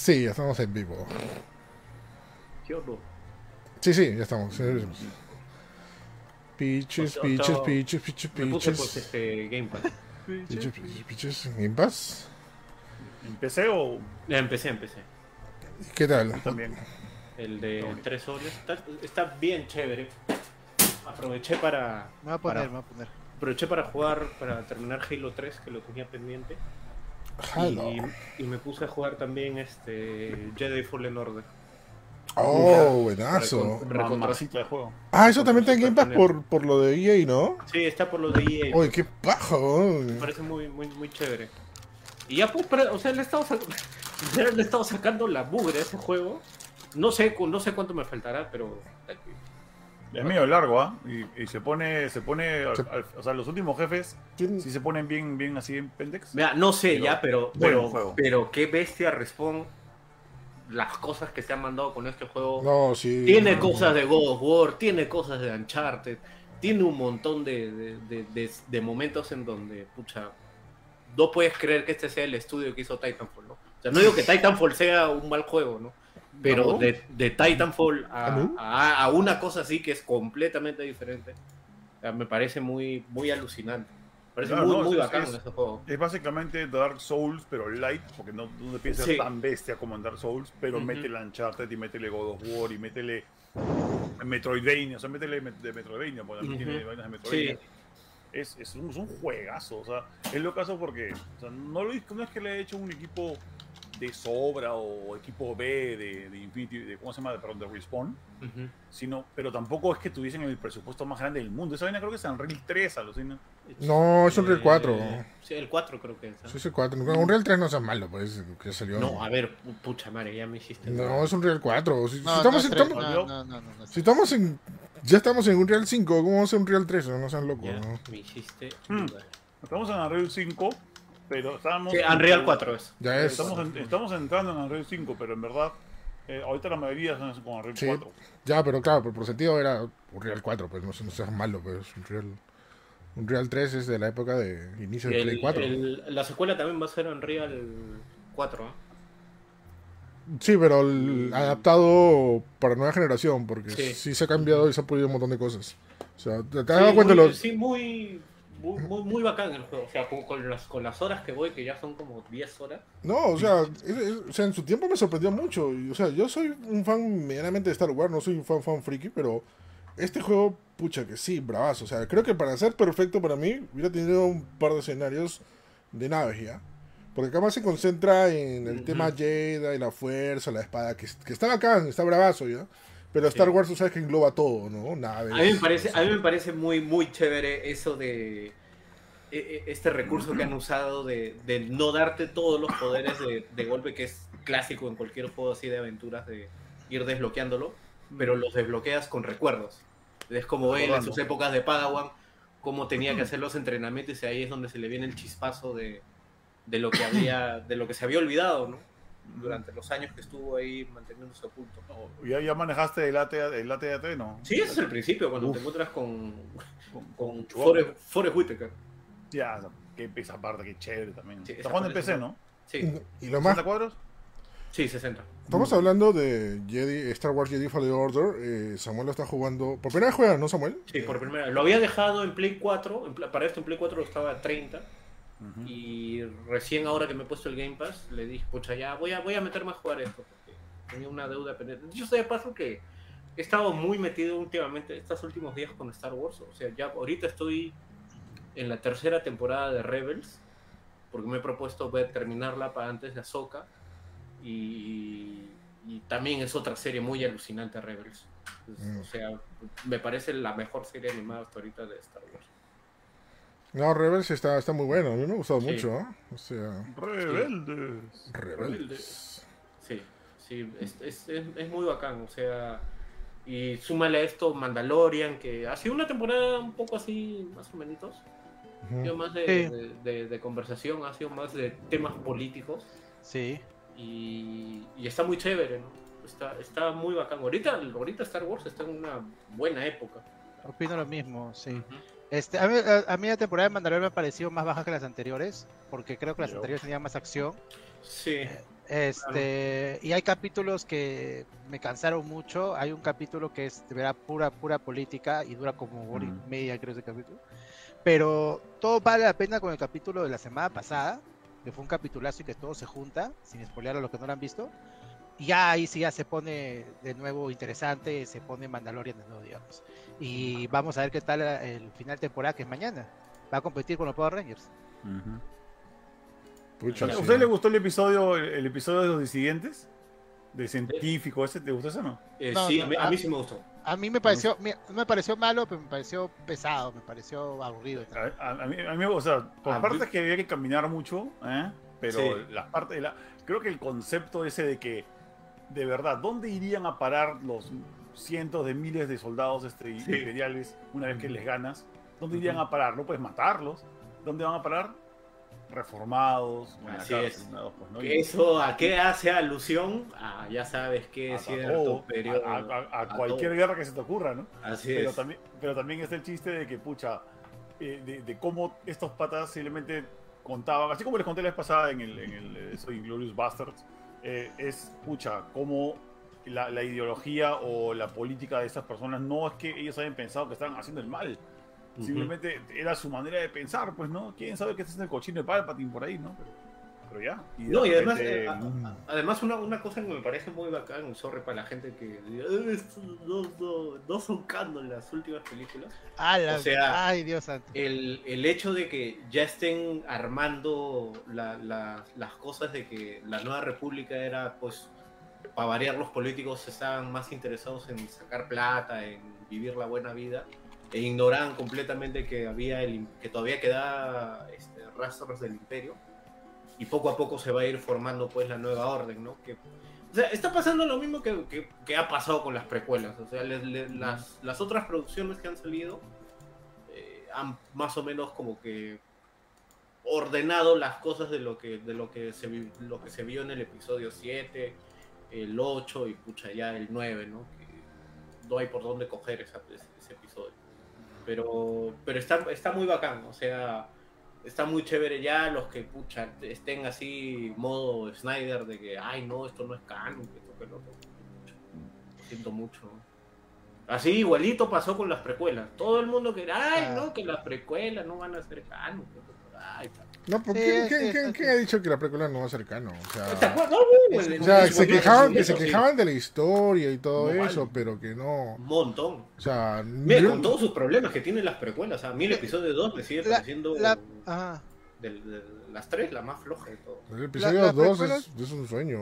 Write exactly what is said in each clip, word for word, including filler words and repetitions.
Sí, ya estamos en vivo. ¿Qué horror? Sí, sí, ya estamos. Peaches, O- o peaches, estaba- peaches, peaches, Me puse pues peaches. este Game Pass. Peaches, peaches, peaches. ¿Game Pass? ¿En P C o Ya empecé, empecé. ¿Qué tal? yo también? El de tres soles. Está, está bien chévere. Aproveché para, Me voy a poner, para- me voy a poner. aproveché para jugar, para terminar Halo tres, que lo tenía pendiente. Hello. Y, y me puse a jugar también este Jedi Fallen Order. Oh, buenazo. Recon- recontra- Mamacita de juego. Ah, eso también está en Game Pass por, por lo de E A, ¿no? Sí, está por lo de E A. Uy, qué pajo. Me parece muy, muy, muy chévere. Y ya pues, pero, o sea, le he estado, sac- ya le he estado sacando la mugre a ese juego. No sé, cu- no sé cuánto me faltará, pero Es medio largo, ¿ah? Y, y se pone, se pone, al- Se- al- o sea, los últimos jefes ¿Quién- sí se ponen bien, bien así en pendex. mira, no sé Pero ya, pero, buen pero, juego. pero qué bestia Respawn las cosas que se han mandado con este juego. No, sí. Tiene cosas de God of War, tiene cosas de Uncharted, tiene un montón de, de, de- de- de momentos en donde, pucha, no puedes creer que este sea el estudio que hizo Titanfall, ¿no? O sea, no digo que Titanfall sea un mal juego, ¿no? Pero ¿No? de, de Titanfall a, ¿Ah, no? a- a una cosa así que es completamente diferente, o sea, me parece muy, muy alucinante. Me parece Claro, muy, no, muy es- bacán es- ese juego. Es básicamente Dark Souls, pero light, porque no, no te piensas Sí. tan bestia como en Dark Souls, pero Ujú. métele Uncharted y métele God of War y métele Metroidvania, o sea, métele met- de Metroidvania, porque también Ujú. tiene vainas de Metroidvania. Sí. Es, es, un, es un juegazo, o sea, es lo caso porque o sea, no, lo, no es que le haya hecho un equipo de sobra o equipo B de, de Infinity, de, ¿cómo se llama? Perdón, de Respawn, Ujú. sino, pero tampoco es que tuviesen el presupuesto más grande del mundo. Esa vaina creo que es Unreal tres, alucina. No, es Unreal cuatro. Eh, Sí, el cuatro creo que es. ¿eh? Sí, es el cuatro. Un Real tres no sea malo, pues, que salió. No, a ver, pu- pucha madre, ya me hiciste. No, es un Real cuatro. Si, si No, estamos, no, en- es tres, estamos- no, no, no, no, no, si estamos en. Ya estamos en un Real cinco, ¿cómo vamos a un Real tres? No sean locos, Ya, ¿no? me hiciste. Hmm. dudar. Estamos en Unreal cinco, pero estábamos... Sí, Unreal cuatro es. Ya es. Estamos, en- estamos entrando en Unreal cinco, pero en verdad, eh, ahorita la mayoría son con Unreal Sí. cuatro. Ya, pero claro, por, por sentido era un Real cuatro, pues no, no seas malo, pues un Real. Un Real tres es de la época de inicio de Play El- cuatro. el- la secuela también va a ser Unreal cuatro. ¿eh? Sí, pero el- adaptado para nueva generación, porque sí. Sí. se ha cambiado y se ha pulido un montón de cosas. O sea, ¿te, te has Sí, dado cuenta de muy, los. sí, muy, muy, muy, muy bacán el juego. O sea, con, con las, con las horas que voy, que ya son como diez horas. No, o sea, es- es- o sea, en su tiempo me sorprendió mucho. Y, o sea, yo soy un fan medianamente de Star Wars, no soy un fan fan friki, pero este juego, pucha que sí, bravazo. O sea, creo que para ser perfecto para mí, hubiera tenido un par de escenarios de naves ya. Porque acá más se concentra en el Ujú. tema Jedi, la fuerza, la espada, que, que está bacán, está bravazo ya. Pero Sí. Star Wars, tú sabes que engloba todo, ¿no? Naves. A mí me parece, no a sé. mí me parece muy, muy chévere eso de e- e- este recurso que han usado de, de no darte todos los poderes de, de golpe, que es clásico en cualquier juego así de aventuras, de ir desbloqueándolo, pero los desbloqueas con recuerdos. Es como él en Recordando. sus épocas de Padawan, cómo tenía que hacer los entrenamientos, y ahí es donde se le viene el chispazo de, de lo que había, de lo que se había olvidado, ¿no? Durante los años que estuvo ahí manteniéndose oculto. No, ¿Ya, ya manejaste el A T A, el A T A T, no? Sí, ese es el principio, cuando Uf. te encuentras con, Con, con Chewbacca. Forrest, Forrest Whitaker. Ya, qué esa parte, qué chévere también. Sí, Está esa jugando en parte P C, es- ¿no? Sí, Y lo más. ¿sesenta cuadros? sí, sesenta. Estamos hablando de Jedi, Star Wars Jedi Fallen Order. eh, Samuel lo está jugando. Por primera vez juega, ¿no, Samuel? Sí, por primera vez. Lo había dejado en Play cuatro, en pla- para esto en Play cuatro estaba a treinta, Ujú. y recién ahora que me he puesto el Game Pass, le dije, pucha, ya voy a, voy a meterme a jugar esto, porque tenía una deuda pendiente. Yo sé de paso que he estado muy metido últimamente, estos últimos días con Star Wars, o sea, ya ahorita estoy en la tercera temporada de Rebels, porque me he propuesto ver, terminarla para antes de Ahsoka, y, y también es otra serie muy alucinante, Rebels. Entonces, Mm. O sea, me parece la mejor serie animada hasta ahorita de Star Wars. No, Rebels está, está muy bueno. A mí me ha gustado Sí. mucho, ¿eh? O sea, Rebeldes. Rebels. Sí, sí, es, es, es, es muy bacán, o sea, y súmale a esto Mandalorian, que ha sido una temporada un poco así, más o menos, ha sido Ujú. más de, Sí. de, de- de conversación, ha sido más de temas políticos, Sí. y, y está muy chévere, ¿no? Está, está muy bacán. Ahorita, ahorita Star Wars está en una buena época. Opino lo mismo, sí. Ujú. Este, a, mí, a, a mí la temporada de Mandalorian me ha parecido más baja que las anteriores, porque creo que las Yo. anteriores tenían más acción. Sí, Este, y hay capítulos que me cansaron mucho. Hay un capítulo que es de verdad pura, pura política y dura como hora Ujú. y media, creo, ese capítulo. Pero todo vale la pena con el capítulo de la semana pasada, que fue un capitulazo y que todo se junta, sin spoilear a los que no lo han visto. Y ya ahí sí ya se pone de nuevo interesante, se pone Mandalorian de nuevo, digamos. Y vamos a ver qué tal el final de temporada, que es mañana. Va a competir con los Power Rangers. Ujú. Pucha, ¿A sí. usted le gustó el episodio, el, el episodio de los disidentes? De científico, ¿ese te gustó ese o no? Eh, No, sí, no, a, mí, a ah. mí sí me gustó. A mí me pareció, me, no me pareció malo, pero me pareció pesado, me pareció aburrido. A, a- a mí, a mí, o sea, por A partes mí- que había que caminar mucho, ¿eh? Pero Sí. las partes, la, creo que el concepto ese de que, de verdad, ¿dónde irían a parar los cientos de miles de soldados este, Sí. imperiales una vez que Ujú. les ganas? ¿Dónde irían Ujú. a parar? No puedes matarlos. ¿Dónde van a parar? Reformados, en la Así cárcel, es. ¿no? Pues, ¿no? Que Y- ¿Eso a qué hace alusión? Ah, ya sabes que a, es a cierto todo, periodo. a, a- a a cualquier todo. guerra que se te ocurra, ¿no? Así Pero es. también, pero también está el chiste de que, pucha, eh, de, de cómo estos patas simplemente contaban, así como les conté la vez pasada en el, en el eh, eso, Inglourious Basterds, eh, es, pucha, cómo la, la ideología o la política de estas personas no es que ellos hayan pensado que estaban haciendo el mal, Ujú. simplemente era su manera de pensar, pues, ¿no? ¿Quién sabe que este es el cochino de Palpatine por ahí, ¿no? Pero, pero ya. Y de No, y además, repente, eh, a- mm, a- además una, una cosa que me parece muy bacán, sorry para la gente que diga, "Eh, estos no, no, no son canon las últimas películas. Ah, la- O sea, ay, Dios santo. El, el hecho de que ya estén armando la- la- las cosas de que la nueva república era, pues, para variar, los políticos estaban más interesados en sacar plata, en vivir la buena vida, e ignoraban completamente que había el, im- que todavía quedaba este, rastros del imperio, y poco a poco se va a ir formando, pues, la nueva orden, ¿no? Que, o sea, está pasando lo mismo que, que- que ha pasado con las precuelas. O sea, le- le- las, las otras producciones que han salido eh, han más o menos como que ordenado las cosas de lo que, de lo que, se, vi- lo que se vio en el episodio siete, el ocho y pucha ya el nueve, ¿no? Que no hay por dónde coger esa- ese, ese episodio. Pero, pero está, está muy bacán, o sea, está muy chévere ya los que pucha estén así modo Snyder de que ay no, esto no es canon, que esto que lo otro. Lo siento mucho. Así igualito pasó con las precuelas. Todo el mundo que ay Ah. no, que las precuelas no van a ser canon. Ay, No, ¿por Sí, qué- sí, ¿quién, sí, quién- sí. quién ha dicho que la película no va a ser canon? O sea, ¿te acuerdas? No, no, Es- el- o sea, el- se el- quejaban, que se eso sí, quejaban de la historia y todo No eso, vale. pero que no. un montón. O sea, Mira, yo- con todos sus problemas que tienen las precuelas, a mí el episodio dos me sigue La- pareciendo la- ajá. de, de las tres la más floja de todo. el episodio las dos precuelas- es, es un sueño.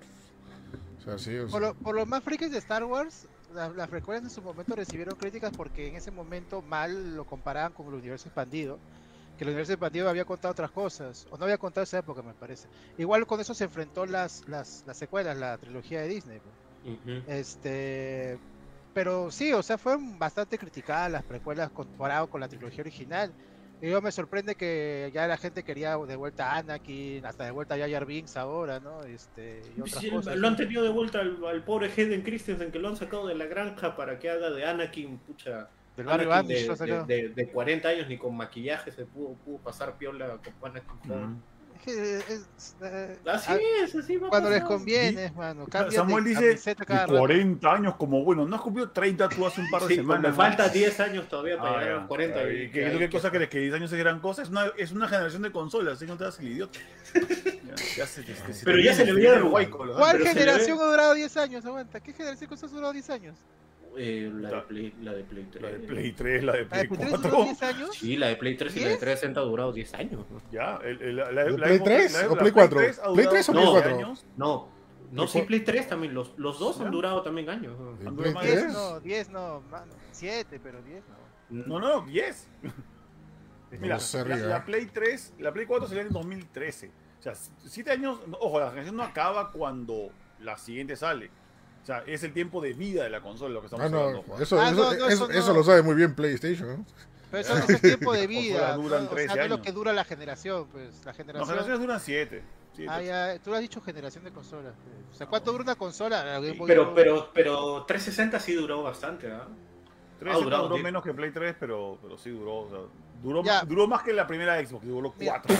O sea, sí, o Por, sea, lo- por los más frikis de Star Wars, la- las precuelas en su momento recibieron críticas porque en ese momento mal lo comparaban con el universo expandido, que el universo expandido había contado otras cosas, o no había contado esa época, me parece. Igual con eso se enfrentó las, las, las secuelas, la trilogía de Disney. pues. Ujú. Este, pero sí, o sea, fueron bastante criticadas las precuelas comparado con la trilogía original. Y yo me sorprende que ya la gente quería de vuelta a Anakin, hasta de vuelta a Jar Jar Binks ahora, ¿no? Este, y otras Sí, cosas. lo han tenido de vuelta al, al pobre Hayden Christensen, que lo han sacado de la granja para que haga de Anakin, pucha. Del barrio Anakin Amish de, lo han sacado. de, de- de cuarenta años ni con maquillaje se pudo, pudo pasar piola con Anakin joven. mm. Es que es, eh, Así ah, es, así va cuando les pasando. conviene, mano. Cambian Samuel de dice camiseta cada que rato. cuarenta años como bueno, no has cumplido treinta tú hace un par de Sí, semanas. me ¿no? falta diez años todavía para Ah, llegar a ya. los cuarenta. Ah, y ¿y ¿Qué, hay qué que cosa hacer. crees? ¿Que diez años es gran cosa? Es una, es una generación de consolas, ¿sí? No te das el idiota. Ya, ya se- se- se- Pero te ya se le veía el el huaico, ¿no? ¿Cuál pero se le generación ve- ha durado diez años? Aguanta, ¿qué generación ha durado diez años? Eh, la, de Play, la de Play tres. La de Play tres, la de ¿La de Play Play tres duró cuatro. diez años? Sí, la de Play tres y la de ¿diez? trescientos sesenta ha durado diez años. ¿no? Ya, el, el, la, la, ¿De la Play época- tres la- o la Play cuatro? tres ha ¿Play durado tres o Play doce cuatro? años. No, no, sí, Play tres también. Los, los dos ¿Ya? han durado también años. ¿no? ¿El Han Play durado más tres? de diez no, diez no, mano. siete, pero diez no. No, no, diez. Mira, No sé, la, Riga. la Play tres, la Play cuatro salió en dos mil trece. O sea, siete años, ojo, la generación no acaba cuando la siguiente sale. O sea, es el tiempo de vida de la consola lo que estamos Ah, hablando. no, Juan. eso, Ah, eso, no, no, eso, eso eso no. lo sabe muy bien PlayStation, ¿no? Pero eso, eso es tiempo de Consolas vida. duran ¿no? O trece sea, no es lo años. que dura la generación, pues. La Las generación. generaciones duran siete. Ah, ya, tú has dicho generación de consolas. pues. O sea, ¿cuánto dura una consola? La Game Boy Pero, duró- pero, pero trescientos sesenta sí duró bastante, ¿ah? tres Ah, durado duró diez. menos que Play tres, pero, pero sí duró. O sea, duró, Ya. duró más que la primera Xbox, duró Mira. cuatro.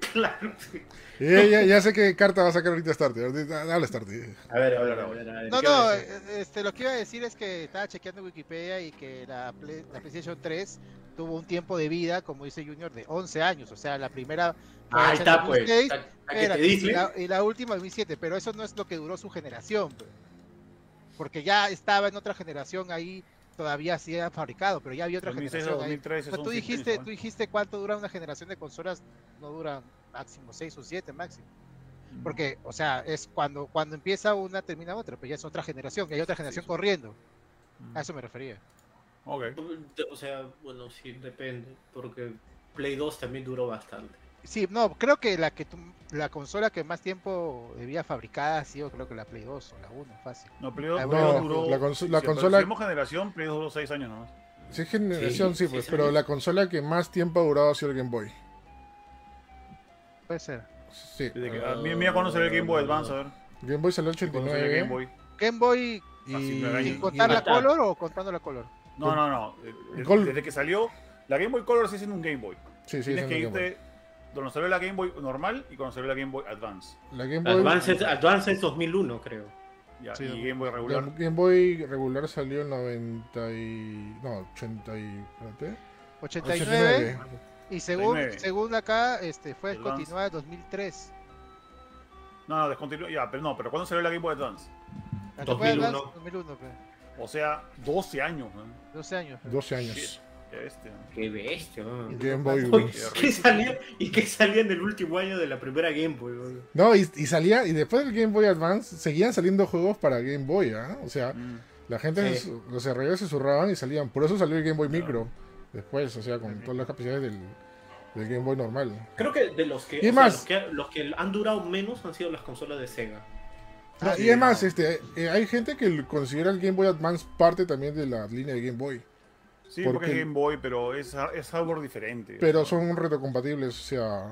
Claro, sí. Ya, ya, ya sé qué carta va a sacar ahorita Starty. Ahorita- Dale Starty. A ver, a ver, a ver. A ver No, ¿qué va no, a decir? eh, este, lo que iba a decir es que estaba chequeando Wikipedia y que la, Play- la PlayStation tres tuvo un tiempo de vida, como dice Junior, de once años. O sea, la primera fue Ahí hecha en está, pues. dos mil seis, ¿A, a qué te espérate, y, dice? la, y la última dos mil siete, pero eso no es lo que duró su generación. Pues. Porque ya estaba en otra generación ahí, todavía sí era fabricado, pero ya había otra dos mil seis a generación ahí. dos mil trece Pues son tú siete dijiste, años, tú dijiste cuánto dura una generación de consolas, no dura máximo seis o siete máximo. ¿no? Porque, o sea, es cuando, cuando empieza una, termina otra, pero ya es otra generación, y hay otra generación sí. corriendo. Mm. A eso me refería. Ok. O sea, bueno, sí, depende. Porque Play dos también duró bastante. Sí, no, creo que la que tu- la consola que más tiempo debía fabricada ha sido creo que la Play dos o la uno, fácil. No, Play dos, Ah, Play no, dos duró. la conso- si- la si- pero consola- Si vemos generación, Play dos duró seis años nomás. Si es generación, sí, Sí, pues, sí, pero sí. la consola que más tiempo ha durado ha sido el Game Boy. Puede ser. Sí. Desde que, a mí, mira cuándo salió el Game Boy Advance, a ver. Game Boy salió en ¿Cuándo salió el Game ochenta y nueve. Boy? Game Boy Y, Así, nueve sin años. contar la Ahí está. Color o contando la Color. No, no, no. eh, de- Gol- Desde que salió, la Game Boy Color sigue siendo un Game Boy. sí, sí, Tienes es que el Game Boy. irte donde salió la Game Boy normal y cuando salió la Game Boy Advance. La Game Boy, Advance, Advance es dos mil uno, creo. Ya, Sí, y Game Boy la regular. Game Boy regular salió en noventa y... No, ochenta y... Espérate. ochenta y nueve. ochenta y nueve. Y según, ochenta y nueve. según acá, este fue Advance. continuada en dos mil tres. No, no, descontinuó. Ya, pero no, pero ¿cuándo salió la Game Boy Advance? La que fue dos mil uno. Advance, dos mil uno, pues. O sea, doce años, ¿no? doce años. pues. doce años. Shit. Qué bestia. Qué bestia, man. Game Boy. Oye, Qué ¿Qué salió? ¿Y qué salía en el último año de la primera Game Boy? Man? No, y, y salía, y después del Game Boy Advance seguían saliendo juegos para Game Boy, ¿ah? O sea, Mm. la gente, Sí. se- los desarrolladores se susurraban y salían. Por eso salió el Game Boy Micro. Después, o sea, con todas las capacidades del, del Game Boy normal. Creo que de los que, Y o sea, más- los que los que han durado menos han sido las consolas de Sega. No, Ah, y sí, es más, no. este, eh, hay gente que considera el Game Boy Advance parte también de la línea de Game Boy. Sí, Porque- porque es Game Boy, pero es, es hardware diferente. Pero o sea, son retrocompatibles, o sea...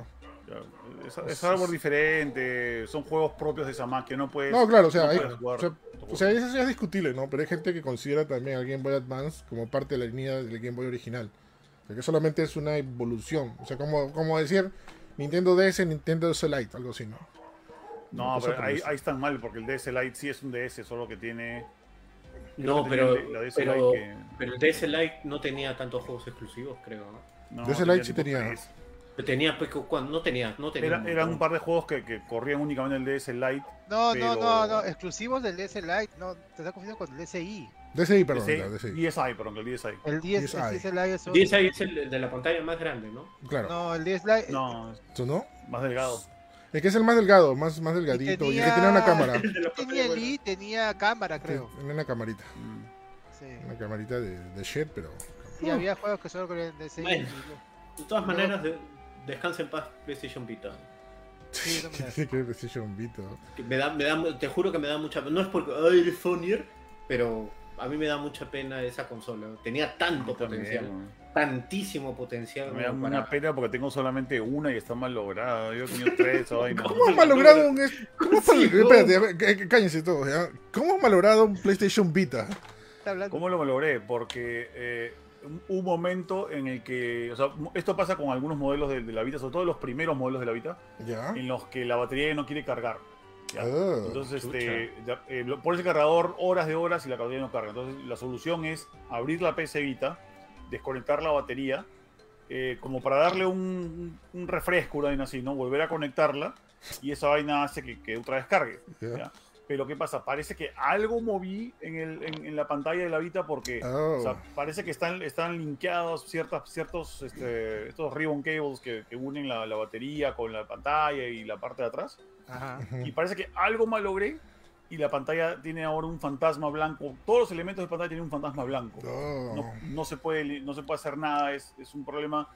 ya, Es, es hardware diferente, son juegos propios de esa máquina, no puedes. No, claro, o sea, no hay- puedes jugar o sea, otro o sea, juego. eso sí es discutible, ¿no? Pero hay gente que considera también al Game Boy Advance como parte de la línea del Game Boy original. O sea, que solamente es una evolución. O sea, como, como decir Nintendo D S, Nintendo D S Lite, algo así, ¿no? No, cosa pero por ahí, eso. ahí están mal, porque el D S Lite sí es un D S, solo que tiene. No, que pero, tenía la D S pero, Lite que- pero el D S Lite no tenía tantos juegos exclusivos, creo. ¿no? no, D S Lite sí tipo tenía. tres. Tenía, pues, cuando no tenía, no tenía. Era, un eran un montón. par de juegos que, que corrían únicamente en el D S Lite. No, Pero- no, no, no, exclusivos del D S Lite, no, te estás confundiendo con el D S I. D S I, perdón, D S I, la D S I. D S I, perdón, el D S I. El diez, D S I. el D S Lite es otro. D S I es el de la pantalla más grande, ¿no? Claro. No, el D S Lite. No, es ¿Eso no? más delgado. Es que es el más delgado, más, más delgadito. Y, tenía- que tiene una cámara. El de la Tenía pantalla el más I, tenía cámara, creo. Tiene una camarita. Mm. Sí. Una camarita de, de shit, pero... Y había juegos que solo corrían en D S I. Bueno. De todas No. maneras, de- descansa en paz PlayStation Vita. Sí, no me ¿Qué da. tiene que ver PlayStation Vita? Que Me da, me da, te juro que me da mucha pena. No es porque ay, eres Sonyer, pero a mí me da mucha pena esa consola. Tenía tanto También, potencial, ¿no? tantísimo potencial. Me da como una para- pena porque tengo solamente una y está mal lograda. Yo he tenido tres, esa vaina. ¿Cómo has malogrado un... es- ¿Cómo has Sí, mal- no. Espérate, a ver, cá- cá- cállense todos, ¿ya? ¿Cómo has malogrado un PlayStation Vita? Está hablando. ¿Cómo lo logré? Porque eh, un, un momento en el que, o sea, esto pasa con algunos modelos de, de la Vita, sobre todo los primeros modelos de la Vita, ¿Ya? en los que la batería no quiere cargar. ¿ya? Ah, Entonces, chucha. este, ya, eh, lo- pones el cargador horas de horas y la batería no carga. Entonces, la solución es abrir la P S Vita, desconectar la batería, eh, como para darle un, un refresco, una vaina así, ¿no? Volver a conectarla y esa vaina hace que, que otra vez cargue. ¿Ya? ¿ya? Pero ¿qué pasa? Parece que algo moví en, el, en, en la pantalla de la Vita porque Oh. o sea, parece que están, están linkeados ciertas, ciertos este, estos ribbon cables que, que unen la, la batería con la pantalla y la parte de atrás. Ajá. Ujú. Y parece que algo malogré y la pantalla tiene ahora un fantasma blanco. Todos los elementos de pantalla tienen un fantasma blanco. Oh. No, no se, puede, li- no se puede hacer nada, es, es un problema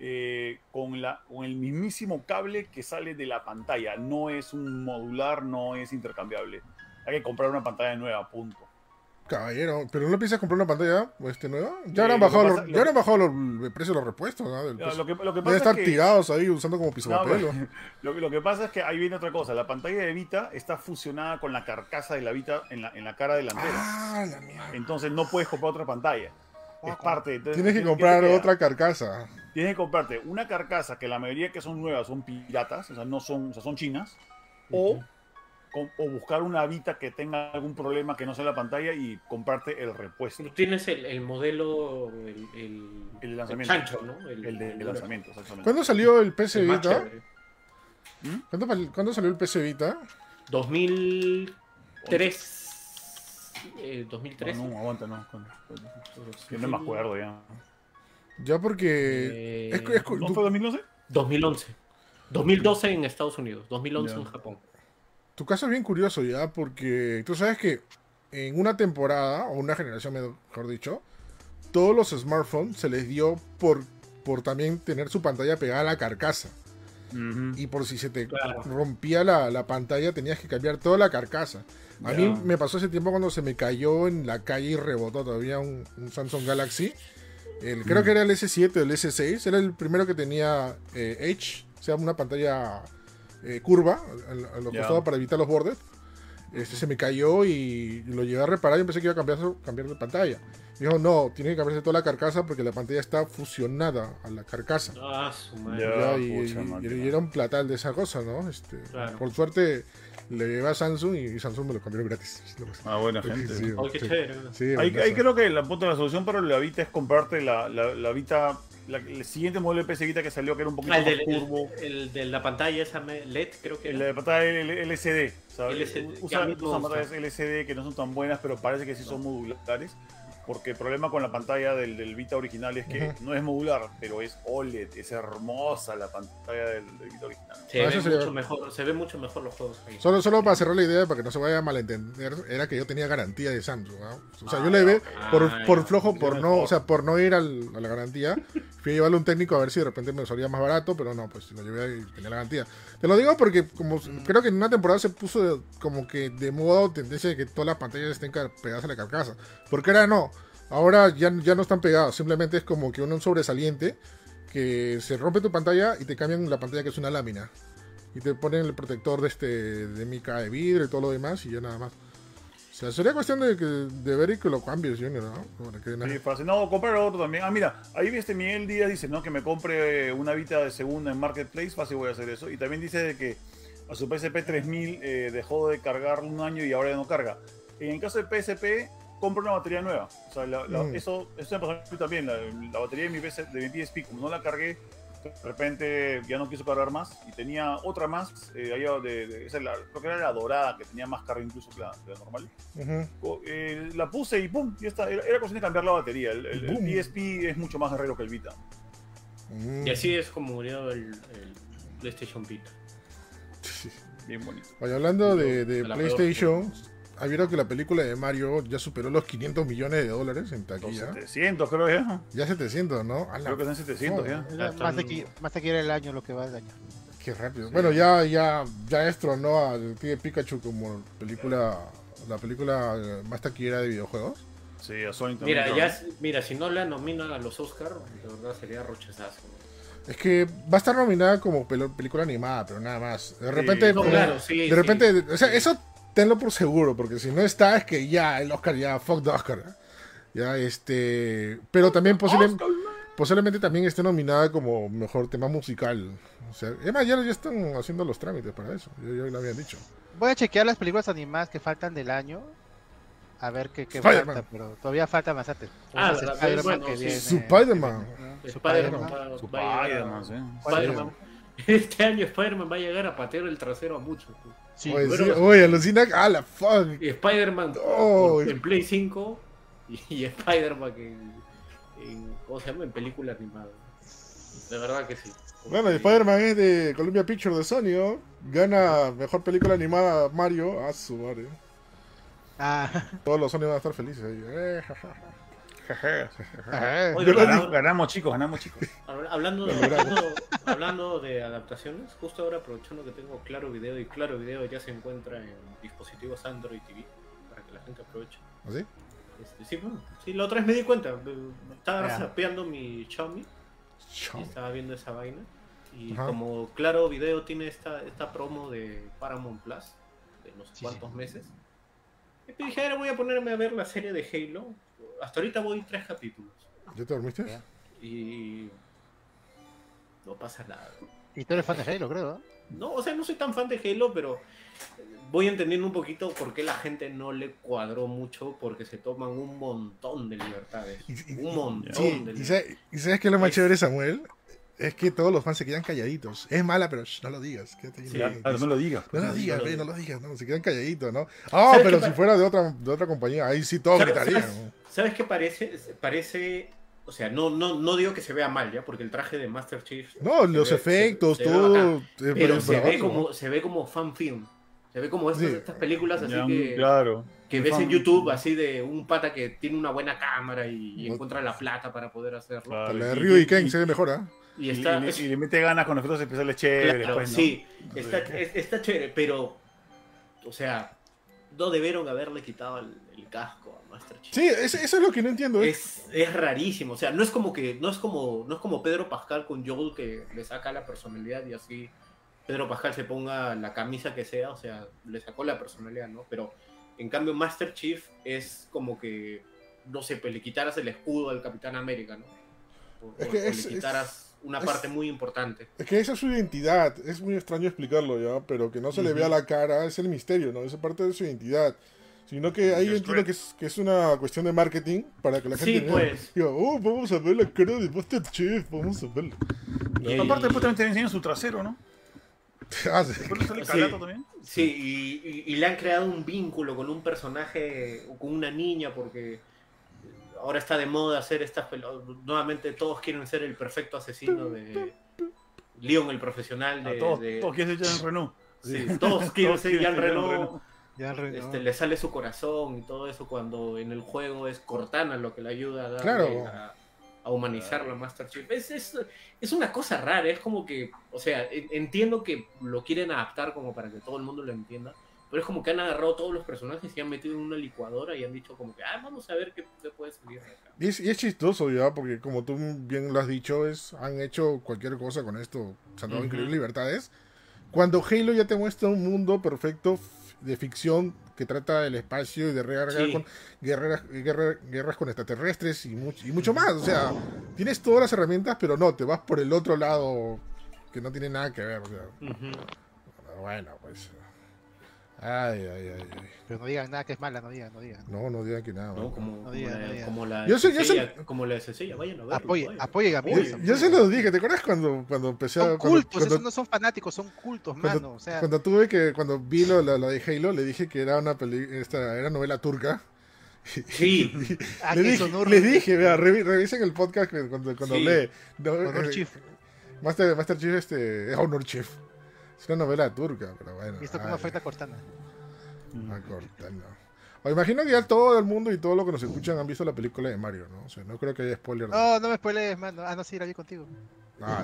eh, con, la, con el mismísimo cable que sale de la pantalla. No es un modular, no es intercambiable. Hay que comprar una pantalla nueva, punto. Caballero, ¿pero no piensas comprar una pantalla este, nueva? Ya Sí, habrán lo que bajado, pasa- los, lo ya habrán bajado los, el precio de los repuestos, ¿no? Del Ya, precio. Lo que, lo que Deben pasa estar es que, tirados ahí usando como piso No, papel. pero- lo, que- lo que pasa es que ahí viene otra cosa. La pantalla de Vita está fusionada con la carcasa de la Vita en la, en la cara delantera. Ah, la mierda. Entonces no puedes comprar otra pantalla. es parte. Entonces, Tienes que ¿qué- comprar qué te queda? otra carcasa. Tienes que comprarte una carcasa que la mayoría que son nuevas son piratas, o sea, no son, o sea, son chinas, o, com- o buscar una Vita que tenga algún problema que no sea la pantalla y comprarte el repuesto, Tú tienes el, el modelo, el, el, El lanzamiento. chancho, ¿no? El, el de el el lanzamiento, exactamente. ¿Cuándo salió el P C el más Vita? chévere. ¿Mm? ¿Cuándo, pal- cuándo salió el P C Vita? dos mil tres. Eh, dos mil No, tres. no, aguanta, no. Que no me acuerdo ya. Ya porque... Eh, es, es- ¿No tu, fue dos mil once? dos mil once. dos mil doce en Estados Unidos, dos mil once Ya. en Japón. tu caso es bien curioso ya, porque tú sabes que en una temporada, o una generación mejor dicho, todos los smartphones se les dio por, por también tener su pantalla pegada a la carcasa. Ujú. Y por si se te Claro. rompía la, la pantalla, tenías que cambiar toda la carcasa. A Ya. mí me pasó ese tiempo cuando se me cayó en la calle y rebotó todavía un, un Samsung Galaxy. El, creo que era el ese siete o el ese seis. Era el primero que tenía eh, Edge, o sea, una pantalla eh, curva a, a los Ya. costados para evitar los bordes. Este, se me cayó y lo llevé a reparar y pensé que iba a cambiar, cambiar de pantalla. Dijo, no, tiene que cambiarse toda la carcasa porque la pantalla está fusionada a la carcasa. Ah, su madre. Ya. Ya, y, pucha, y- máquina. y era un platal de esa cosa, ¿no? Este, Claro. Por suerte le llevé a Samsung y Samsung me lo cambiaron gratis. Ah, buena gente. Sí, Ay, qué sí. chévere. Sí, Ahí, buenazo. ahí creo que la, punto, la solución para la Vita es comprarte la, la, la Vita, la- el siguiente modelo de P C Vita que salió, que era un poquito Ah, el, más del- curvo. el- el de la pantalla esa me- L E D, creo que El era. de pantalla L C D, ¿sabes? L C D, que Usa, a mí me usa gusta. pantallas L C D que no son tan buenas, pero parece que sí son modulares. Porque el problema con la pantalla del, del Vita original es que Ujú. no es modular, pero es O L E D, es hermosa la pantalla del, del Vita original. Se, Ah, ve eso sería- mucho mejor, se ve mucho mejor los juegos ahí. Solo, solo para cerrar la idea, para que no se vaya a malentender, era que yo tenía garantía de Samsung. ¿no? O sea, Ah, yo le ve ya, por, ya, por ya. flojo, por Funciona no, mejor. o sea, por no ir al- a la garantía. Fui a llevarle a un técnico a ver si de repente me salía más barato, pero no, pues lo llevé y tenía la garantía. Te lo digo porque como creo que en una temporada se puso de- como que de moda o tendencia de que todas las pantallas estén car- pegadas a la carcasa. Porque ahora no. Ahora ya, ya no están pegados, simplemente es como que un sobresaliente que se rompe tu pantalla y te cambian la pantalla que es una lámina. Y te ponen el protector de este de mica de vidrio y todo lo demás y ya nada más. O sea, sería cuestión de, que, de ver y que lo cambies, Junior, ¿no? Para que nada- Sí, fácil. No, comprar otro también. Ah, mira, ahí este Miguel Díaz dice, ¿no? Que me compre una Vita de segunda en Marketplace, fácil voy a hacer eso. Y también dice de que a su P S P tres mil eh, dejó de cargar un año y ahora ya no carga. En el caso de P S P, compra una batería nueva. O sea, la- la- Mm. eso, eso me pasó a mí también. La, la batería de mi, P S de mi P S P, como no la cargué, de repente ya no quiso cargar más. Y tenía otra más, eh, ahí de, de- esa es la- creo que era la dorada, que tenía más carga incluso que la, que la normal. Ujú. Co- eh, la puse y pum, ya está. Era, era cuestión de cambiar la batería. El, el- el Boom. P S P es mucho más guerrero que el Vita. Mm. Y así es como murió el, el PlayStation Vita. Bien bonito. Oye, hablando de, de De la PlayStation, ¿ha visto que la película de Mario ya superó los quinientos millones de dólares en Los taquilla? setecientos creo ya. Ya setecientos, ¿no? A la Creo que son setecientos ya. Ya Más están- de, que, más de que era el año lo que va el año. Qué rápido. Bueno, ya, ya, ya destronó al Detective Pikachu como película, la película eh, más taquillera de videojuegos. Sí, a Sonic también. Mira, creo, ya, ¿no? s- mira, si no la nominan a los Oscars, de verdad sería rochezazo. Es que va a estar nominada como pelo- película animada, pero nada más. De repente, No, eh, claro, sí. de repente, sí. o sea, eso tenlo por seguro, porque si no está es que ya el Oscar ya fuck the Oscar. Ya este, pero también posible- posiblemente también esté nominada como mejor tema musical. O sea, es más, ya, ya están haciendo los trámites para eso. Ya, ya lo habían dicho. Voy a chequear las películas animadas que faltan del año. A ver qué, qué Spider-Man. falta, pero todavía falta bastante. Ah, Entonces, verdad, Spider-Man bueno, que sí. viene- Spider-Man. ¿no? Spider-Man Spider-Man. va- va a llegar a- Spider-Man, sí. Spider-Man. Este año Spider-Man va a llegar a patear el trasero a muchos. pues. Sí, Oye, bueno, sí, pues- oye, alucina, ah, la fuck. Y Spider-Man Oh. en Play cinco y, y Spider-Man en, en- ¿cómo se llama? En película animada. De verdad que sí. Bueno, y Spider-Man es de Columbia Pictures de Sony, ¿no? Gana mejor película animada Mario. A su madre. Ah, Todos los Sony van a estar felices ahí. Eh, ja, ja, ja. ajá. Oye, Yo lo hablando- Ganamos, ganamos, chicos, ganamos, chicos. Hab- Hablando de, Lo logramos. hablando, hablando de adaptaciones, justo ahora aprovechando que tengo Claro Video y Claro Video ya se encuentra en dispositivos Android T V para que la gente aproveche. ¿Así? Este, sí, bueno, sí, la otra vez me di cuenta. Estaba Ya. sapeando mi Xiaomi y Chao. estaba viendo esa vaina. Y Ajá. como Claro Video tiene esta, esta promo de Paramount Plus de no sé Sí, cuántos sí. meses, y dije, ahora voy a ponerme a ver la serie de Halo. Hasta ahorita voy tres capítulos. ¿Ya te dormiste? Ya. Y no pasa nada. Y tú eres fan de Halo, creo, ¿no? No, o sea, no soy tan fan de Halo, pero voy entendiendo un poquito por qué la gente no le cuadró mucho, porque se toman un montón de libertades. Y- y- Un montón Sí, de y, libertades. sa- ¿y sabes qué es lo más Es- chévere, Samuel? Es que todos los fans se quedan calladitos. Es mala, pero shh, no lo digas. Quédate ahí. Sí, No, Claro, no lo digas. no lo no digas, lo ve, digas. no lo digas, no, se quedan calladitos, ¿no? Ah, ¿Sabes pero qué si pa- fuera de otra, de otra compañía, ahí sí todos ¿Sabes- gritarían. sabes- ¿no? ¿Sabes qué parece? Parece... O sea, no, no, no digo que se vea mal, ¿ya? Porque el traje de Master Chief... No, se los ve- efectos, se- se ve todo. bacán. es- Pero es se ve, bravazo. como, se ve como fan film. Se ve como estas, Sí. estas películas así Ya, que, Claro. que ves en YouTube, así de un pata que tiene una buena cámara y, y No. encuentra la plata para poder hacerlo. Claro. La de y- Ryu y y- Ken y- se ve mejor, ¿ah? Y Y, está... y le- es- y le mete ganas con efectos especiales chéveres. claro, pues, ¿no? sí, está, es- está chévere, pero... O sea, no debieron haberle quitado el, el casco a Master Chief. Sí, es- eso es lo que no entiendo. Es, Es, es rarísimo, o sea, no es como que no es como no es como Pedro Pascal con Joel que le saca la personalidad y así Pedro Pascal se ponga la camisa que sea, o sea, le sacó la personalidad, ¿no? Pero en cambio Master Chief es como que no sé, pues le quitaras el escudo al Capitán América, ¿no? O, Es o- que o es- le quitaras una es- parte muy importante. es que esa es su identidad. Es muy extraño explicarlo, ¿ya? Pero que no se le vea Ujú. la cara es el misterio, ¿no? Esa parte de su identidad. Sino que ahí Just entiendo right. que es, que es una cuestión de marketing para que la Sí, gente vea, pues. diga, oh, vamos a ver la cara de Master Chief, vamos a verla. Y- ¿No? Aparte, después también te enseñan su trasero, ¿no? Ah, sí. Después le sale Sí. calato también. Sí, y, y- y le han creado un vínculo con un personaje, o con una niña, porque ahora está de moda hacer estas pel- nuevamente todos quieren ser el perfecto asesino de Leon el profesional A de, todos, de- todos quieren ser Jean Reno. sí, todos quieren Todos ser quieren Jean ser Jean Reno, Reno. Ya re- este, no. le sale su corazón y todo eso cuando en el juego es Cortana lo que le ayuda a, darle Claro. a, a humanizarlo a Master Chief. Es, es, es una cosa rara, es como que, o sea, en- entiendo que lo quieren adaptar como para que todo el mundo lo entienda, pero es como que han agarrado todos los personajes y han metido en una licuadora y han dicho como que, ah, vamos a ver qué, qué puede salir de acá. Y es, y es chistoso ya, porque como tú bien lo has dicho, es, han hecho cualquier cosa con esto, se han dado Ujú. increíbles libertades. Cuando Halo ya te muestra un mundo perfecto f- de ficción que trata del espacio y de guerra Sí. con guerreras, guerra- guerras con extraterrestres y, much- y mucho más. O sea, tienes todas las herramientas, pero no, te vas por el otro lado que no tiene nada que ver. O sea, Ujú. bueno, pues. Ay, ay, ay, ay. Pero no digan nada que es mala, no digan, no digan. No, no digan que nada. ¿No? man. Como, No como diga, la, no diga. como la Yo de sé- yo sé- Cecilia, como la de Cecilia, vayan a verlo. Apoyen, vayan. apoyen a Yo, mí. yo se los dije, ¿te acuerdas cuando, cuando empecé a. Son cuando- cultos, cuando- esos no son fanáticos, son cultos, Cuando, mano. O sea, cuando tuve que, cuando vi lo, la, la de Halo, le dije que era una peli, esta, era novela turca. Sí, ah, le que dije, sonó les horrible. dije, vea, revi- revisen el podcast que- cuando, cuando Sí. hablé. No, Honor eh, Chief. Master, Master Chief, este, es Honor Chief. Es una novela turca, pero bueno. ¿Visto cómo ay, afecta a Cortana? a Cortana. O imagino que ya todo el mundo y todo lo que nos escuchan han visto la película de Mario, ¿no? O sea, no creo que haya spoiler. de- No, no me spoilees, mano. Ah, no, sí, la vi contigo. Ah,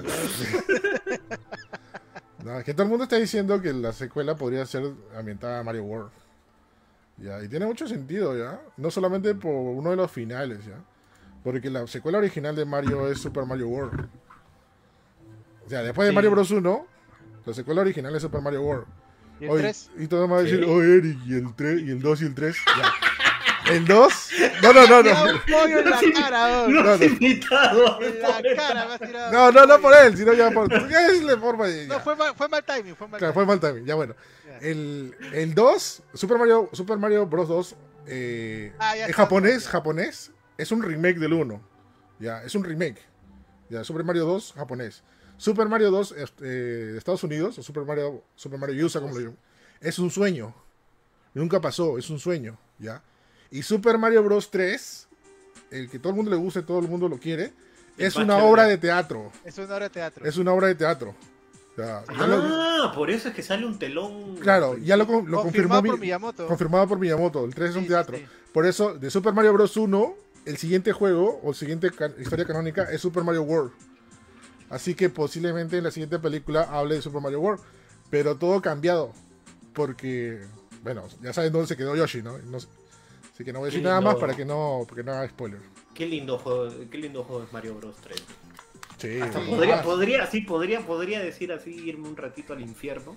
no. No, es que todo el mundo está diciendo que la secuela podría ser ambientada a Mario World. Ya, y tiene mucho sentido, ¿ya? No solamente por uno de los finales, ¿ya? Porque la secuela original de Mario es Super Mario World. O sea, después de Sí. Mario Bros. uno, la secuela original es Super Mario World. ¿Y el Oye, tres? y todos van a decir, Sí. oh, Eric, y el tres, y el dos y el tres. Ya. ¿El dos? No, no, no, ¡Tira no. un pollo en la cara, no weón! has invitado. En la cara me has tirado. No, no, no por él, sino ya por. Ya es la forma de. No, ya. fue mal, fue mal timing, fue mal Claro, timing. fue mal timing, ya bueno. Ya. El, el dos, Super Mario, Super Mario Bros. dos, eh, Ah, ya en está. japonés, japonés, es un remake del uno. Ya, es un remake. Ya, Super Mario dos, japonés. Super Mario dos, este, de Estados Unidos, o Super Mario, Super Mario U S A, como lo llaman, es un sueño. Nunca pasó, es un sueño, ¿ya? Y Super Mario Bros. tres, el que todo el mundo le gusta y todo el mundo lo quiere, El es más una chévere. obra de teatro. Es una hora de teatro. Es una obra de teatro. Ya, ya lo- Ah, por eso es que sale un telón. claro, ya lo, con- lo confirmó Confirmado por Mi- Miyamoto. confirmado por Miyamoto. El tres es Sí, un sí, teatro. sí. Por eso, de Super Mario Bros. uno, el siguiente juego o siguiente ca- historia canónica es Super Mario World. Así que posiblemente en la siguiente película hable de Super Mario World. Pero todo cambiado. Porque, bueno, ya saben dónde se quedó Yoshi, ¿no? No sé. Así que no voy a decir Qué nada más lindo. para que no, para que no haga spoiler. Qué lindo juego, qué lindo juego es Mario Bros. tres. Sí. Hasta sí. podría, Ah, podría, sí, podría, podría decir así, irme un ratito al infierno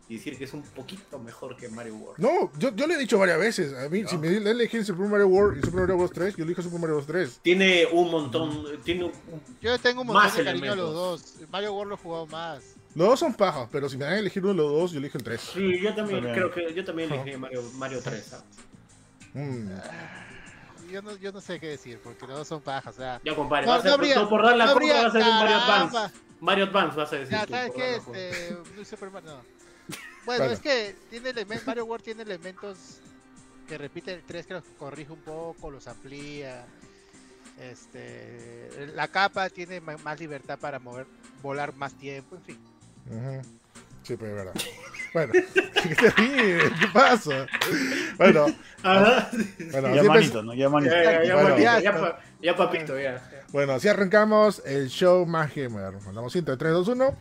y decir que es un poquito mejor que Mario World. No, yo, yo le he dicho varias veces. A mí, No. si me elegí Super Mario World y Super Mario Bros. tres, yo elijo Super Mario Bros. tres. Tiene un montón, tiene un, Yo tengo un montón Más de cariño a elementos. los dos. Mario World lo he jugado más. Los dos son pajas, pero si me dan a elegir uno de los dos, yo elijo el tres. sí, yo también También. creo que yo también elegí Mario, Mario tres. ¿ah? Mm. Yo no, yo no sé qué decir, porque los dos son pajas. O sea, Ya compadre, No, vas a no habría- por, por dar la no compra habría- vas a decir Mario caramba. Advance. Mario Advance vas a decir. ya, tú, ¿sabes por qué? dar la compra. Este, Blue Super Mario, no. Bueno, Bueno. es que tiene elemen- Mario World tiene elementos que repite el tres, que los corrige un poco, los amplía. Este, la capa tiene ma- más libertad para mover, volar más tiempo, en fin. Ujú. Sí, pero es verdad. Bueno, ¿qué te ríes? ¿Qué pasa? Bueno, Ajá. bueno, Ya así, manito, empe- ¿no? Ya manito. Ya, ya, ya, Bueno. papito, ya, Ya, pa- ya papito, ya. bueno, así arrancamos el show más gamer. Mandamos cinta de tres, dos, uno.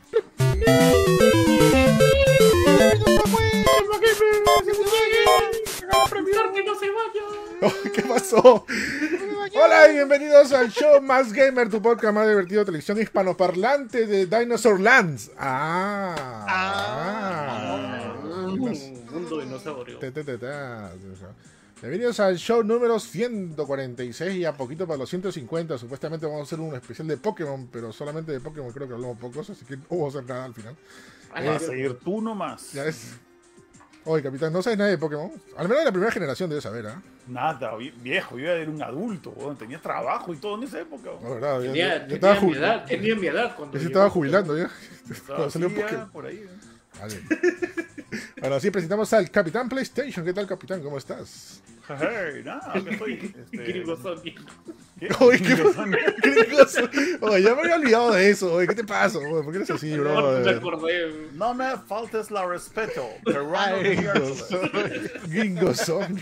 Que no se vaya. ¿Qué pasó? Hola y bienvenidos al show más gamer, tu podcast más divertido de televisión hispanoparlante de Dinosaur Lands. Ah. Ah. Mm, Mundo dinosaurio. Te, te, te, te. Bienvenidos al show número ciento cuarenta y seis y a poquito para los ciento cincuenta. Supuestamente vamos a hacer un especial de Pokémon, pero solamente de Pokémon creo que hablamos pocos, así que no vamos a hacer nada al final. Ay, Vas a Dios. seguir tú nomás. Ya es. Oye, capitán, ¿no sabes nada de Pokémon? Al menos de la primera generación debes saber, ¿ah? Nada, vie- viejo, yo era un adulto, weón, tenía trabajo y todo en esa época. La weón. verdad, yo- Tenía, yo, yo tenía estaba mi jubilando. edad, tenía mi edad cuando Yo sí llegó estaba Pokémon. jubilando ya. Estaba Cuando salió así, ya, Pokémon. por ahí. ¿eh? Vale. Bueno, sí, presentamos al Capitán PlayStation. ¿Qué tal, Capitán? ¿Cómo estás? Hey, nada, acá estoy. Este, Gringos son bien. ¿qué? Oye, ¿qué Gringos pasa? son- Gringos. Oye, ya me había olvidado de eso. Oye, ¿qué te pasa? Oye, ¿por qué eres así, bro? No me acordé. No me faltes la respeto, peruano de Gringos. mierda. Gringos son.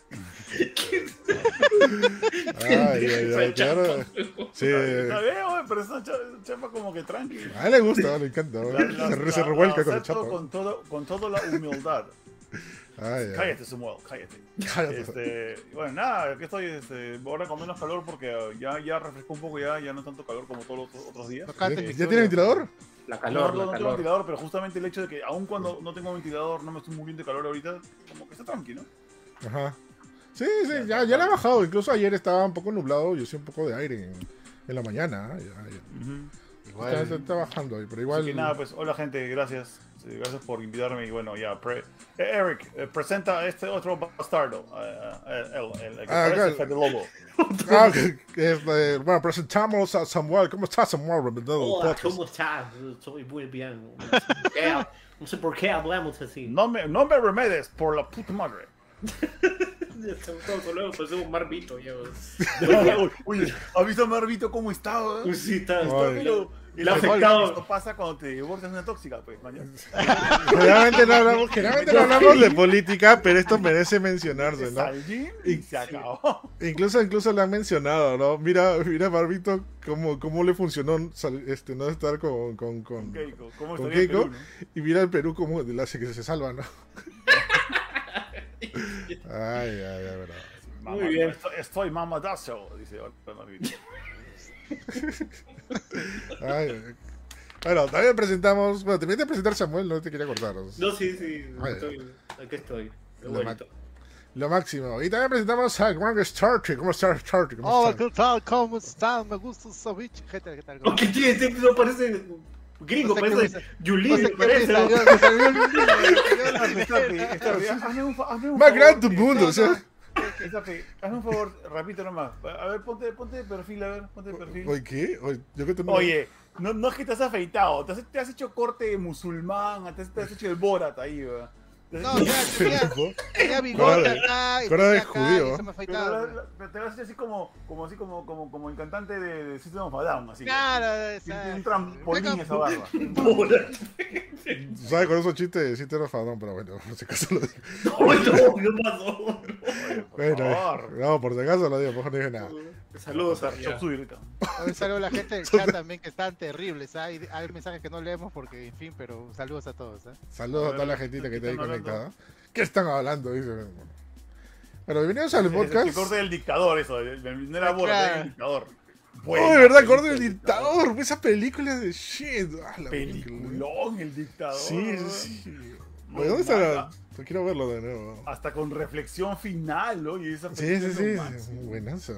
Ay, ay, ay. Claro. Sí. Está bien, weón, pero es una cha- chapa como que tranqui. A él le gusta, le encanta. La- oye. la- Se, re- se la- revuelca la con el acepto chapo. Con, todo, con toda la humildad. Ay, ay. Cállate, Samuel, cállate. Cállate. Este, bueno, nada, aquí estoy este, ahora con menos calor porque uh, ya, ya refrescó un poco, ya, ya no tanto calor como todos los otros días. No cantes ¿Ya, mi ¿Ya historia. tiene ventilador? La No, calor, no, la no tengo calor. ventilador, pero justamente el hecho de que aun cuando no tengo ventilador, no me estoy muriendo de calor ahorita, como que está tranquilo. Ajá. Sí, sí, ya, ya le ha bajado. Incluso ayer estaba un poco nublado. Yo sí un poco de aire en, en la mañana. ¿eh? Ya, ya. Está, está- está bajando ahí, pero igual. Así que nada, pues hola gente, gracias. Sí, gracias por invitarme y bueno, ya. pre- eh, Eric, eh, presenta a este otro bastardo. eh, eh, el, el, el que Ah, parece claro. Fede Lobo. Ah, que- que es, eh, bueno, presentamos a Samuel. ¿Cómo estás, Samuel? Bienvenido al Hola, podcast. ¿cómo estás? Estoy muy bien. No sé por qué- No sé por qué hablamos así. No me, no me remedes por la puta madre. Luego pasemos Marvito. Ya. Oye, oye, ¿has visto a Marvito cómo está? eh? Pues sí, está, Ay. está, pero Y le ha afectado. Esto pasa cuando te divorcias de una tóxica, pues, mañana. Generalmente no hablamos, generalmente no hablamos de política, pero esto merece mencionarse, ¿no? Al gym y se acabó. Incluso, incluso le han mencionado, ¿no? Mira, mira, Barbito, cómo, cómo le funcionó sal- este, no estar con, con, con, Keiko, ¿cómo con estaría el Keiko. Perú, no? Y mira el Perú cómo le hace que se salva, ¿no? Ay, ay, ay, verdad. Muy Mamá, bien. Estoy, estoy mamadazo, dice ahora Marvito. Ay, ay. Bueno, también presentamos. Bueno, te voy a presentar Samuel, no te quería cortar. No, sí, sí. Ay. Estoy, aquí estoy. He Lo vuelto. Lo máximo. Y también presentamos a Grand Star Trek. ¿Cómo está Star Trek? ¿Cómo Hola, está? ¿qué tal? ¿Cómo están? Me gusta su bicho. ¿Qué tal? ¿Qué tal? ¿Cómo Aunque tiene este no parece gringo, No sé qué parece risa. Yulín, No sé qué parece. risa, ¿no? yo- me salió el- Estapi, Estapi, hazme un, fa- hazme un Más favor, grande tu eh, mundo, no, o sea. no, Estapi, hazme un favor, repito nomás. A ver, ponte, ponte de perfil, a ver, ponte de perfil. Oye, ¿qué? Oye, yo que tú no. Oye, no, no es que te has afeitado, te has, te has hecho corte musulmán, te has, te has hecho el Borat ahí, ¿verdad? Te has No, hecho- tenía, tenía, tenía bigote Cara de- acá y cara de tenía acá judío. y se me pero afeitaba. la- la- pero te vas a hacer así como, como así como, como, como el cantante de, de System of a Down, así. Claro, Tiene un trampolín Venga, esa barba. ¿Sabes? Con esos chistes sí te era fadón, pero bueno, por si acaso lo digo. No, no, ¿qué pasó? Oye, por Bueno, favor. no, por si acaso lo digo, mejor no dije nada. Saludos a Chop suey ahorita. Un saludo a la gente del chat también que están terribles. ¿ah? Hay, hay mensajes que no leemos porque, en fin, pero saludos a todos. ¿ah? Saludos a toda la ¿qué gentita que está ahí están hablando? conectada. ¿Qué están hablando? Dice. Bueno, bienvenidos al Es el podcast. corte del dictador, eso. No era Borat, Claro. era el dictador. Oh, Buena de verdad, película, acordé del dictador. Esa película de shit. Ah, la película. Peliculón, el dictador. Sí, sí. Oye, ¿dónde está la- Quiero verlo de nuevo. Hasta con reflexión final, ¿no? Y esa Sí, sí, película sí. es lo sí. máximo. Buenazo.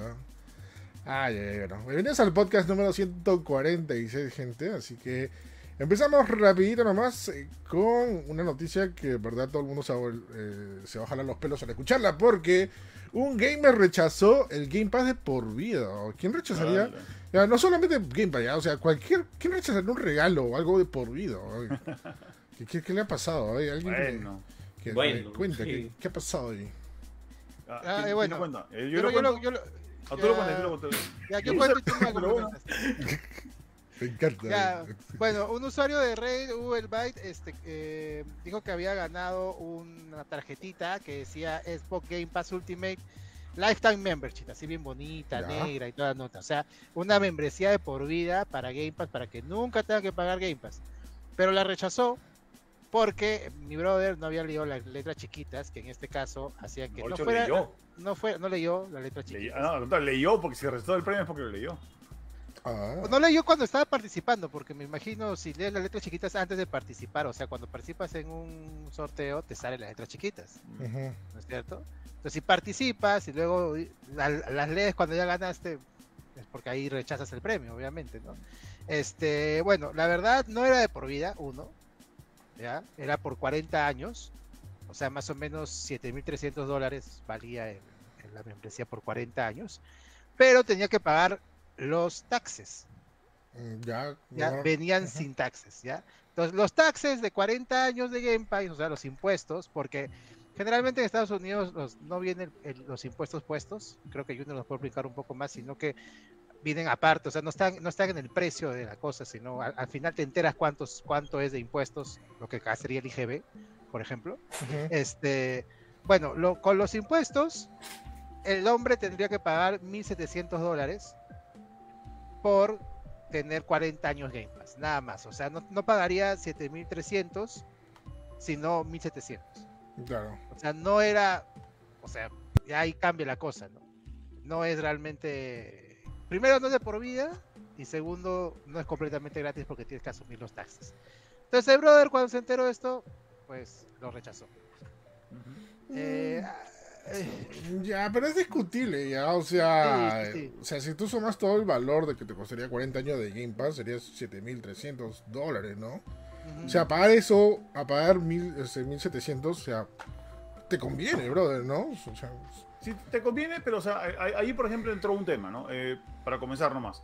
Ay, ay, ay, bueno. Bienvenidos al podcast número ciento cuarenta y seis, gente. Así que empezamos rapidito nomás eh, con una noticia que, de verdad, todo el mundo se va, a vol- eh, se va a jalar los pelos al escucharla. Porque un gamer rechazó el Game Pass de por vida. ¿Quién rechazaría? Dale. Ya, no solamente Game Pass, ya, o sea, cualquier... ¿Quién rechazaría un regalo o algo de por vida? Oye? ¿Qué, qué, qué le ha pasado? Oye, ¿alguien que- Bueno. que, Bueno, que cuenta? sí. ¿qué, qué ha pasado ahí? Ah, Ah, ¿quién- eh, quién bueno. lo cuenta? Eh, Yo, Yo, lo- lo yo lo- cuento. yo lo- Ah, tú lo cuentas, ya- yo lo cuento. Ya, yo Yo cuento sé, y tú me pero bueno. argumentas. Me encanta. Ya, eh. bueno, un usuario de Reddit, Uberbyte, este, eh, dijo que había ganado una tarjetita que decía Xbox Game Pass Ultimate Lifetime Membership, así bien bonita, Ya. negra y toda la nota. O sea, una membresía de por vida para Game Pass, para que nunca tenga que pagar Game Pass. Pero la rechazó porque mi brother no había leído las letras chiquitas, que en este caso hacían que No, no, hecho, fuera, leyó. no fue, no leyó las letras Leyó, chiquitas. ah, no, no, leyó porque si restó el premio es porque lo leyó. Ah, O no leyó cuando estaba participando, porque me imagino si lees las letras chiquitas antes de participar, o sea, cuando participas en un sorteo te salen las letras chiquitas, ujú. ¿no es cierto? Entonces si participas y luego la- las lees cuando ya ganaste, es porque ahí rechazas el premio, obviamente, ¿no? Este, bueno, la verdad no era de por vida, uno, ¿ya? Era por cuarenta años, o sea, más o menos siete mil trescientos dólares valía el- el- la membresía por cuarenta años, pero tenía que pagar los taxes. Mm, Ya, Ya no, venían Ujú. sin taxes, ¿ya? Entonces, los taxes de cuarenta años de Game Pass, o sea, los impuestos, porque generalmente en Estados Unidos los, no vienen el- los impuestos puestos, creo que Junior nos puede explicar un poco más, sino que vienen aparte, o sea, no están, no están en el precio de la cosa, sino al, al final te enteras cuántos, cuánto es de impuestos, lo que sería el I G B, por ejemplo. ujú. Este, bueno, lo- con los impuestos, el hombre tendría que pagar mil setecientos dólares por tener cuarenta años Game Pass, nada más. O sea, no, no pagaría siete mil trescientos, sino mil setecientos. Claro. O sea, no era, o sea, ya ahí cambia la cosa, ¿no? No es realmente, primero no es de por vida, y segundo, no es completamente gratis porque tienes que asumir los taxes. Entonces el brother cuando se enteró de esto, pues lo rechazó. Eh, ah, eh, Ya, pero es discutible, ya, o sea, Sí, sí, sí. o sea, si tú sumas todo el valor de que te costaría cuarenta años de Game Pass, sería siete mil trescientos dólares, ¿no? ujú. O sea, pagar eso, a pagar mil, este, mil setecientos, o sea, te conviene, brother, ¿no? O sea, Sí, te conviene, pero o sea, ahí, ahí, por ejemplo entró un tema, ¿no? Eh, para comenzar nomás.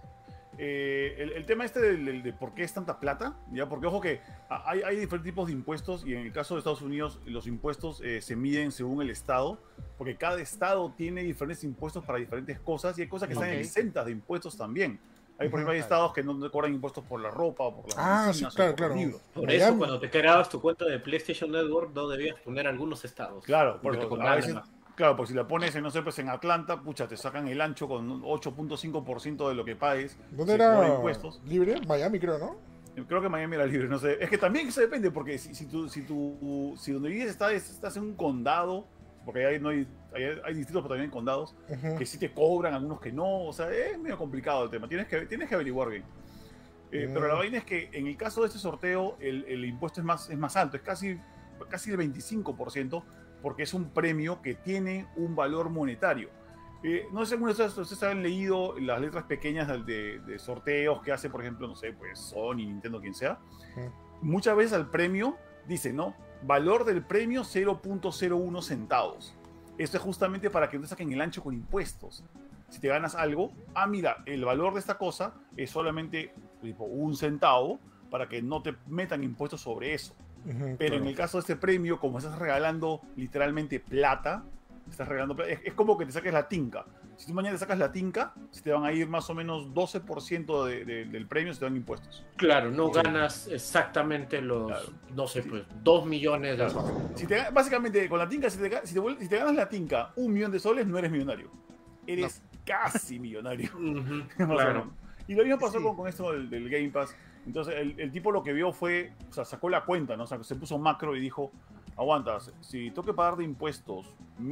Eh, el, el tema este del- del- de, por qué es tanta plata, ¿ya? Porque ojo que a- hay, hay diferentes tipos de impuestos y en el caso de Estados Unidos los impuestos eh, se miden según el estado, porque cada estado tiene diferentes impuestos para diferentes cosas y hay cosas que están Ok. exentas de impuestos también. Hay, por Ujú. ejemplo, hay estados que no no cobran impuestos por la ropa o por las Ah, sí, medicinas o claro, por claro. los libros. Por Miami. eso, cuando te creabas tu cuenta de PlayStation Network, no debías poner algunos estados. Claro, porque porque te a cobraban veces, más. claro, pues si la pones en, no sé, pues en Atlanta, pucha, te sacan el ancho con un ocho punto cinco por ciento de lo que pagues. ¿dónde se cobra era impuestos. libre? Miami, creo, ¿no? Creo que Miami era libre, no sé. Es que también eso depende, porque si, si, tú, si, tú, si donde vives estás, estás en un condado, porque ahí no hay, hay, hay distritos, pero también hay condados, Ujú. que sí te cobran, algunos que no. O sea, es medio complicado el tema. Tienes que, tienes que averiguar bien. Eh, Mm. Pero la vaina es que en el caso de este sorteo, el, el impuesto es más, es más alto, es casi, casi el veinticinco por ciento, porque es un premio que tiene un valor monetario. Eh, no sé si algunos de ustedes, ustedes han leído las letras pequeñas de, de- de sorteos que hace, por ejemplo, no sé, pues Sony, Nintendo, quien sea. Ujú. Muchas veces al premio dice, ¿no? Valor del premio cero punto cero uno centavos. Esto es justamente para que no te saquen el ancho con impuestos. Si te ganas algo, ah, mira, el valor de esta cosa es solamente tipo un centavo para que no te metan impuestos sobre eso. Ujú, Pero en claro. el caso de este premio, como estás regalando literalmente plata, estás regalando plata, es, es como que te saques la tinca. Si tú mañana te sacas la tinca, se te van a ir más o menos doce por ciento de, de- del premio, se te dan impuestos. Claro, no Sí. ganas exactamente los, Claro. no sé, Sí. pues, dos millones de Si te, básicamente, con la tinca, si te, ga- si, te, vuel- si te ganas la tinca un millón de soles, no eres millonario. Eres casi millonario. Ujú, Más o claro. menos. Y lo mismo pasó Sí. con, con esto del, del Game Pass. Entonces, el, el tipo lo que vio fue, o sea, sacó la cuenta, ¿no? O sea, se puso macro y dijo, aguanta, si tengo que pagar de impuestos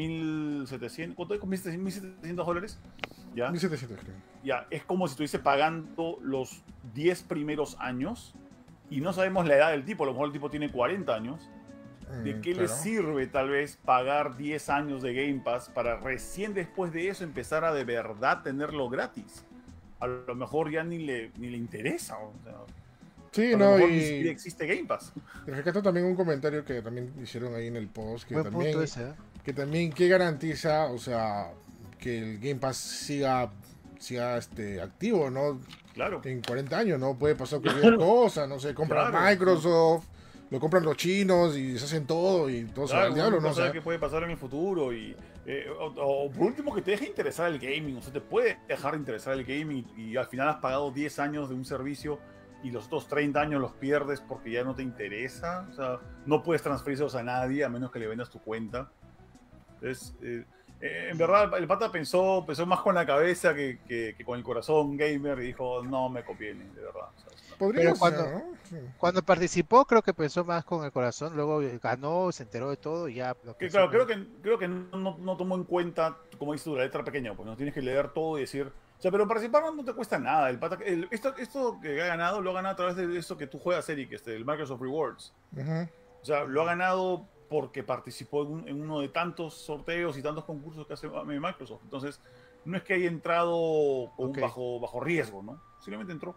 mil setecientos, ¿cuánto es? mil setecientos dólares, ¿ya? mil setecientos, creo. Ya, es como si estuviese pagando los diez primeros años y no sabemos la edad del tipo, a lo mejor el tipo tiene cuarenta años ¿de Mm, qué claro. les sirve tal vez pagar diez años de Game Pass para recién después de eso empezar a de verdad tenerlo gratis? A lo mejor ya ni le, ni le interesa. O sea, Sí, a lo no, mejor ni siquiera y existe Game Pass. y rescato también un comentario que también hicieron ahí en el post, que Buen punto también, ese, ¿eh? que también, ¿qué garantiza, o sea, que el Game Pass siga, siga este, activo, ¿no? Claro. En cuarenta años, ¿no? Puede pasar cualquier Claro. cosa, no sé, compra Claro. Microsoft, lo compran los chinos y se hacen todo y todo se va Claro, al diablo, uno ¿no? no O sabe sea, qué puede pasar en el futuro y eh, o, o por último que te deje interesar el gaming, o sea, te puede dejar de interesar el gaming y, y al final has pagado diez años de un servicio y los otros treinta años los pierdes porque ya no te interesa, o sea, no puedes transferirlos a nadie a menos que le vendas tu cuenta. Entonces, eh, eh, en verdad el pata pensó, pensó más con la cabeza que, que, que con el corazón gamer y dijo, no me conviene, de verdad. O sea, no. podría Pero ser, cuando- ¿no? Sí. Cuando participó, creo que pensó más con el corazón, luego ganó, se enteró de todo y ya lo Que, pensó claro, creo con- que, creo que no, no- no tomó en cuenta, como dices tú, la letra pequeña, pues no tienes que leer todo y decir. O sea, pero participar no, no te cuesta nada. El pata- el- esto, esto que ha ganado, lo ha ganado a través de eso que tú juegas, Eric, este, el Microsoft Rewards. Ujú. O sea, lo ha ganado porque participó en, un- en uno de tantos sorteos y tantos concursos que hace Microsoft. Entonces, no es que haya entrado con un Ok. bajo, bajo riesgo, ¿no? Simplemente entró.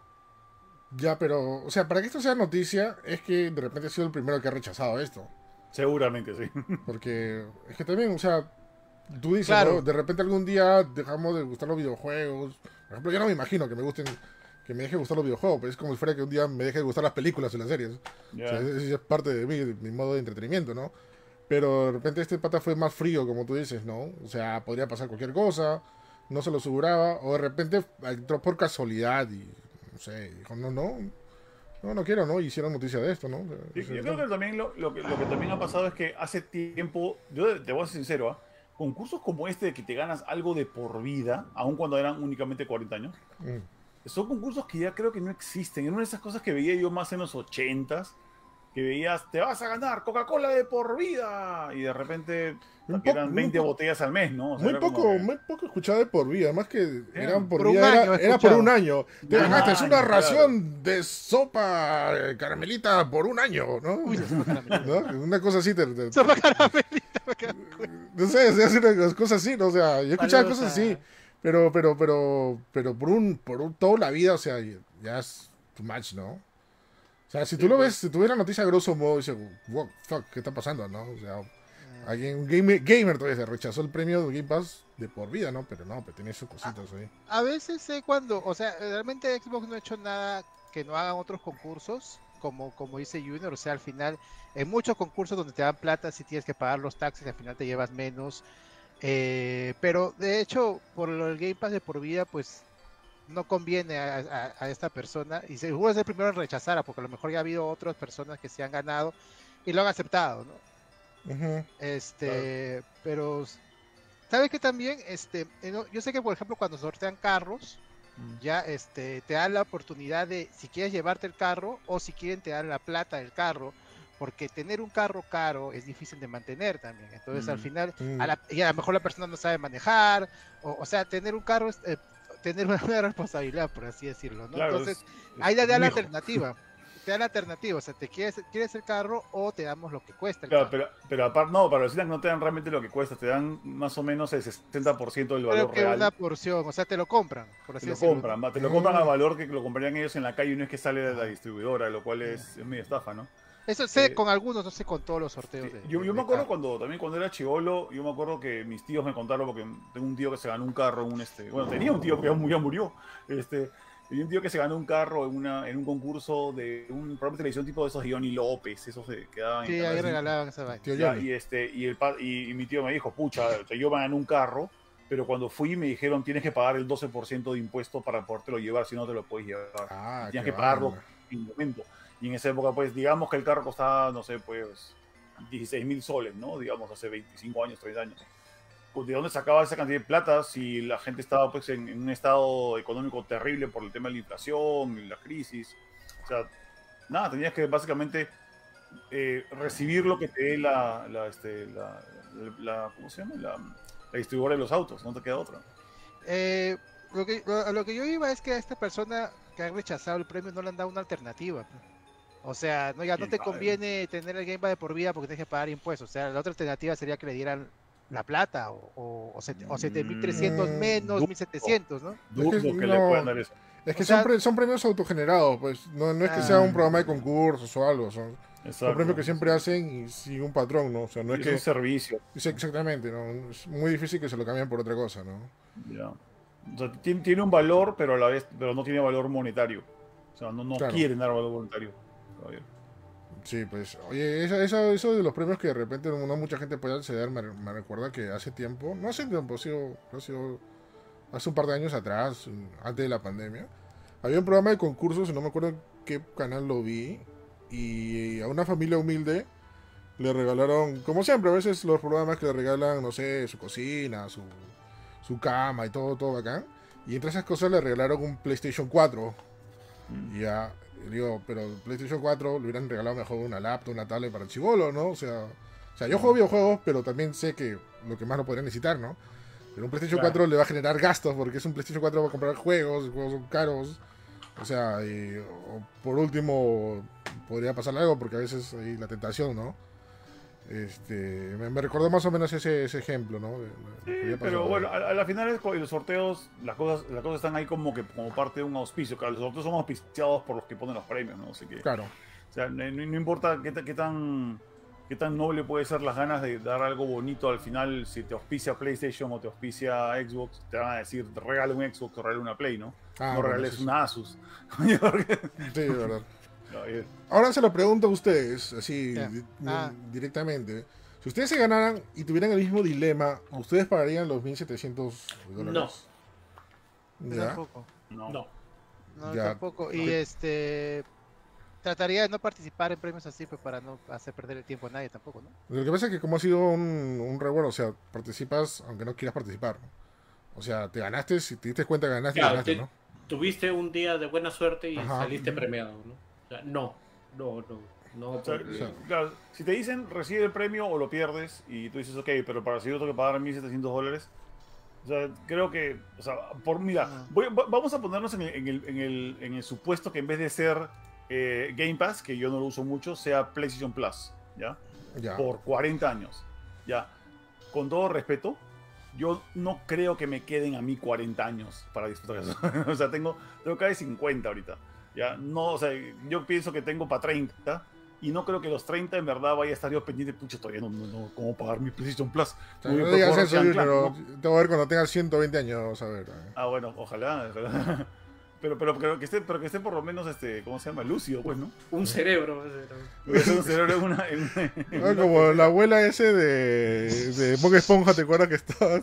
Ya, pero, o sea, para que esto sea noticia, es que de repente ha sido el primero que ha rechazado esto. Seguramente, sí. Porque es que también, o sea, tú dices, Claro. ¿no? De repente algún día dejamos de gustar los videojuegos. Por ejemplo, yo no me imagino que me gusten, que me deje de gustar los videojuegos, pero es como si fuera que un día me deje de gustar las películas y las series. Ya. O sea, eso es parte de mí, de mi modo de entretenimiento, ¿no? Pero de repente este pata fue más frío, como tú dices, ¿no? O sea, podría pasar cualquier cosa, no se lo aseguraba, o de repente entró por casualidad y, no sé, dijo, no, no, no, no quiero, ¿no? Y hicieron noticia de esto, ¿no? O sea, Yo, es yo el- creo que también lo, lo que, lo que también ha pasado es que hace tiempo, yo te voy a ser sincero, ¿ah? Concursos como este de que te ganas algo de por vida, aun cuando eran únicamente cuarenta años, Mm. son concursos que ya creo que no existen. Era una de esas cosas que veía yo más en los ochentas, que veías, te vas a ganar Coca-Cola de por vida, y de repente Un que eran poco- veinte muy po- botellas al mes, ¿no? O sea, Muy era como poco, que- muy poco escuchado de por vida, además que eran por, por un vida, año era, he era por escuchado. un año. Te Un ganaste es una año, ración de sopa eh, caramelita por un año, ¿no? Uy, la sopa caramelita. ¿No? Una cosa así, te, te- Sopa caramelita, me quedo- no sé, se hace unas cosas así, ¿no? O sea, yo he escuchado Saludos cosas a- así, pero, pero, pero, pero por un, por un, toda la vida, o sea, ya es too much, ¿no? O sea, si tú Sí, lo pues. ves, si tú ves la noticia a grosso modo, dices, what, fuck, ¿qué está pasando, no? O sea, alguien, un gamer, gamer todavía se rechazó el premio de Game Pass de por vida, ¿no? Pero no, pero tiene sus cositas ahí. A veces sé cuando, o sea, realmente Xbox no ha hecho nada que no hagan otros concursos, como, como dice Junior, o sea, al final, en muchos concursos donde te dan plata, si tienes que pagar los taxes, al final te llevas menos. Eh, pero de hecho, por lo del Game Pass de por vida, pues no conviene a, a- a esta persona, y seguro es el primero en rechazar, porque a lo mejor ya ha habido otras personas que se han ganado y lo han aceptado, ¿no? Ujú. Este, pero ¿sabes qué también? Este, eh, no, yo sé que por ejemplo cuando sortean carros, Mm. ya este te dan la oportunidad de si quieres llevarte el carro o si quieren te dan la plata del carro, porque tener un carro caro es difícil de mantener también. Entonces al Mm. final Mm. a la, y a lo mejor la persona no sabe manejar, o, o sea, tener un carro es eh, tener una, una responsabilidad, por así decirlo, ¿no? Claro, Entonces es- ahí te es da un la hijo. alternativa. Te da la alternativa, o sea, te quieres, quieres el carro o te damos lo que cuesta el Claro, carro. pero, pero aparte, no, para los Silas no te dan realmente lo que cuesta, te dan más o menos el sesenta por ciento del Creo valor que real. una porción, o sea, te lo compran, por así Te lo decirlo, compran, ¿no? va, te lo compran Mm. al valor que lo comprarían ellos en la calle y no es que sale de la distribuidora, lo cual es, es medio estafa, ¿no? Eso sé Eh, con algunos, no sé con todos los sorteos. Sí, de- yo, de- yo de me acuerdo carro. cuando también cuando era chivolo, yo me acuerdo que mis tíos me contaron porque tengo un tío que se ganó un carro en un este, bueno, tenía un tío que ya murió, murió, este, tenía un tío que se ganó un carro en una en un concurso de un programa de televisión tipo de esos de Johnny López, esos de, que daban en Sí, Canal ahí cinco. regalaban esa vaina. Tío Ya, Johnny. y este y el pa- y, y mi tío me dijo, pucha, o sea, yo me gané un carro, pero cuando fui me dijeron tienes que pagar el doce por ciento de impuesto para podértelo llevar, si no te lo puedes llevar. Ah, Tienes qué que pagarlo vaina. en un momento. Y en esa época, pues, digamos que el carro costaba, no sé, pues, dieciséis mil soles, ¿no? Digamos, hace veinticinco años, treinta años. Pues, ¿de dónde sacaba esa cantidad de plata si la gente estaba, pues, en, en un estado económico terrible por el tema de la inflación y la crisis? O sea, nada, tenías que básicamente eh, recibir lo que te dé la, la, este, la, la- ¿cómo se llama? La, la distribuidora de los autos, no te queda otra. Eh, lo, que, lo, a lo que yo iba es que a esta persona que ha rechazado el premio no le han dado una alternativa. pues. O sea, no, ya no ¿Quién te sabe? conviene tener el Game Pass de por vida porque tienes que pagar impuestos. O sea, la otra alternativa sería que le dieran la plata o, o, o, set- o siete mil trescientos Mm, menos dudo. mil setecientos, ¿no? Es que Dudo que le no- puedan dar eso. Es que O son, sea- pre- son premios autogenerados, pues. No, no es que Ah. sea un programa de concursos o algo. Son, son Exacto. premios que siempre hacen y sin un patrón, ¿no? O sea, no Y es es un que. servicio. Es exactamente, ¿no? Es muy difícil que se lo cambien por otra cosa, ¿no? Ya. O sea, tiene, tiene un valor, pero a la vez, pero no tiene valor monetario. O sea, no, no Claro. quieren dar valor monetario. todavía. Sí, pues, oye, eso, eso, eso de los premios que de repente no no mucha gente puede acceder, me, me recuerda que hace tiempo, no hace tiempo, ha sido, ha sido hace un par de años atrás, antes de la pandemia, había un programa de concursos, y no me acuerdo en qué canal lo vi, y a una familia humilde le regalaron, como siempre, a veces los programas que le regalan, no sé, su cocina, su, su cama y todo, todo bacán, y entre esas cosas le regalaron un PlayStation cuatro. Mm. Y ya, digo, pero el PlayStation cuatro le hubieran regalado mejor una laptop, una tablet para el chibolo, ¿no? O sea, o sea, yo juego videojuegos, pero también sé que lo que más lo podría necesitar, ¿no? Pero un PlayStation Claro. cuatro le va a generar gastos porque es un PlayStation cuatro va a comprar juegos, los juegos son caros. O sea, y, o por último, podría pasarle algo porque a veces hay la tentación, ¿no? Este, me, me recordó más o menos ese, ese ejemplo, ¿no? De- de- Sí, que había pero pasado. bueno, a, a la final es con los sorteos, las cosas, las cosas están ahí como que como parte de un auspicio. Claro, los sorteos son auspiciados por los que ponen los premios, ¿no? Así que, Claro, o sea, no, no importa qué, ta- qué tan qué tan noble puede ser las ganas de dar algo bonito al final, si te auspicia PlayStation o te auspicia Xbox, te van a decir, te regale un Xbox o regale una Play, ¿no? Ah, no bueno, regales sí, sí. una Asus. Coño, porque- sí, de verdad. no, eh, Ahora se lo pregunto a ustedes, así Ya. di- Ah. directamente. Si ustedes se ganaran y tuvieran el mismo dilema, ¿ustedes pagarían los mil setecientos dólares? Yo ¿Ya? tampoco. no. No. No, Ya. tampoco. Y este. Trataría de no participar en premios así, pues para no hacer perder el tiempo a nadie tampoco, ¿no? Lo que pasa es que como ha sido un, un revuelo, o sea, participas aunque no quieras participar. O sea, te ganaste, si te diste cuenta que ganaste, Claro, ganaste, te- ¿no? Tuviste un día de buena suerte y Ajá. saliste premiado, ¿no? O sea, no, no, no, no. O sea, porque- Sí. claro, si te dicen recibe el premio o lo pierdes y tú dices, ok, pero para recibirlo tengo que pagar mil setecientos dólares. O sea, creo que, o sea, por, mira, Ah. voy- va- vamos a ponernos en el, en, el, en, el, en el supuesto que en vez de ser eh, Game Pass, que yo no lo uso mucho, sea PlayStation Plus, ¿ya? Ya. Por cuarenta años, ¿ya? Con todo respeto, yo no creo que me queden a mí cuarenta años para disfrutar eso. O sea, tengo, tengo casi cincuenta ahorita, ¿ya? No, o sea, yo pienso que tengo para treinta. Y no creo que los treinta en verdad vaya a estar yo pendiente, pucha, todavía no, no, no, ¿cómo pagar mi PlayStation Plus? O sea, Voy a no digas probar eso, Ratchet and pero Clank, te voy a ver cuando tengas ciento veinte años, a ver. eh. Ah, bueno, ojalá, ojalá. Pero, pero, pero, que esté, pero que esté por lo menos, este, ¿cómo se llama? Lúcido, pues, ¿no? Un cerebro. ese, ¿no? Voy a hacer un cerebro en una... en una- en Ah, una- como la abuela ese de, de Bob Esponja, ¿te acuerdas que estaba?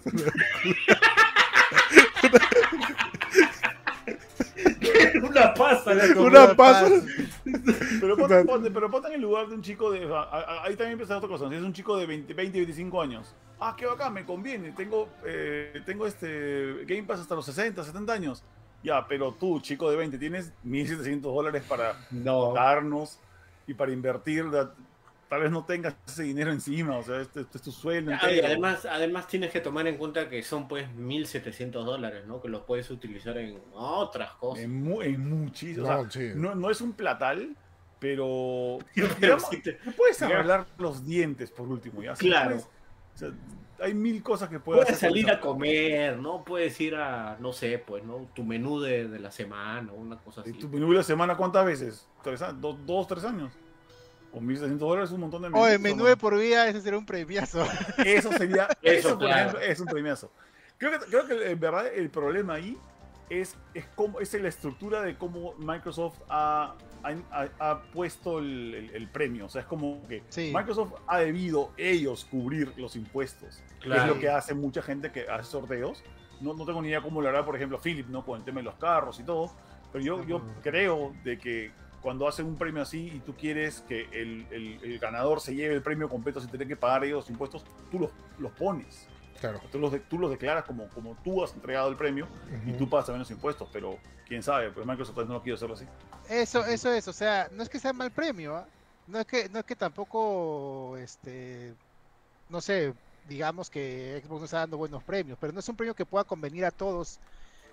Una pasa, la Una pasa. Pero ponte, ponte- pero ponte en el lugar de un chico de... a- a- Ahí también empieza otra cosa. Si es un chico de veinte, veinte, veinticinco años. Ah, qué bacán, me conviene. Tengo, eh, tengo este Game Pass hasta los sesenta, setenta años. Ya, pero tú, chico de veinte, tienes mil setecientos dólares para No. darnos y para invertir. da- Tal vez no tengas ese dinero encima. O sea, este, este es tu sueldo. Ah, y entero. además, además tienes que tomar en cuenta que son pues mil setecientos dólares, ¿no? Que los puedes utilizar en otras cosas. En, mu- en muchísimo. No, o sea, sí. no, no es un platal, pero. Pero digamos, sí te- te puedes digamos- arreglar los dientes por último. ¿Ya? Sí, Claro. puedes- o sea, hay mil cosas que puedes Puedes hacer. con salir esa- a comer, ¿no? Puedes ir a, no sé, pues, ¿no? Tu menú de, de la semana o una cosa así. ¿Y tu menú de la semana cuántas veces? ¿Tres años? ¿Dos, dos, tres años? Con mil setecientos dólares es un montón de menús. Oye, menú ¿no? de por vida, ese sería un premiazo. Eso sería. Eso, eso, por claro. ejemplo, es un premiazo. Creo que, creo que en verdad el problema ahí es, es, cómo, es la estructura de cómo Microsoft ha, ha, ha puesto el, el- el premio. O sea, es como que Sí. Microsoft ha debido ellos cubrir los impuestos. Que Claro. es lo que hace mucha gente que hace sorteos. No, no tengo ni idea cómo lo hará, por ejemplo, Philip, ¿no? Con el tema de los carros y todo. Pero yo, yo Ujú. creo de que cuando hacen un premio así y tú quieres que el, el- el ganador se lleve el premio completo sin tener que pagar ellos los impuestos, tú los, los pones. Claro. Tú los, de- tú los declaras como, como tú has entregado el premio y Ujú. tú pagas también los impuestos, pero quién sabe, pues Microsoft no lo quiere hacerlo así. Eso, eso es, o sea, no es que sea mal premio, ¿ah? No es que, no es que tampoco, este, no sé, digamos que Xbox no está dando buenos premios, pero no es un premio que pueda convenir a todos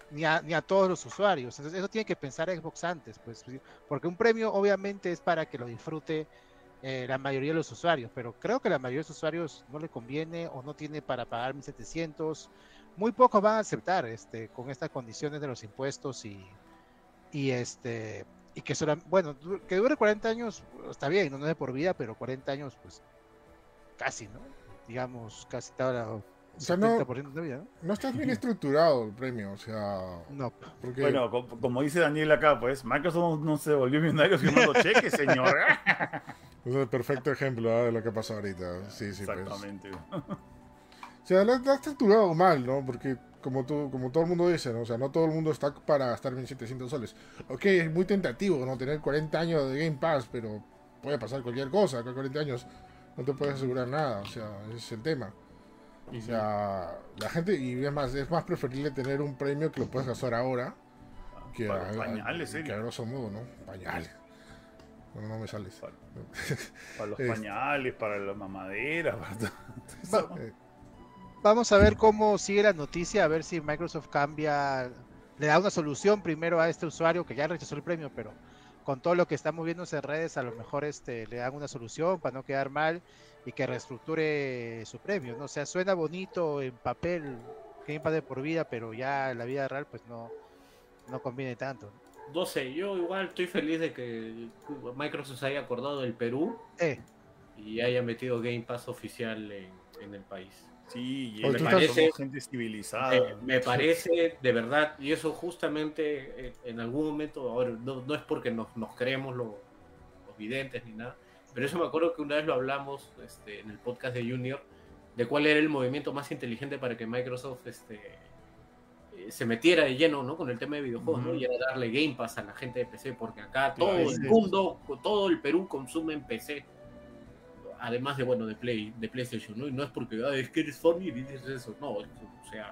ni a, ni a todos los usuarios. Entonces eso tiene que pensar Xbox antes, pues, porque un premio obviamente es para que lo disfrute eh, la mayoría de los usuarios, pero creo que la mayoría de los usuarios no le conviene o no tiene para pagar mil setecientos. Muy pocos van a aceptar este, con estas condiciones de los impuestos y, y este y que solo, bueno, que dure cuarenta años está bien, no, no es de por vida, pero cuarenta años pues casi, ¿no? Digamos, casi toda la O sea, no, setenta por ciento de vida, ¿no? no está bien estructurado el premio, o sea... No. Porque, Bueno, co- como dice Daniel acá, pues Microsoft no se volvió millonario firmando cheques, señor. es el perfecto ejemplo ¿eh? de lo que pasa ahorita. Sí, sí, pues. Exactamente. O sea, lo, lo ha estructurado mal, ¿no? Porque como tú, como todo el mundo dice, ¿no? O sea, no todo el mundo está para gastar mil setecientos soles. Ok, es muy tentativo, ¿no? Tener cuarenta años de Game Pass, pero puede pasar cualquier cosa. Con cuarenta años no te puedes asegurar nada, o sea, ese es el tema. O sea, la gente, y es más, es más preferible tener un premio que lo puedes gastar ahora que Para a, los pañales, a, ¿eh? que a grosso modo, ¿no? Pañales. No, no me sales. Para, para los Es- pañales, para la mamadera, para todo. Eh, Vamos a ver cómo sigue la noticia, a ver si Microsoft cambia, le da una solución primero a este usuario que ya rechazó el premio, pero con todo lo que estamos viendo en redes, a lo mejor este, le dan una solución para no quedar mal y que reestructure su premio, ¿no? O sea, suena bonito en papel, Game Pass de por vida, pero ya en la vida real pues no, no conviene tanto. No sé, yo igual estoy feliz de que Microsoft se haya acordado del Perú Eh, y haya metido Game Pass oficial en, en el país. Sí, y Oye, me tú parece estás- somos gente civilizada. Eh, me parece, de verdad, y eso justamente eh, en algún momento, ahora no, no es porque nos, nos creemos lo- los videntes ni nada, pero eso me acuerdo que una vez lo hablamos este, en el podcast de Junior, de cuál era el movimiento más inteligente para que Microsoft este, eh, se metiera de lleno, ¿no? Con el tema de videojuegos, ¿no? Ujú. Y era darle Game Pass a la gente de P C, porque acá todo Claro, el sí. mundo, todo el Perú consume en P C. Además de, bueno, de Play, de PlayStation, ¿no? Y no es porque, ah, es que eres Sony y dices eso, no, o sea,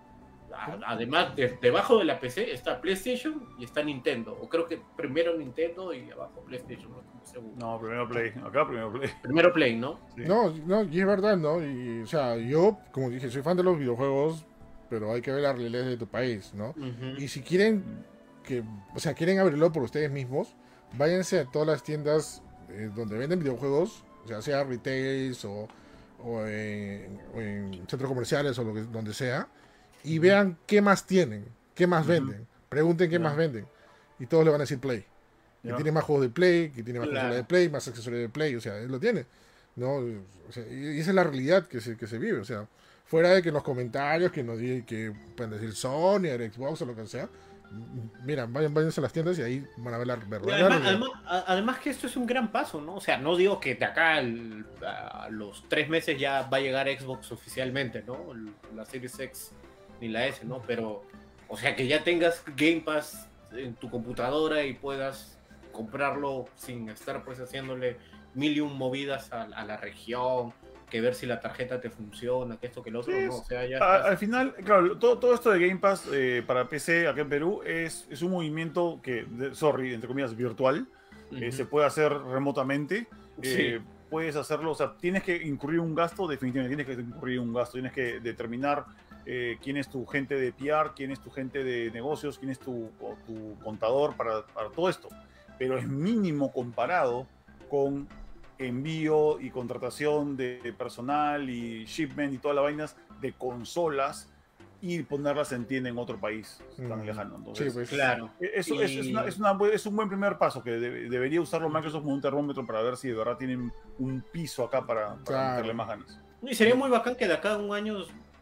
a- además, de- debajo de la P C está PlayStation y está Nintendo, o creo que primero Nintendo y abajo PlayStation, no estoy muy seguro. No, primero Play. Acá primero Play. Primero Play, ¿no? Sí. No, no, y es verdad, ¿no? Y, o sea, yo, como dije, soy fan de los videojuegos, pero hay que ver la realidad de tu país, ¿no? Ujú. Y si quieren que, o sea, quieren abrirlo por ustedes mismos, váyanse a todas las tiendas eh, donde venden videojuegos, o sea, sea retails o, o en, o en centros comerciales o lo que, donde sea, y vean qué más tienen, qué más Ujú. venden, pregunten qué Ya. más venden, y todos le van a decir Play. Que Ya. tiene más juegos de Play, que tiene más Claro. consolas de Play, más accesorios de Play, o sea, él lo tiene. ¿No? O sea, y esa es la realidad que se, que se vive, o sea, fuera de que en los comentarios que nos digan que pueden decir Sony, Xbox o lo que sea, m- mira, vayan, váyanse a las tiendas y ahí van a ver la Y verdad. además, además, a- además que esto es un gran paso, ¿no? O sea, no digo que de acá al- a los tres meses ya va a llegar Xbox oficialmente, ¿no? El- La Series X ni la S, ¿no? Pero, o sea, que ya tengas Game Pass en tu computadora y puedas comprarlo sin estar pues haciéndole mil y un movidas a, a la región, que ver si la tarjeta te funciona, que esto, que lo otro, Sí, ¿no? O sea, ya A- estás- al final, claro, todo, todo esto de Game Pass eh, para P C acá en Perú es, es un movimiento que, de- sorry, entre comillas, virtual. eh, Ujú. se puede hacer remotamente. Sí. eh, puedes hacerlo, o sea, tienes que incurrir un gasto, definitivamente tienes que incurrir un gasto, tienes que determinar eh, quién es tu gente de P R, quién es tu gente de negocios, quién es tu, o tu contador para, para todo esto. Pero es mínimo comparado con envío y contratación de personal y shipment y todas las vainas de consolas y ponerlas en tienda en otro país tan Mm. lejano. Sí, Entonces, pues. Claro. eso Y- es, es, una- es una bu- es un buen primer paso que debe- debería usarlo Microsoft como un termómetro para ver si de verdad tienen un piso acá para, para Claro. meterle más ganas. Y sería muy bacán que de acá a un año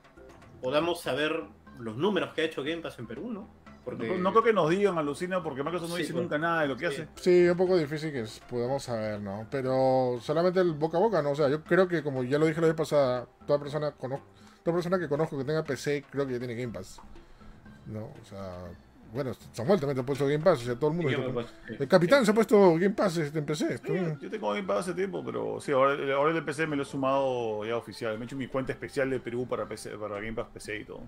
podamos saber los números que ha hecho Game Pass en Perú, ¿no? Porque No, no creo que nos digan, alucina, porque Microsoft no Sí, dice bueno. nunca nada de lo que Sí. hace. Sí, un poco difícil que s- podamos saber, ¿no? Pero solamente el boca a boca, ¿no? O sea, yo creo que, como ya lo dije la vez pasada, toda persona, conozco, toda persona que conozco que tenga P C, creo que ya tiene Game Pass. ¿No? O sea, bueno, Samuel también te ha puesto Game Pass, o sea, todo el mundo. Sí, se- yo me paso, sí. el capitán se ha puesto Game Pass este, en P C. Sí, yo tengo Game Pass hace tiempo, pero sí, ahora, ahora el de P C me lo he sumado ya oficial. Me he hecho mi cuenta especial de Perú para, P C, para Game Pass P C y todo.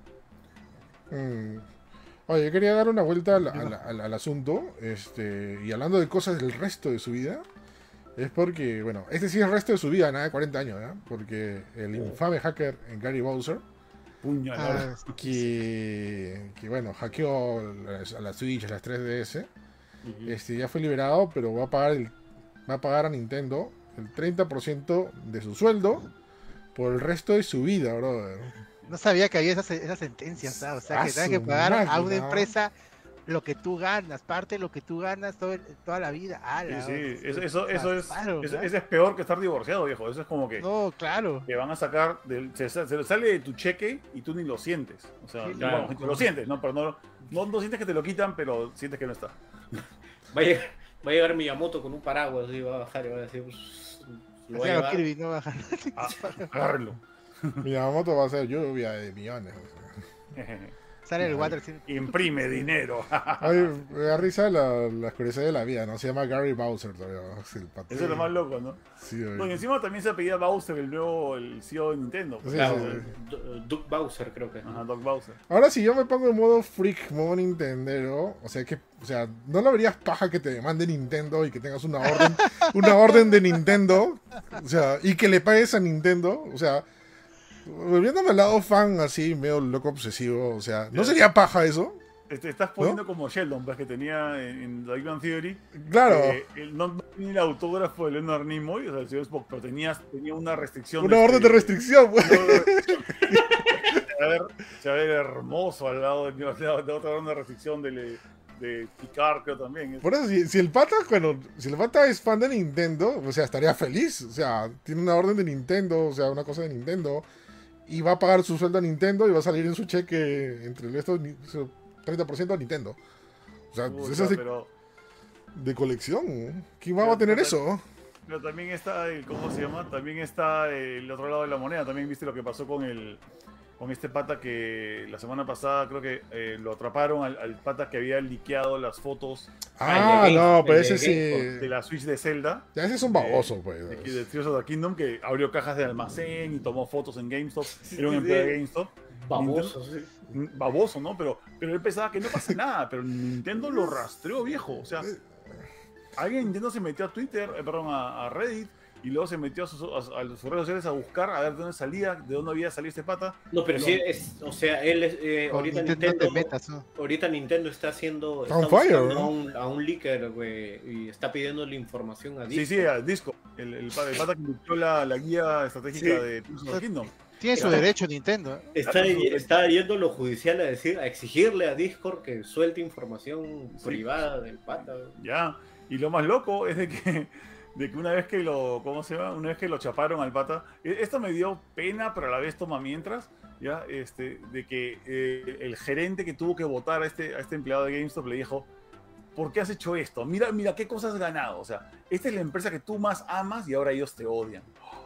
Mm. Oye, yo quería dar una vuelta al, al- al- al asunto, este, y hablando de cosas del resto de su vida, es porque, bueno, este sí es el resto de su vida, nada de cuarenta años, ¿eh? Porque el infame hacker Gary Bowser Puñalada. Ah, sí, sí. que, que bueno, hackeó las- a la Switch, a las tres D S. Ujú. Este, ya fue liberado, pero va a pagar el, va a pagar a Nintendo el treinta por ciento de su sueldo por el resto de su vida, brother. No sabía que había esas, esas sentencias, ¿sabes? O sea, A que tengas su que pagar a una máquina. empresa lo que tú ganas, parte de lo que tú ganas todo el- toda la vida. Ah, Sí, la- sí, o sea, eso, eso, eso es, claro, eso, ¿verdad? eso es peor que estar divorciado, viejo. Eso es como que No, claro. te van a sacar, del, se, sa- se sale de tu cheque y tú ni lo sientes. O sea, Sí, bueno, claro. lo sientes, ¿no? Pero no, no, no sientes que te lo quitan, pero sientes que no está. Va a llegar, va a llegar Miyamoto con un paraguas y va a bajar y va a decir. "Pues, lo va a Hacía lo llevar". Kirby, no baja. Ah, agárrenlo. Mi Yamamoto va a ser lluvia de millones. o sea. Sale el water sin- Imprime dinero. Ay, me da risa la, la oscuridad de la vida, ¿no? Se llama Gary Bowser todavía. Sí, el pato. Eso es lo más loco, ¿no? Sí, oye. Bueno, y encima también se apellida Bowser, el nuevo el C E O de Nintendo. Sí, Claro, sí, sí. Du- Duke Bowser creo que. Ajá, Doc Bowser. Ahora si yo me pongo en modo freak, modo Nintendero, o sea que, o sea, ¿no lo verías paja que te demande Nintendo y que tengas una orden, una orden de Nintendo? O sea, y que le pagues a Nintendo, o sea, volviéndome al lado fan así, medio loco obsesivo, o sea, ¿no Ya. sería paja eso? Te, te estás poniendo como Sheldon, pues, que tenía en, en The Big Bang Theory. Claro, eh, él no, no tenía el autógrafo de Leonard Nimoy, o sea, el señor Spock, pero tenías, tenía una restricción. una orden de este, restricción, pues. Se va a ver, se va a ver hermoso al lado de, de, de otra orden de restricción de, de Picard, creo también. Por eso, si, si el pata, bueno, si el pata es fan de Nintendo, o sea, estaría feliz. O sea, tiene una orden de Nintendo, o sea, una cosa de Nintendo, y va a pagar su sueldo a Nintendo y va a salir en su cheque entre el resto ni- su treinta por ciento a Nintendo. O sea, Puta, eso es de, pero, de colección. ¿Quién va Pero- a tener pero- eso? pero también está, el, ¿cómo se llama? También está el otro lado de la moneda. También viste lo que pasó con el con este pata que la semana pasada creo que eh, lo atraparon al, al pata que había liqueado las fotos Ah, el de no, Game- pero el de ese sí. GameStop, de la Switch de Zelda. Ya ese es un baboso, pues. De, de Tears of the Kingdom, que abrió cajas de almacén y tomó fotos en GameStop. Sí, Era un sí, empleado sí. de GameStop. Baboso, sí. Nintendo- baboso, ¿no? Pero, pero él pensaba que no pasa nada, pero Nintendo lo rastreó, viejo. O sea, alguien de Nintendo se metió a Twitter, eh, perdón, a, a Reddit, y luego se metió a sus, a, a sus redes sociales a buscar a ver de dónde salía, de dónde había salido este pata. No, pero No. sí es, o sea, él es, eh, Con ahorita Nintendo Nintendo, te metas, ¿no? ahorita Nintendo está haciendo, Está on está fire, buscando ¿no? a un, a un leaker, güey, y está pidiendo la información a Sí, Discord. sí, al disco. El, el, pata- el pata que luchó la, la guía estratégica Sí. de Tears of the Kingdom. Tiene su Está- derecho Nintendo. ¿eh? Está, Claro, su- está yendo lo judicial a decir, a exigirle a Discord que suelte información Sí. privada del pata. güey. Ya. Y lo más loco es de que, de que una vez que lo, ¿cómo se llama? Una vez que lo chaparon al pata, e- esto me dio pena, pero a la vez toma mientras, ya, este, de que eh, el gerente que tuvo que votar a este, a este empleado de GameStop le dijo, ¿por qué has hecho esto? Mira, mira qué cosas has ganado. O sea, esta es la empresa que tú más amas y ahora ellos te odian.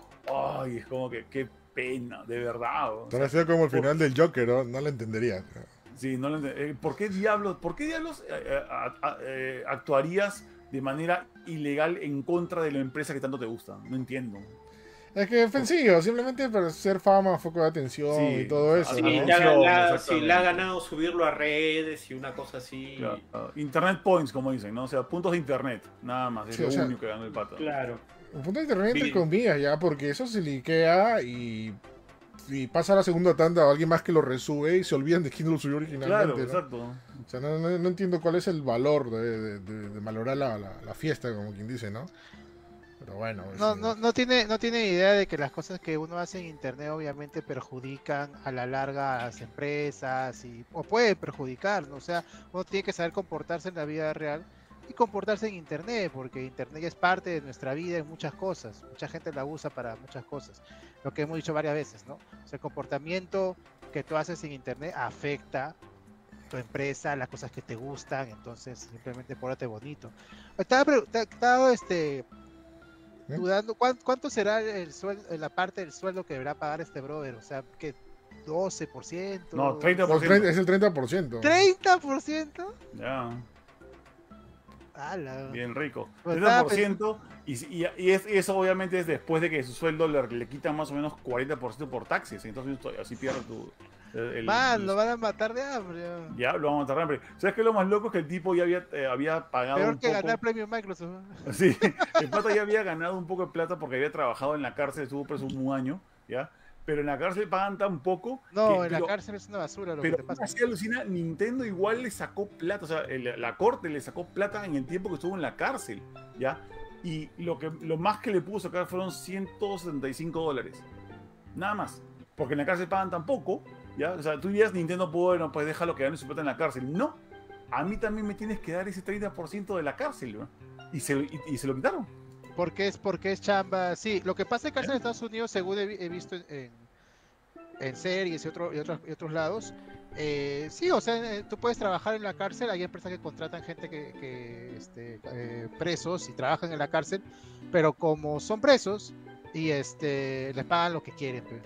Ay, es como que qué pena, de verdad. O sea, Ahora sido como el final del Joker, ¿no? No lo entendería. sí, no lo ent- eh, ¿Por qué diablos, por qué diablos eh, eh, a- a- eh, actuarías de manera ilegal en contra de la empresa que tanto te gusta? No entiendo. Es que es sencillo, simplemente para ser fama, foco de atención Sí, y todo o eso. sea, Sí, ¿no? le anuncio, ha, le ha- exactamente. sí, le ha ganado subirlo a redes y una cosa así. Claro, ah, Internet points, como dicen, ¿no? O sea, puntos de internet, nada más. Es Sí, lo o sea, único que gana el pata. Claro. Un punto de internet entre Bien. comillas, ya, porque eso se liquea y, y pasa a la segunda tanda o alguien más que lo resube y se olvidan de quién lo subió originalmente. Claro, ¿no? exacto. O sea, no, no- no entiendo cuál es el valor de, de, de- de valorar la, la- la fiesta, como quien dice, ¿no? Pero bueno. No, es- no, no tiene, no tiene idea de que las cosas que uno hace en internet obviamente perjudican a la larga a las empresas y, o puede perjudicar, ¿no? O sea, uno tiene que saber comportarse en la vida real y comportarse en internet, porque internet ya es parte de nuestra vida en muchas cosas. Mucha gente la usa para muchas cosas, lo que hemos dicho varias veces, ¿no? O sea, el comportamiento que tú haces en internet afecta tu empresa, las cosas que te gustan, entonces simplemente pórtate bonito. Estaba, pre- estaba este, ¿Eh? dudando, ¿cuán- ¿cuánto será el sueldo, la parte del sueldo que deberá pagar este brother? O sea, que doce por ciento. No, treinta por Los ciento. tre- es el treinta por ciento. ¿treinta por ciento? Ya, ¡Hala! bien rico. Pues treinta estaba por ciento. Y, y, y, es- y eso obviamente es después de que su sueldo le, le quitan más o menos cuarenta por ciento por taxis. Entonces así pierde tu... el- Man, el- lo van a matar de hambre. Ya, lo vamos a matar hambre. ¿Sabes qué es lo más loco? Es que el tipo ya había, eh, había pagado Peor un que poco... ganar premio Microsoft. Sí, el pata ya había ganado un poco de plata porque había trabajado en la cárcel, estuvo preso un año, ¿ya? pero en la cárcel pagan tan poco. No, que- en la pero- cárcel es una basura lo Pero que te pasa. así alucina, Nintendo igual le sacó plata, o sea, el- la corte le sacó plata en el tiempo que estuvo en la cárcel, ¿ya? Y lo, que, lo más que le pudo sacar fueron ciento setenta y cinco dólares. Nada más. Porque en la cárcel pagan tan poco, ¿ya? O sea, tú dirías, Nintendo, bueno, pues déjalo que gane su plata en la cárcel. No, a mí también me tienes que dar ese treinta por ciento de la cárcel, ¿no? Y se, y, y se lo quitaron. Porque es, porque es chamba. Sí, lo que pasa en cárcel en Estados Unidos, según he, vi- he visto en, en, en series y, otro, y, otros, y otros lados, eh, sí, o sea, eh, tú puedes trabajar en la cárcel. Hay empresas que contratan gente que, que este, eh, presos y trabajan en la cárcel, pero como son presos y este les pagan lo que quieren. Pues.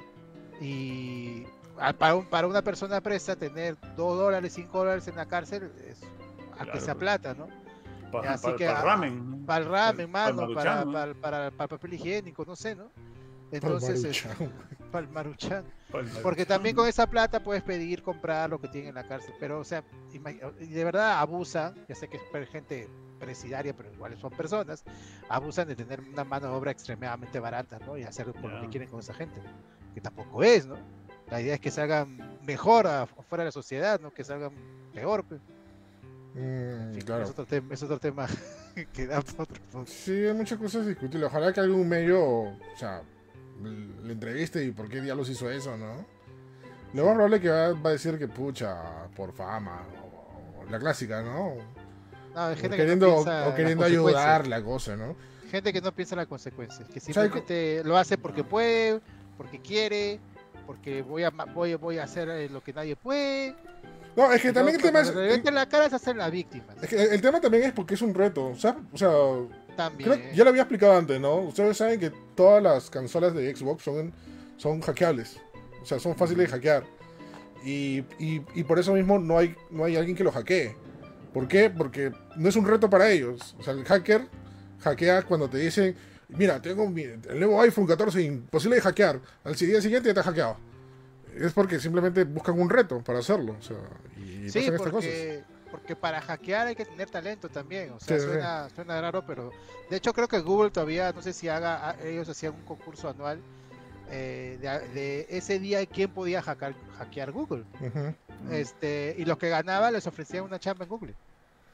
Y a- para, un- para una persona presa, tener dos dólares, cinco dólares en la cárcel es a que Claro, sea pues. plata, ¿no? Para, Así para, que, para ah, ramen. ¿no? Para el ramen, Para- para mano, el para, Maruchan, ¿no? para, para, para papel higiénico, no sé, ¿no? Para Entonces, Maruchan, es, para el Maruchan. Para el Porque Maruchan. también con esa plata puedes pedir comprar lo que tienen en la cárcel. Pero, o sea, ima- y de verdad abusan, ya sé que es per- gente presidiaria, pero igual son personas, abusan de tener una mano de obra extremadamente barata, ¿no? Y hacer por lo Ya. que quieren con esa gente, que tampoco es, ¿no? La idea es que salgan mejor afuera de la sociedad, ¿no? Que salgan peor, pues. Mm, En fin, claro. es, otro tema, es otro tema que da para otro podcast. Sí, hay muchas cosas discutibles. Ojalá que algún medio, o sea, le entreviste y por qué diablos hizo eso, ¿no? Lo más probable es que va, va a decir que pucha, por fama, o, o la clásica, ¿no? No, hay O gente queriendo, que no piensa o las queriendo consecuencias. ayudar la cosa, ¿no? Gente que no piensa en las consecuencias, que sea, hay co- simplemente lo hace porque puede, porque quiere, porque voy a ma- voy, voy a hacer eh, lo que nadie puede. No, es que también el Cuando tema es... le revienten la cara es hacer la víctima. Es que el tema también es porque es un reto, ¿sabes? O sea, También. creo que ya lo había explicado antes, ¿no? Ustedes saben que todas las consolas de Xbox son, son hackeables. O sea, son fáciles de hackear. Y, y, y por eso mismo no hay, no hay alguien que lo hackee. ¿Por qué? Porque no es un reto para ellos. O sea, el hacker hackea cuando te dicen, mira, tengo mi- el nuevo iPhone catorce imposible de hackear. Al día siguiente ya te ha hackeado. Es porque simplemente buscan un reto para hacerlo. O sea, y Sí, pasan estas cosas. porque, porque para hackear hay que tener talento también. O sea, Sí, sí, sí. suena, suena raro, pero de hecho creo que Google todavía, no sé si haga, a- ellos hacían un concurso anual eh, de, de ese día quién podía hackear, hackear Google. Ujú. Este, y los que ganaban les ofrecían una chamba en Google.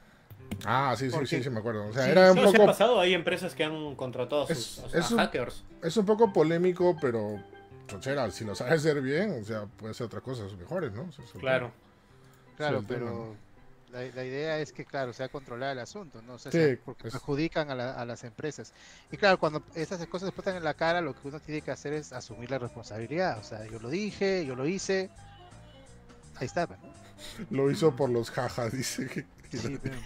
Ah, sí, sí, Porque- sí, sí, me acuerdo. O sea, Sí, era un Sí, sí ha poco... pasado, hay empresas que han contratado a sus, Es- a sus- es a un- hackers. Es un poco polémico, pero chochera, si lo sabes hacer bien, o sea, puede ser otras cosas mejores, ¿no? O sea, eso- Claro. Claro, el tema, pero la, la idea es que, claro, sea controlar el asunto, ¿no? O sea, Sí, sea- porque es- perjudican a, la- a las empresas. Y claro, cuando esas cosas explotan en la cara, lo que uno tiene que hacer es asumir la responsabilidad. O sea, yo lo dije, yo lo hice. Ahí está, pues, ¿no? Lo hizo por los jajas, dice que... Sí, pero-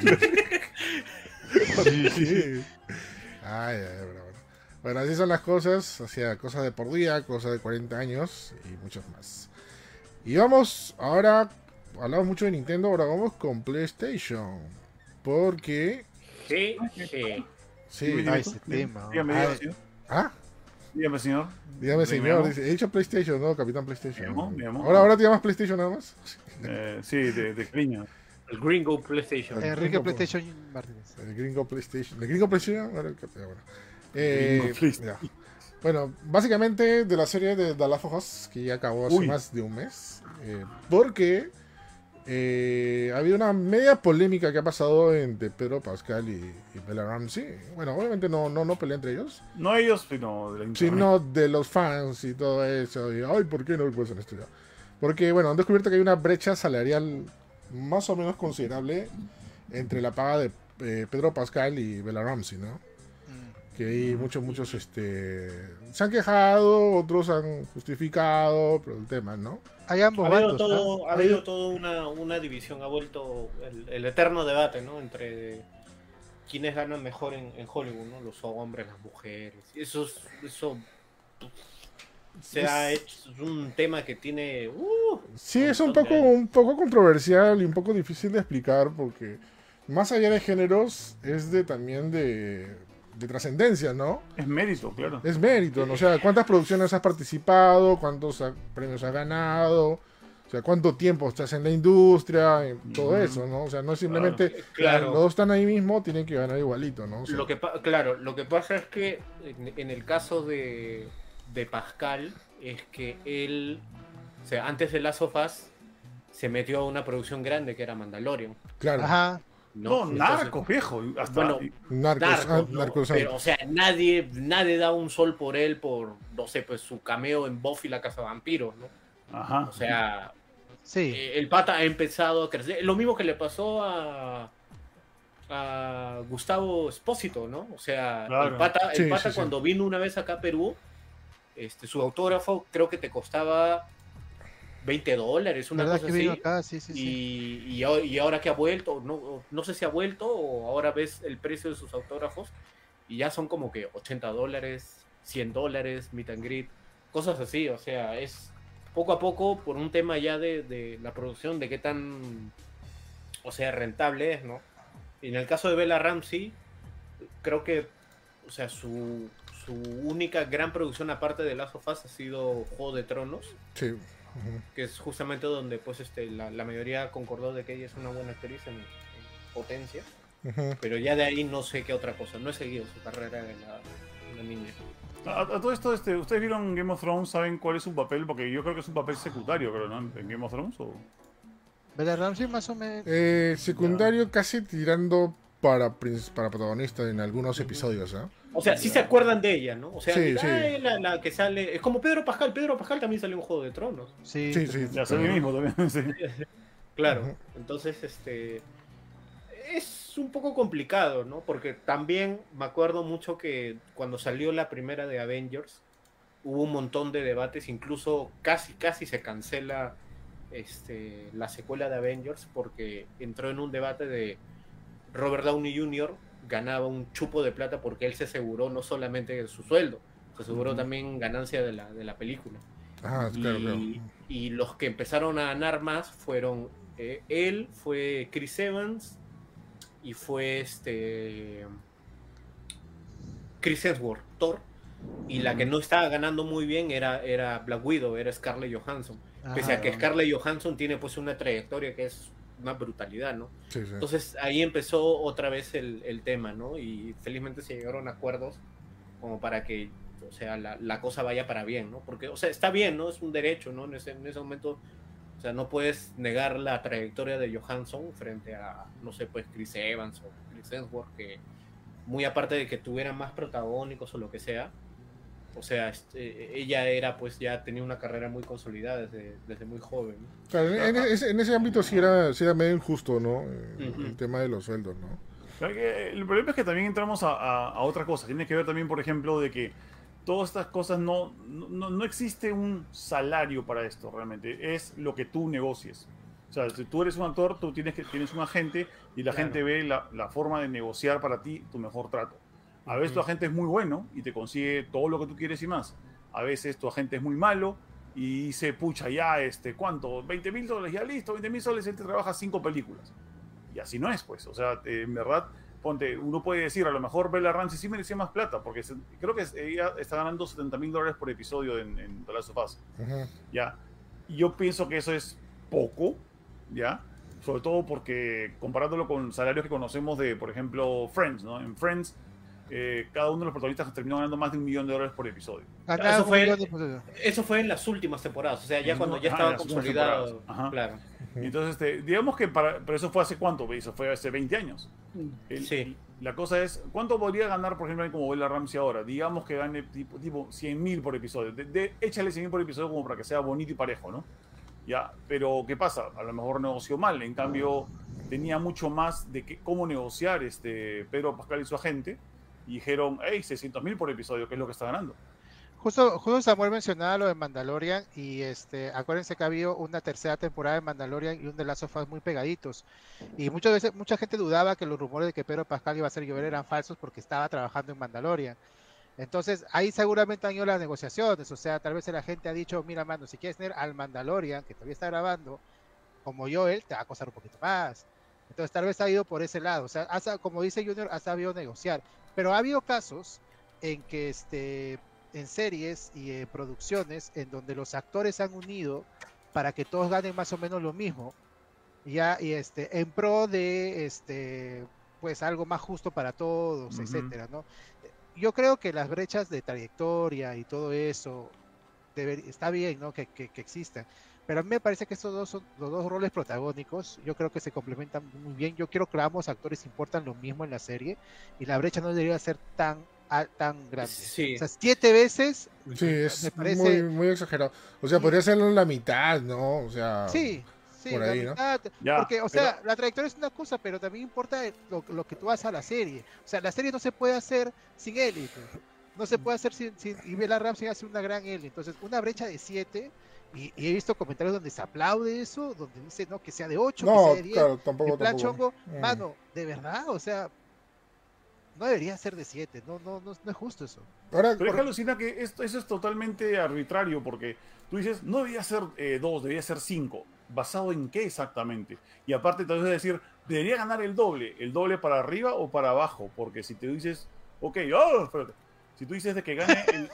Sí. Ay, ay, pero bueno. Bueno, así son las cosas, hacía cosas de por día, cosas de cuarenta años y muchos más. Y vamos, ahora, hablamos mucho de Nintendo, ahora vamos con PlayStation. Porque, Sí, sí. sí, Dime, Ay, dime, ese dime. tema. Dígame, Ay. dígame, señor. ah, Dígame, señor. dígame ¿Me señor, llamó? dice, he dicho PlayStation, ¿no? Capitán PlayStation. Me llamó, me llamó. Ahora, ahora te llamas PlayStation nada más. Eh, sí, de, de cariño. El Gringo PlayStation. Enrique Gringo, PlayStation Martínez. El gringo PlayStation. ¿El gringo PlayStation? Ahora el que- bueno. Eh, Gringo PlayStation. ya. Bueno, básicamente de la serie de The Last of Us, que ya acabó hace Uy. más de un mes. eh, porque eh, ha habido una media polémica que ha pasado entre Pedro Pascal y, y Bella Ramsey. Bueno, obviamente no, no, no pelea entre ellos, No ellos, sino de la internet. sino de los fans y todo eso. Y, ay, ¿por qué no pueden esto ya? Porque, bueno, han descubierto que hay una brecha salarial más o menos considerable entre la paga de eh, Pedro Pascal y Bella Ramsey, ¿no? Mm. Que hay muchos, muchos, este... Se han quejado, otros han justificado, pero el tema, ¿no? Hay ambos Ha habido, bandos, ¿no? todo, ha habido toda una, una división, ha vuelto el, el eterno debate, ¿no? Entre quiénes ganan mejor en, en Hollywood, ¿no? Los hombres, las mujeres. Eso, es- eso se ha hecho, es un tema que tiene... Uh, Sí, es un montón poco, de años. un poco controversial y un poco difícil de explicar porque más allá de géneros es de también de, de trascendencia, ¿no? Es mérito, claro. Es mérito, ¿no? O sea, ¿cuántas producciones has participado? ¿Cuántos ha- premios has ganado? O sea, ¿cuánto tiempo estás en la industria? Y todo Ujú. eso, ¿no? O sea, no es simplemente, Claro. los dos están ahí mismo, tienen que ganar igualito, ¿no? O sea, Lo que pa- claro, lo que pasa es que en, en el caso de, de Pascal, es que él, o sea, antes de Last of Us, se metió a una producción grande que era Mandalorian. Claro. Ajá. No, Entonces, Narcos, viejo. Hasta, bueno, Narcos, Narcos, ah, ¿no? Narcos, Pero, o sea, nadie, nadie da un sol por él por, no sé, pues su cameo en Buffy la Cazavampiros, ¿no? Ajá. O sea, Sí. eh, el pata ha empezado a crecer. Lo mismo que le pasó a, a Gustavo Espósito, ¿no? O sea, Claro. el pata, el Sí, pata sí, sí. cuando vino una vez acá a Perú, este, su autógrafo creo que te costaba veinte dólares, una ¿Verdad cosa que así. vino acá? Sí, sí, sí. Y, y, ahora- y ahora que ha vuelto, no, no sé si ha vuelto o ahora ves el precio de sus autógrafos y ya son como que ochenta dólares, cien dólares, meet and greet, cosas así. O sea, es poco a poco por un tema ya de, de la producción, de qué tan, o sea, rentable es, ¿no? Y en el caso de Bella Ramsey, creo que, o sea, su, su única gran producción aparte de Last of Us ha sido Juego de Tronos, Sí. Ujú. que es justamente donde pues este la, la mayoría concordó de que ella es una buena actriz en, en potencia, Ujú. pero ya de ahí no sé qué otra cosa, no he seguido su carrera de la, de la niña. A, a todo esto, este, ¿ustedes vieron Game of Thrones? ¿Saben cuál es su papel? Porque yo creo que es un papel secundario, creo, ¿no? En Game of Thrones. ¿O? Bella Ramsey más o menos. Eh, secundario casi tirando para, prin- para protagonista en algunos episodios, ¿ah? O sea, sí se acuerdan de ella, ¿no? O sea, Sí, diga, sí. "Ay, la, la que sale, es como Pedro Pascal, Pedro Pascal también salió en Juego de Tronos". Sí. Sí, sí. Ya soy mismo también, sí. Claro, Ujú. entonces este es un poco complicado, ¿no? Porque también me acuerdo mucho que cuando salió la primera de Avengers hubo un montón de debates, incluso casi casi se cancela este la secuela de Avengers porque entró en un debate de Robert Downey junior ganaba un chupo de plata porque él se aseguró no solamente su sueldo, se aseguró Ujú. también ganancia de la, de la película. Ah, claro, claro. Y, y los que empezaron a ganar más fueron eh, él, fue Chris Evans y fue este Chris Hemsworth, Thor, y la que no estaba ganando muy bien era, era Black Widow, era Scarlett Johansson. Pese a Ajá. que Scarlett Johansson tiene pues una trayectoria que es una brutalidad, ¿no? Sí, sí. Entonces ahí empezó otra vez el, el tema, ¿no? Y felizmente se llegaron a acuerdos como para que, o sea, la, la cosa vaya para bien, ¿no? Porque, o sea, está bien, ¿no? Es un derecho, ¿no? En ese, en ese momento, o sea, no puedes negar la trayectoria de Johansson frente a, no sé, pues Chris Evans o Chris Hemsworth, que muy aparte de que tuvieran más protagónicos o lo que sea, o sea, este, ella era, pues ya tenía una carrera muy consolidada desde, desde muy joven, ¿no? Claro, en, en ese, en ese ámbito sí era, sí era medio injusto, ¿no? Eh, Ujú. El tema de los sueldos, ¿no? Claro que el problema es que también entramos a, a, a otra cosa. Tiene que ver también, por ejemplo, de que todas estas cosas no, no, no existe un salario para esto realmente. Es lo que tú negocies. O sea, si tú eres un actor, tú tienes, que, tienes un agente y la Claro. gente ve la, la forma de negociar para ti tu mejor trato. A veces tu Ujú. agente es muy bueno y te consigue todo lo que tú quieres y más. A veces tu agente es muy malo y dice, pucha, ya, este, ¿cuánto? veinte mil dólares, ya listo, veinte mil soles, él te trabaja cinco películas. Y así no es, pues. O sea, eh, en verdad, ponte, uno puede decir, a lo mejor Bella Ramsey sí merecía más plata, porque se- creo que es- ella está ganando setenta mil dólares por episodio en, en The Last of Us, Ujú. ¿ya? Y yo pienso que eso es poco, ¿ya? Sobre todo porque comparándolo con salarios que conocemos de, por ejemplo, Friends, ¿no? En Friends, eh, cada uno de los protagonistas terminó ganando más de un millón de dólares por episodio. Ganaba Eso un fue- millón de pesos. Eso fue en las últimas temporadas, o sea, ya En cuando las- ya ajá, estaba en las últimas consolidado, temporadas. Ajá. claro. Y entonces, este, digamos que para, pero eso fue hace cuánto, eso fue hace veinte años. El- Sí. La cosa es, ¿cuánto podría ganar, por ejemplo, como Bella Ramsey ahora? Digamos que gane tipo, tipo cien mil por episodio. De, de- échale cien mil por episodio como para que sea bonito y parejo, ¿no? Ya, pero ¿qué pasa? A lo mejor negoció mal. En cambio, tenía mucho más de que, cómo negociar este Pedro Pascal y su agente. Y dijeron, hey, seiscientos mil por episodio, que es lo que está ganando. Justo, justo Samuel mencionaba lo de Mandalorian y este, acuérdense que ha habido una tercera temporada de Mandalorian y un de Last of Us muy pegaditos. Y muchas veces, mucha gente dudaba que los rumores de que Pedro Pascal iba a ser llover eran falsos porque estaba trabajando en Mandalorian. Entonces, ahí seguramente han ido las negociaciones, o sea, tal vez la gente ha dicho, mira, mano, si quieres tener al Mandalorian, que todavía está grabando, como Joel, te va a costar un poquito más. Entonces, tal vez ha ido por ese lado, o sea, ha, como dice Junior, ha sabido negociar. Pero ha habido casos en que este, en series y en producciones en donde los actores se han unido para que todos ganen más o menos lo mismo, ya, y este, en pro de este, pues algo más justo para todos, Ujú. etcétera, ¿no? Yo creo que las brechas de trayectoria y todo eso deber- está bien, ¿no? Que, que, que existan. Pero a mí me parece que estos dos son los dos roles protagónicos. Yo creo que se complementan muy bien. Yo quiero que ambos actores importan lo mismo en la serie y la brecha no debería ser tan al- tan grande. Sí. O sea, siete veces Sí, es me parece. muy, muy exagerado. O sea, podría ser la mitad, ¿no? O sea, Sí, sí, por la ahí, ¿no? mitad. Ya, Porque, o pero- sea, la trayectoria es una cosa, pero también importa lo, lo que tú haces a la serie. O sea, la serie no se puede hacer sin Ellie. pues. No se puede hacer sin, sin y Bella Ramsey hace una gran Ellie. Entonces, una brecha de siete. Y, y he visto comentarios donde se aplaude eso, donde dice no que sea de ocho, que No, sea de diez. claro, tampoco, En plan tampoco. chongo, Mm. mano, de verdad, o sea, no debería ser de siete. No, no, no, no es justo eso. Ahora, Pero es por- que alucina que esto, eso es totalmente arbitrario porque tú dices, no debía ser eh, dos, debía ser cinco. ¿Basado en qué exactamente? Y aparte te vas a decir, debería ganar el doble. ¿El doble para arriba o para abajo? Porque si te dices, ok, oh, espérate. Si tú dices de que gane el...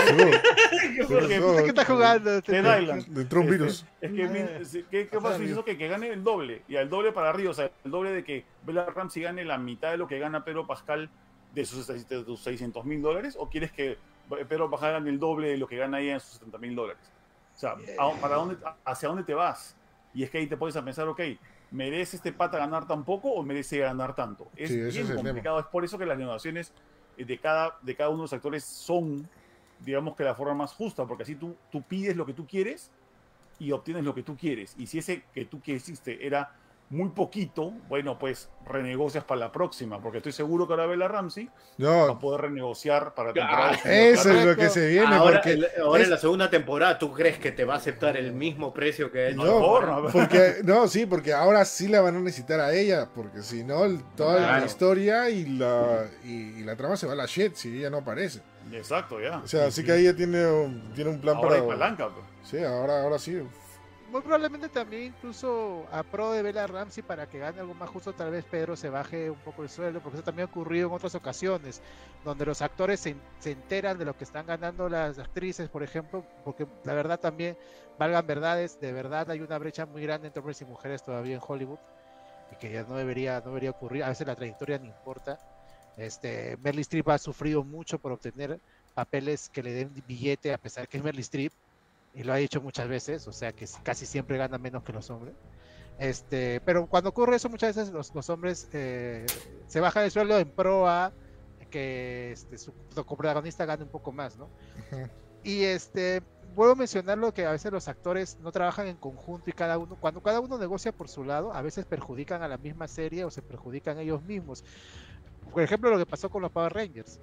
Yo creo que- pasó? ¿Qué está jugando? Dead Island. Le entró un Este, virus. Es que, mi- si- ¿qué, qué Ajá, pasa si amigo. dices que, que gane el doble? Y al doble para arriba, o sea, el doble de que Bella Ramsey gane la mitad de lo que gana Pedro Pascal de sus, de sus seiscientos mil dólares, o quieres que Pedro Pascal gane el doble de lo que gana ella en sus setenta mil dólares? O sea, ¿a- ¿para dónde, ¿hacia dónde te vas? Y es que ahí te puedes a pensar, ok, ¿merece este pata ganar tan poco o merece ganar tanto? Es Sí, ese bien es el complicado, es por eso que las negociaciones de cada, de cada uno de los actores son, digamos que la forma más justa, porque así tú, tú pides lo que tú quieres y obtienes lo que tú quieres. Y si ese que tú quisiste era muy poquito, bueno, pues renegocias para la próxima, porque estoy seguro que ahora Bella Ramsey va a No, poder renegociar para Ah, temporada. eso es lo que se viene, Ahora, porque... el- ahora es- en la segunda temporada, ¿tú crees que te va a aceptar el mismo precio que él? No, No, porra, ¿verdad? porque, no, sí, porque ahora sí la van a necesitar a ella, porque si no, el- toda la Claro. historia y la, y, y la trama se va a la shit si ella no aparece. Exacto, ya. O sea, así que ella tiene un, tiene un plan Ahora hay para... palanca, pues. Sí, ahora, ahora sí. Muy probablemente también incluso a pro de Bella Ramsey para que gane algo más justo, tal vez Pedro se baje un poco el sueldo, porque eso también ha ocurrido en otras ocasiones, donde los actores se, se enteran de lo que están ganando las actrices, por ejemplo, porque la verdad también, valgan verdades, de verdad hay una brecha muy grande entre hombres y mujeres todavía en Hollywood, y que ya no debería, no debería ocurrir, a veces la trayectoria no importa. Este, Meryl Streep ha sufrido mucho por obtener papeles que le den billete, a pesar que es Meryl Streep, y lo ha dicho muchas veces, o sea que casi siempre gana menos que los hombres. Este, pero cuando ocurre eso, muchas veces los, los hombres eh, se bajan el sueldo en pro a que este, su, su protagonista gane un poco más, ¿no? Ujú. Y este, vuelvo a mencionar lo que a veces los actores no trabajan en conjunto y cada uno, cuando cada uno negocia por su lado, a veces perjudican a la misma serie o se perjudican ellos mismos. Por ejemplo, lo que pasó con los Power Rangers.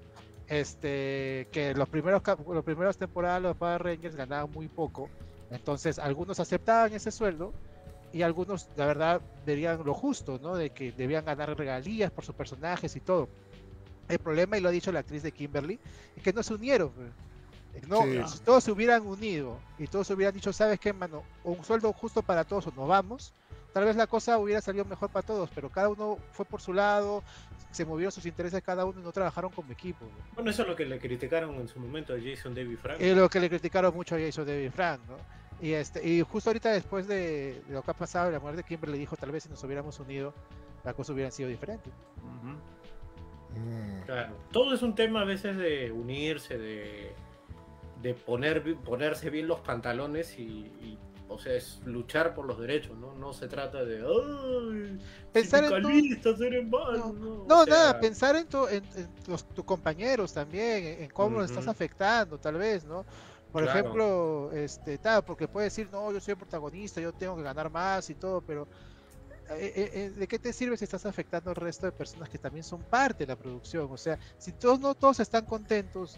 Este, que los primeros los primeras temporadas los Power Rangers ganaban muy poco, entonces algunos aceptaban ese sueldo y algunos la verdad verían lo justo, ¿no? De que debían ganar regalías por sus personajes y todo. El problema, y lo ha dicho la actriz de Kimberly, es que no se unieron. No, Sí. si todos se hubieran unido y todos hubieran dicho, ¿sabes qué, mano? Un sueldo justo para todos o nos vamos, tal vez la cosa hubiera salido mejor para todos, pero cada uno fue por su lado, se movieron sus intereses cada uno y no trabajaron como equipo. ¿no? Bueno, eso es lo que le criticaron en su momento a Jason David Frank. Es lo que le criticaron mucho a Jason David Frank, ¿no? Y, este, y justo ahorita después de, de lo que ha pasado, la muerte de Kimberly dijo, tal vez si nos hubiéramos unido, la cosa hubiera sido diferente. Ujú. Mm. Claro. Todo es un tema a veces de unirse, de, de poner, ponerse bien los pantalones y, y, o sea, es luchar por los derechos, ¿no? No se trata de, ay, Pensar en tu- sindicalistas, eres malo, No, no. no O sea, nada, pensar en, tu, en, en los, tus compañeros también, en, en cómo los estás Ujú. afectando, tal vez, ¿no? Por Claro. ejemplo, este, tal, porque puede decir, no, yo soy el protagonista, yo tengo que ganar más y todo, pero eh, eh, eh, ¿de qué te sirve si estás afectando al resto de personas que también son parte de la producción? O sea, si todos no todos están contentos,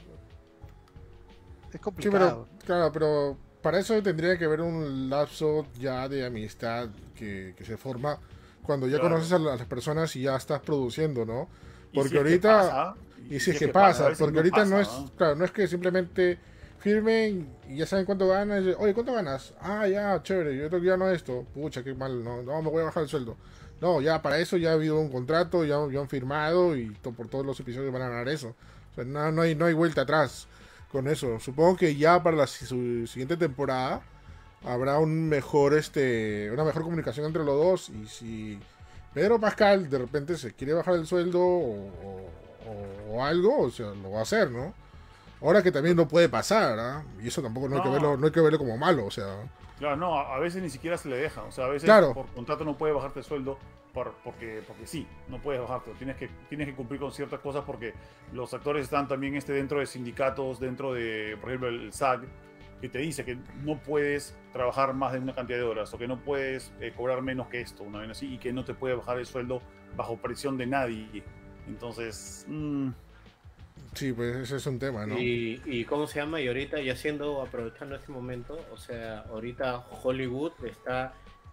es Sí, complicado. pero, claro, pero para eso tendría que haber un lapso ya de amistad que, que se forma cuando ya Claro. conoces a las personas y ya estás produciendo, ¿no? Y Porque si es que ahorita- pasa, Y si es que pasa, a veces porque no ahorita pasa, no es, ¿no? claro, no es que simplemente firmen y ya saben cuánto ganas. y, Oye, ¿cuánto ganas? Ah, ya, chévere, yo tengo que no esto. Pucha, qué mal, no, no, me voy a bajar el sueldo. No, ya para eso ya ha habido un contrato, ya, ya han firmado y to- por todos los episodios van a ganar eso. O sea, no, no hay, no hay vuelta atrás con eso. Supongo que ya para la si- su siguiente temporada habrá un mejor, este, una mejor comunicación entre los dos. Y si Pedro Pascal de repente se quiere bajar el sueldo o, o- o- o algo, o sea, lo va a hacer, ¿no? Ahora que también no puede pasar, ¿ah? Y eso tampoco no, Hay que No. verlo, no hay que verlo como malo, o sea. Claro, no, a a veces ni siquiera se le deja. O sea, a veces Claro. por contrato no puede bajarte el sueldo por- porque, porque sí, no puedes bajarte. Tienes que, tienes que cumplir con ciertas cosas porque los actores están también este, dentro de sindicatos, dentro de, por ejemplo, el S A G, que te dice que no puedes trabajar más de una cantidad de horas o que no puedes eh, cobrar menos que esto, una vez así, y que no te puede bajar el sueldo bajo presión de nadie. Entonces, mm, Sí, pues ese es un tema, ¿no? Y, y cómo se llama, y ahorita ya siendo, aprovechando este momento, o sea, ahorita Hollywood está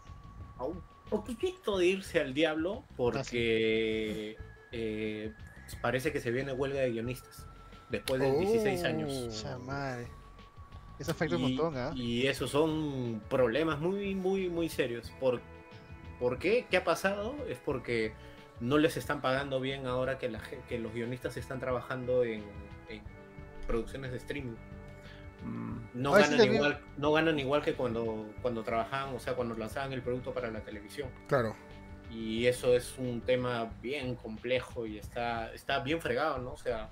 a un poquitito de irse al diablo porque eh, parece que se viene huelga de guionistas después de Oh. dieciséis años. Cha madre. Eso afecta un Y, montón, ¿ah? y esos son problemas muy, muy, muy serios. ¿Por, ¿Por qué? ¿Qué ha pasado? Es porque no les están pagando bien ahora que, la, ge- que los guionistas están trabajando en, en producciones de streaming. mm, No Ah, sí, ganan, también. igual, no ganan igual que cuando, cuando trabajaban, o sea, cuando lanzaban el producto para la televisión. Claro. Y eso es un tema bien complejo y está, está bien fregado, ¿no? O sea,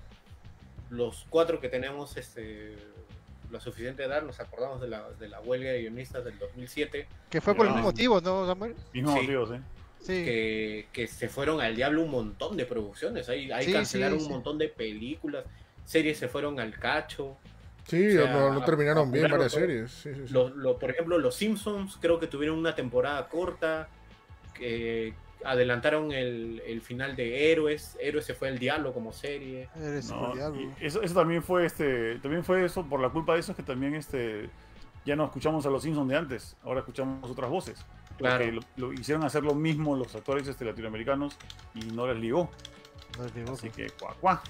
los cuatro que tenemos este, la suficiente edad, nos acordamos de la, de la huelga de guionistas del dos mil siete, Que fue por el No. mismo motivo, ¿no, Samuel? mismos Sí. motivos, ¿eh? Sí. que, que se fueron al diablo un montón de producciones. Ahí, ahí Sí, cancelaron sí, un sí. montón de películas, series se fueron al cacho. Sí, O sea, no, no terminaron a bien jugarlo varias todo. series. Sí, sí, sí. Lo- lo- por ejemplo, los Simpsons creo que tuvieron una temporada corta, que adelantaron el, el final de Héroes. Héroes se fue al diablo como serie. Eres No, el diablo. y eso, eso también fue este, también fue eso, por la culpa de eso es que también este, ya no escuchamos a los Simpsons de antes, ahora escuchamos otras voces. Claro. Porque lo, lo hicieron hacer lo mismo los actores este, latinoamericanos y no les ligó. No les digo, Así que cuá, cuá.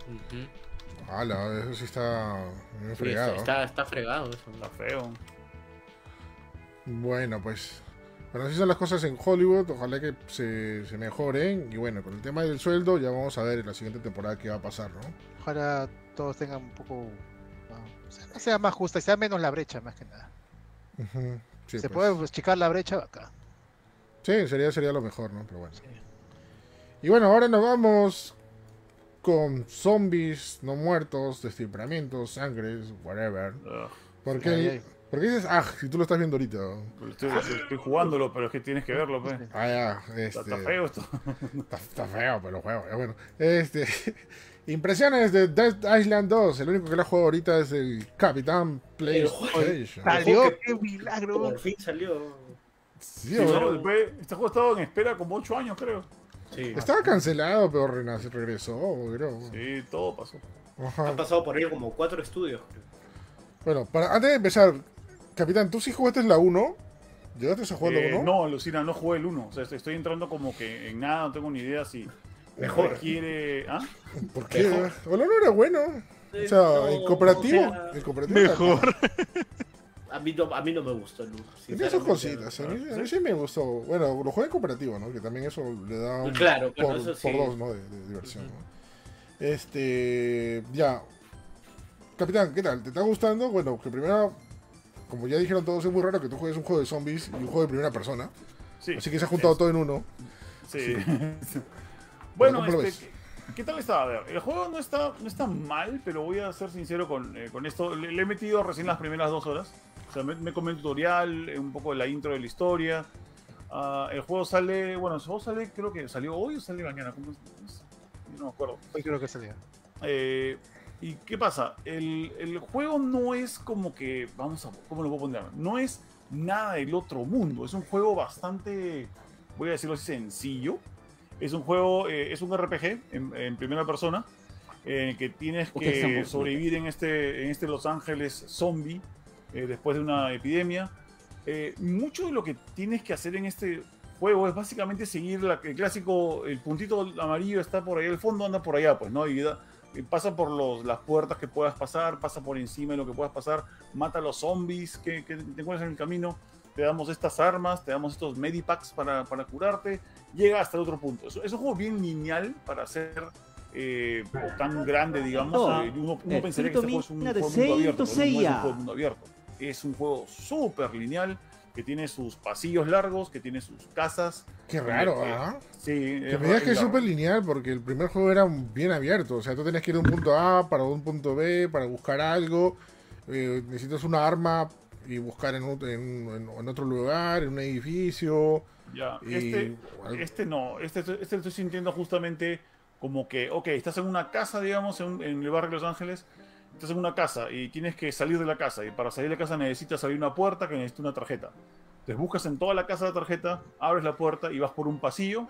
Ujú. Ala, eso sí está bien Sí, fregado. está, está fregado eso. Está feo. Bueno, pues. Bueno, así son las cosas en Hollywood. Ojalá que se, se mejoren. Y bueno, con el tema del sueldo, ya vamos a ver en la siguiente temporada qué va a pasar, ¿no? Ojalá todos tengan un poco. No, o sea, no sea más justa y sea menos la brecha, más que nada. Ujú, sí, Se pues. puede achicar la brecha acá. Sí, sería, sería lo mejor, ¿no? Pero bueno. Y bueno, ahora nos vamos con zombies no muertos, destemperamientos, sangres, whatever. Ugh. ¿Por qué, Ay, ay. ¿por qué dices, ah, si tú lo estás viendo ahorita? Estoy, estoy jugándolo, pero es que tienes que verlo, pe. Ah, ya, Está, este, está feo esto. Está, está feo, pero lo juego. Ya bueno. Este, impresiones de Dead Island dos. El único que lo juego ahorita es el Capitán PlayStation. Salió, que- qué milagro. Por fin salió. Sí, Sí, bueno, no, después, este juego ha estado en espera como ocho años, creo. Sí. estaba cancelado, pero renace, regresó, creo. Sí, todo pasó. Ajá. Han pasado por ahí como cuatro estudios. creo. Bueno, para, antes de empezar, Capitán, ¿tú sí jugaste la uno? ¿Llegaste a jugar la Eh, uno? no, Lucina, no jugué el uno. O sea, estoy entrando como que en nada, no tengo ni idea si Mejor. quiere. ¿Ah? ¿Por qué? Mejor. O la uno era bueno. O sea, No, el cooperativo. o sea, el cooperativo era- Mejor. A mí no, a mí no me gustó el uno. Tiene sus sinceramente. cositas. A mí, a mí sí me gustó. Bueno, lo jugué en cooperativo, ¿no? Que también eso le da un Claro, claro, por, eso sí. por dos, ¿no? De, de diversión, ¿no? Este. Ya. Capitán, ¿qué tal? ¿Te está gustando? Bueno, que primero, como ya dijeron todos, es muy raro que tú juegues un juego de zombies y un juego de primera persona. Sí. Así que se ha juntado Es- todo en uno. Sí. Bueno, bueno, ¿cómo lo este, ¿qué, qué tal está? A ver, el juego no está, no está mal, pero voy a ser sincero con, eh, con esto. Le, le he metido recién las primeras dos horas. O sea, me, me comí el tutorial, eh, un poco de la intro de la historia. Ah, el juego sale, bueno, el juego sale, creo que salió hoy o sale mañana. ¿Cómo es? No me acuerdo. Hoy creo que salió. Eh, ¿Y qué pasa? El, el juego no es como que, vamos a, ¿cómo lo puedo poner? No es nada del otro mundo. Es un juego bastante, voy a decirlo así, sencillo. Es un juego, eh, es un R P G en, en primera persona, en el que tienes que sobrevivir en este, en este Los Ángeles zombie eh, después de una epidemia. Eh, mucho de lo que tienes que hacer en este juego es básicamente seguir la- el clásico, el puntito amarillo está por ahí al fondo, anda por allá, pues, ¿no? Y da- y pasa por los, las puertas que puedas pasar, pasa por encima de lo que puedas pasar, mata a los zombies que, que te encuentras en el camino, te damos estas armas, te damos estos medipacks para, para curarte, llega hasta el otro punto. Es, es un juego bien lineal para ser eh, tan grande, digamos. No, Eh, uno, uno el pensaría que este juego es un Mina de juego de mundo abierto, Saint pero no es un Seiya. juego de mundo abierto. Es un juego súper lineal, que tiene sus pasillos largos, que tiene sus casas. Qué raro, Eh, ¿ah? Sí. Que es me digas que es raro. súper lineal, porque el primer juego era bien abierto. O sea, tú tenías que ir de un punto A para un punto B, para buscar algo. Eh, necesitas una arma y buscar en, otro- en- en- en otro lugar, en un edificio. Ya, Y- este, algo- este no, este, este lo estoy sintiendo justamente como que, ok, estás en una casa, digamos, en, un- en el barrio de Los Ángeles, estás en una casa y tienes que salir de la casa, y para salir de la casa necesitas abrir una puerta que necesita una tarjeta. Entonces buscas en toda la casa la tarjeta, abres la puerta y vas por un pasillo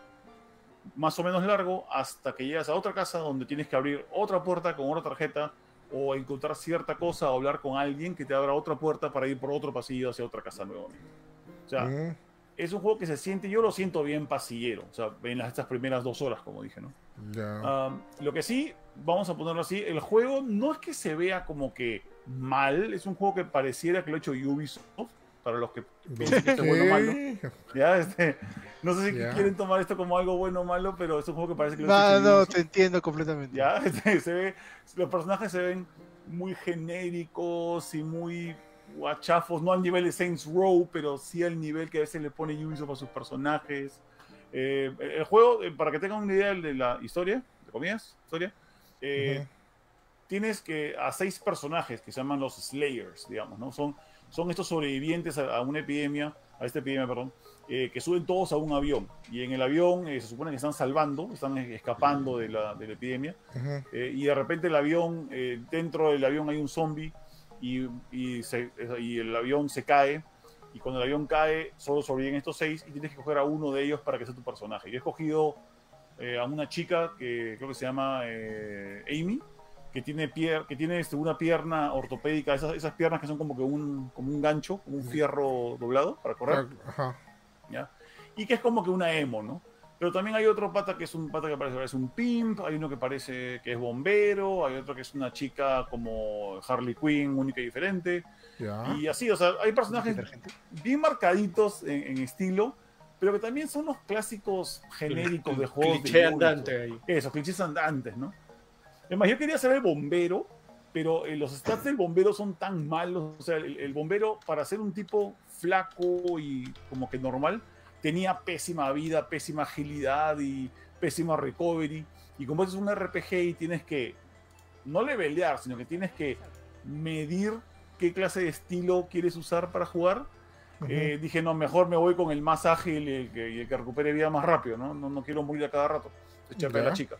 más o menos largo hasta que llegas a otra casa donde tienes que abrir otra puerta con otra tarjeta o encontrar cierta cosa o hablar con alguien que te abra otra puerta para ir por otro pasillo hacia otra casa nuevamente. O sea, Mm, es un juego que se siente, yo lo siento bien pasillero, o sea, en las, estas primeras dos horas, como dije, ¿no? ya. Um, lo que sí, vamos a ponerlo así, el juego no es que se vea como que mal, es un juego que pareciera que lo ha hecho Ubisoft, para los que piensan que este es bueno o malo. ¿Qué? ¿Ya? Este, no sé si Ya. quieren tomar esto como algo bueno o malo, pero es un juego que parece que lo ha No, hecho no, Ubisoft. te entiendo completamente. ¿Ya? Este, se ve, los personajes se ven muy genéricos y muy guachafos, no al nivel de Saints Row, pero sí al nivel que a veces le pone Ubisoft a sus personajes. Eh, el juego, eh, para que tengan una idea de la historia, de comillas, historia, eh, Ujú. tienes que a seis personajes que se llaman los Slayers, digamos, ¿no? Son, son estos sobrevivientes a, a una epidemia, a esta epidemia, perdón, eh, que suben todos a un avión. Y en el avión eh, se supone que están salvando, están escapando de la, de la epidemia. Ujú. Eh, y de repente el avión, eh, dentro del avión hay un zombie y, y, se- y el avión se cae. Y cuando el avión cae, solo sobreviven estos seis y tienes que coger a uno de ellos para que sea tu personaje. Yo he escogido eh, a una chica que creo que se llama eh, Amy, que tiene, pier que tiene este, una pierna ortopédica, esas, esas piernas que son como que un, como un gancho, como un fierro doblado para correr. Ajá. ¿Ya? Y que es como que una emo, ¿no? Pero también hay otro pata que es un pata que parece, parece un pimp, hay uno que parece que es bombero, hay otro que es una chica como Harley Quinn, única y diferente. Ya. Y así, o sea, hay personajes Detergente. bien marcaditos en, en estilo, pero que también son los clásicos genéricos de juegos Cliché de Ubisoft. andante ahí. Esos clichés andantes, ¿no? Es más, yo quería ser el bombero, pero eh, los stats del bombero son tan malos. O sea, el, el bombero, para ser un tipo flaco y como que normal, tenía pésima vida, pésima agilidad y pésima recovery. Y como es un R P G y tienes que no levelear, sino que tienes que medir qué clase de estilo quieres usar para jugar, Ujú. eh, dije, no, mejor me voy con el más ágil y el que, y el que recupere vida más rápido, ¿no? No, no quiero morir a cada rato. Echarle a la Ya. chica.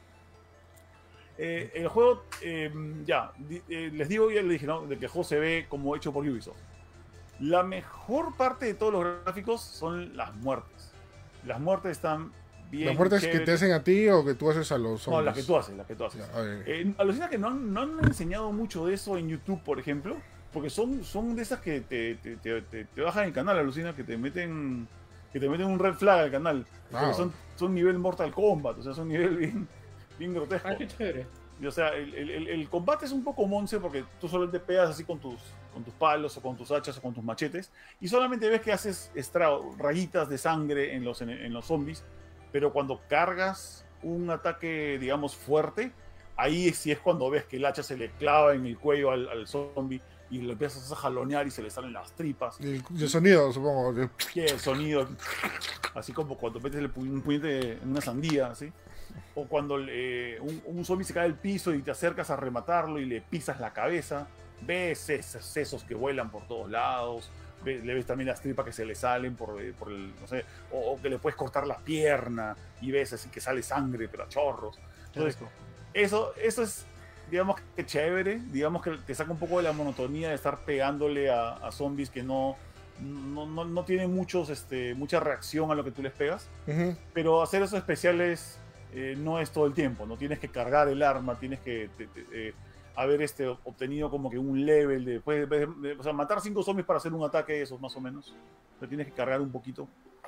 Eh, el juego, eh, ya, di- eh, les digo, ya les dije, ¿no? De que el juego se ve como hecho por Ubisoft. La mejor parte de todos los gráficos son las muertes. Las muertes están bien. ¿Las muertes que te chéveres. hacen a ti o que tú haces a los No, zombies? las que tú haces, las que tú haces. Ya, a ver. Eh, alucina que no han, no han enseñado mucho de eso en YouTube, por ejemplo, porque son, son de esas que te, te, te, te- te bajan el canal, alucina, que te meten que te meten un red flag al canal. Porque Wow. son, son nivel Mortal Kombat, o sea, son nivel bien, bien grotesco. Ah, qué chévere. Y, o sea, el, el- el- el combate es un poco monce porque tú solo te pegas así con tus, con tus palos o con tus hachas o con tus machetes y solamente ves que haces extra, rayitas de sangre en los, en, en los zombies, pero cuando cargas un ataque, digamos, fuerte, ahí sí es cuando ves que el hacha se le clava en el cuello al, al zombie y lo empiezas a jalonear y se le salen las tripas. Y el, y el sonido, supongo. que- Y el sonido, así como cuando metes el pu- un puñete en una sandía, ¿sí? O cuando eh, un, un zombie se cae al piso y te acercas a rematarlo y le pisas la cabeza, ves esos sesos que vuelan por todos lados, ve- le ves también las tripas que se le salen por, eh, por el, no sé, o, o que le puedes cortar la pierna y ves así que sale sangre, pero a chorros. Entonces, eso, eso es, digamos que chévere, digamos que te saca un poco de la monotonía de estar pegándole a, a zombies que no, no, no, no tienen muchos, este, mucha reacción a lo que tú les pegas, Ujú. pero hacer esos especiales eh, no es todo el tiempo, no tienes que cargar el arma, tienes que te- te- eh, haber este, obtenido como que un level de, pues, de- de- o sea, matar cinco zombies para hacer un ataque de esos más o menos, o sea, tienes que cargar un poquito.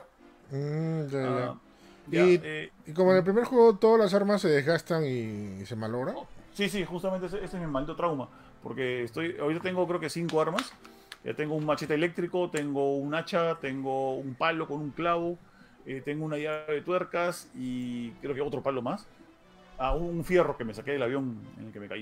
Mm, ya, ya. Ah, ya, Y- eh, Y como en el primer juego todas las armas se desgastan y, y se malogran. Sí, sí, justamente ese, ese es mi maldito trauma. Porque estoy, ahorita tengo creo que cinco armas. Ya tengo un machete eléctrico, tengo un hacha, tengo un palo con un clavo, eh, tengo una llave de tuercas y creo que otro palo más. Ah, un fierro que me saqué del avión en el que me caí.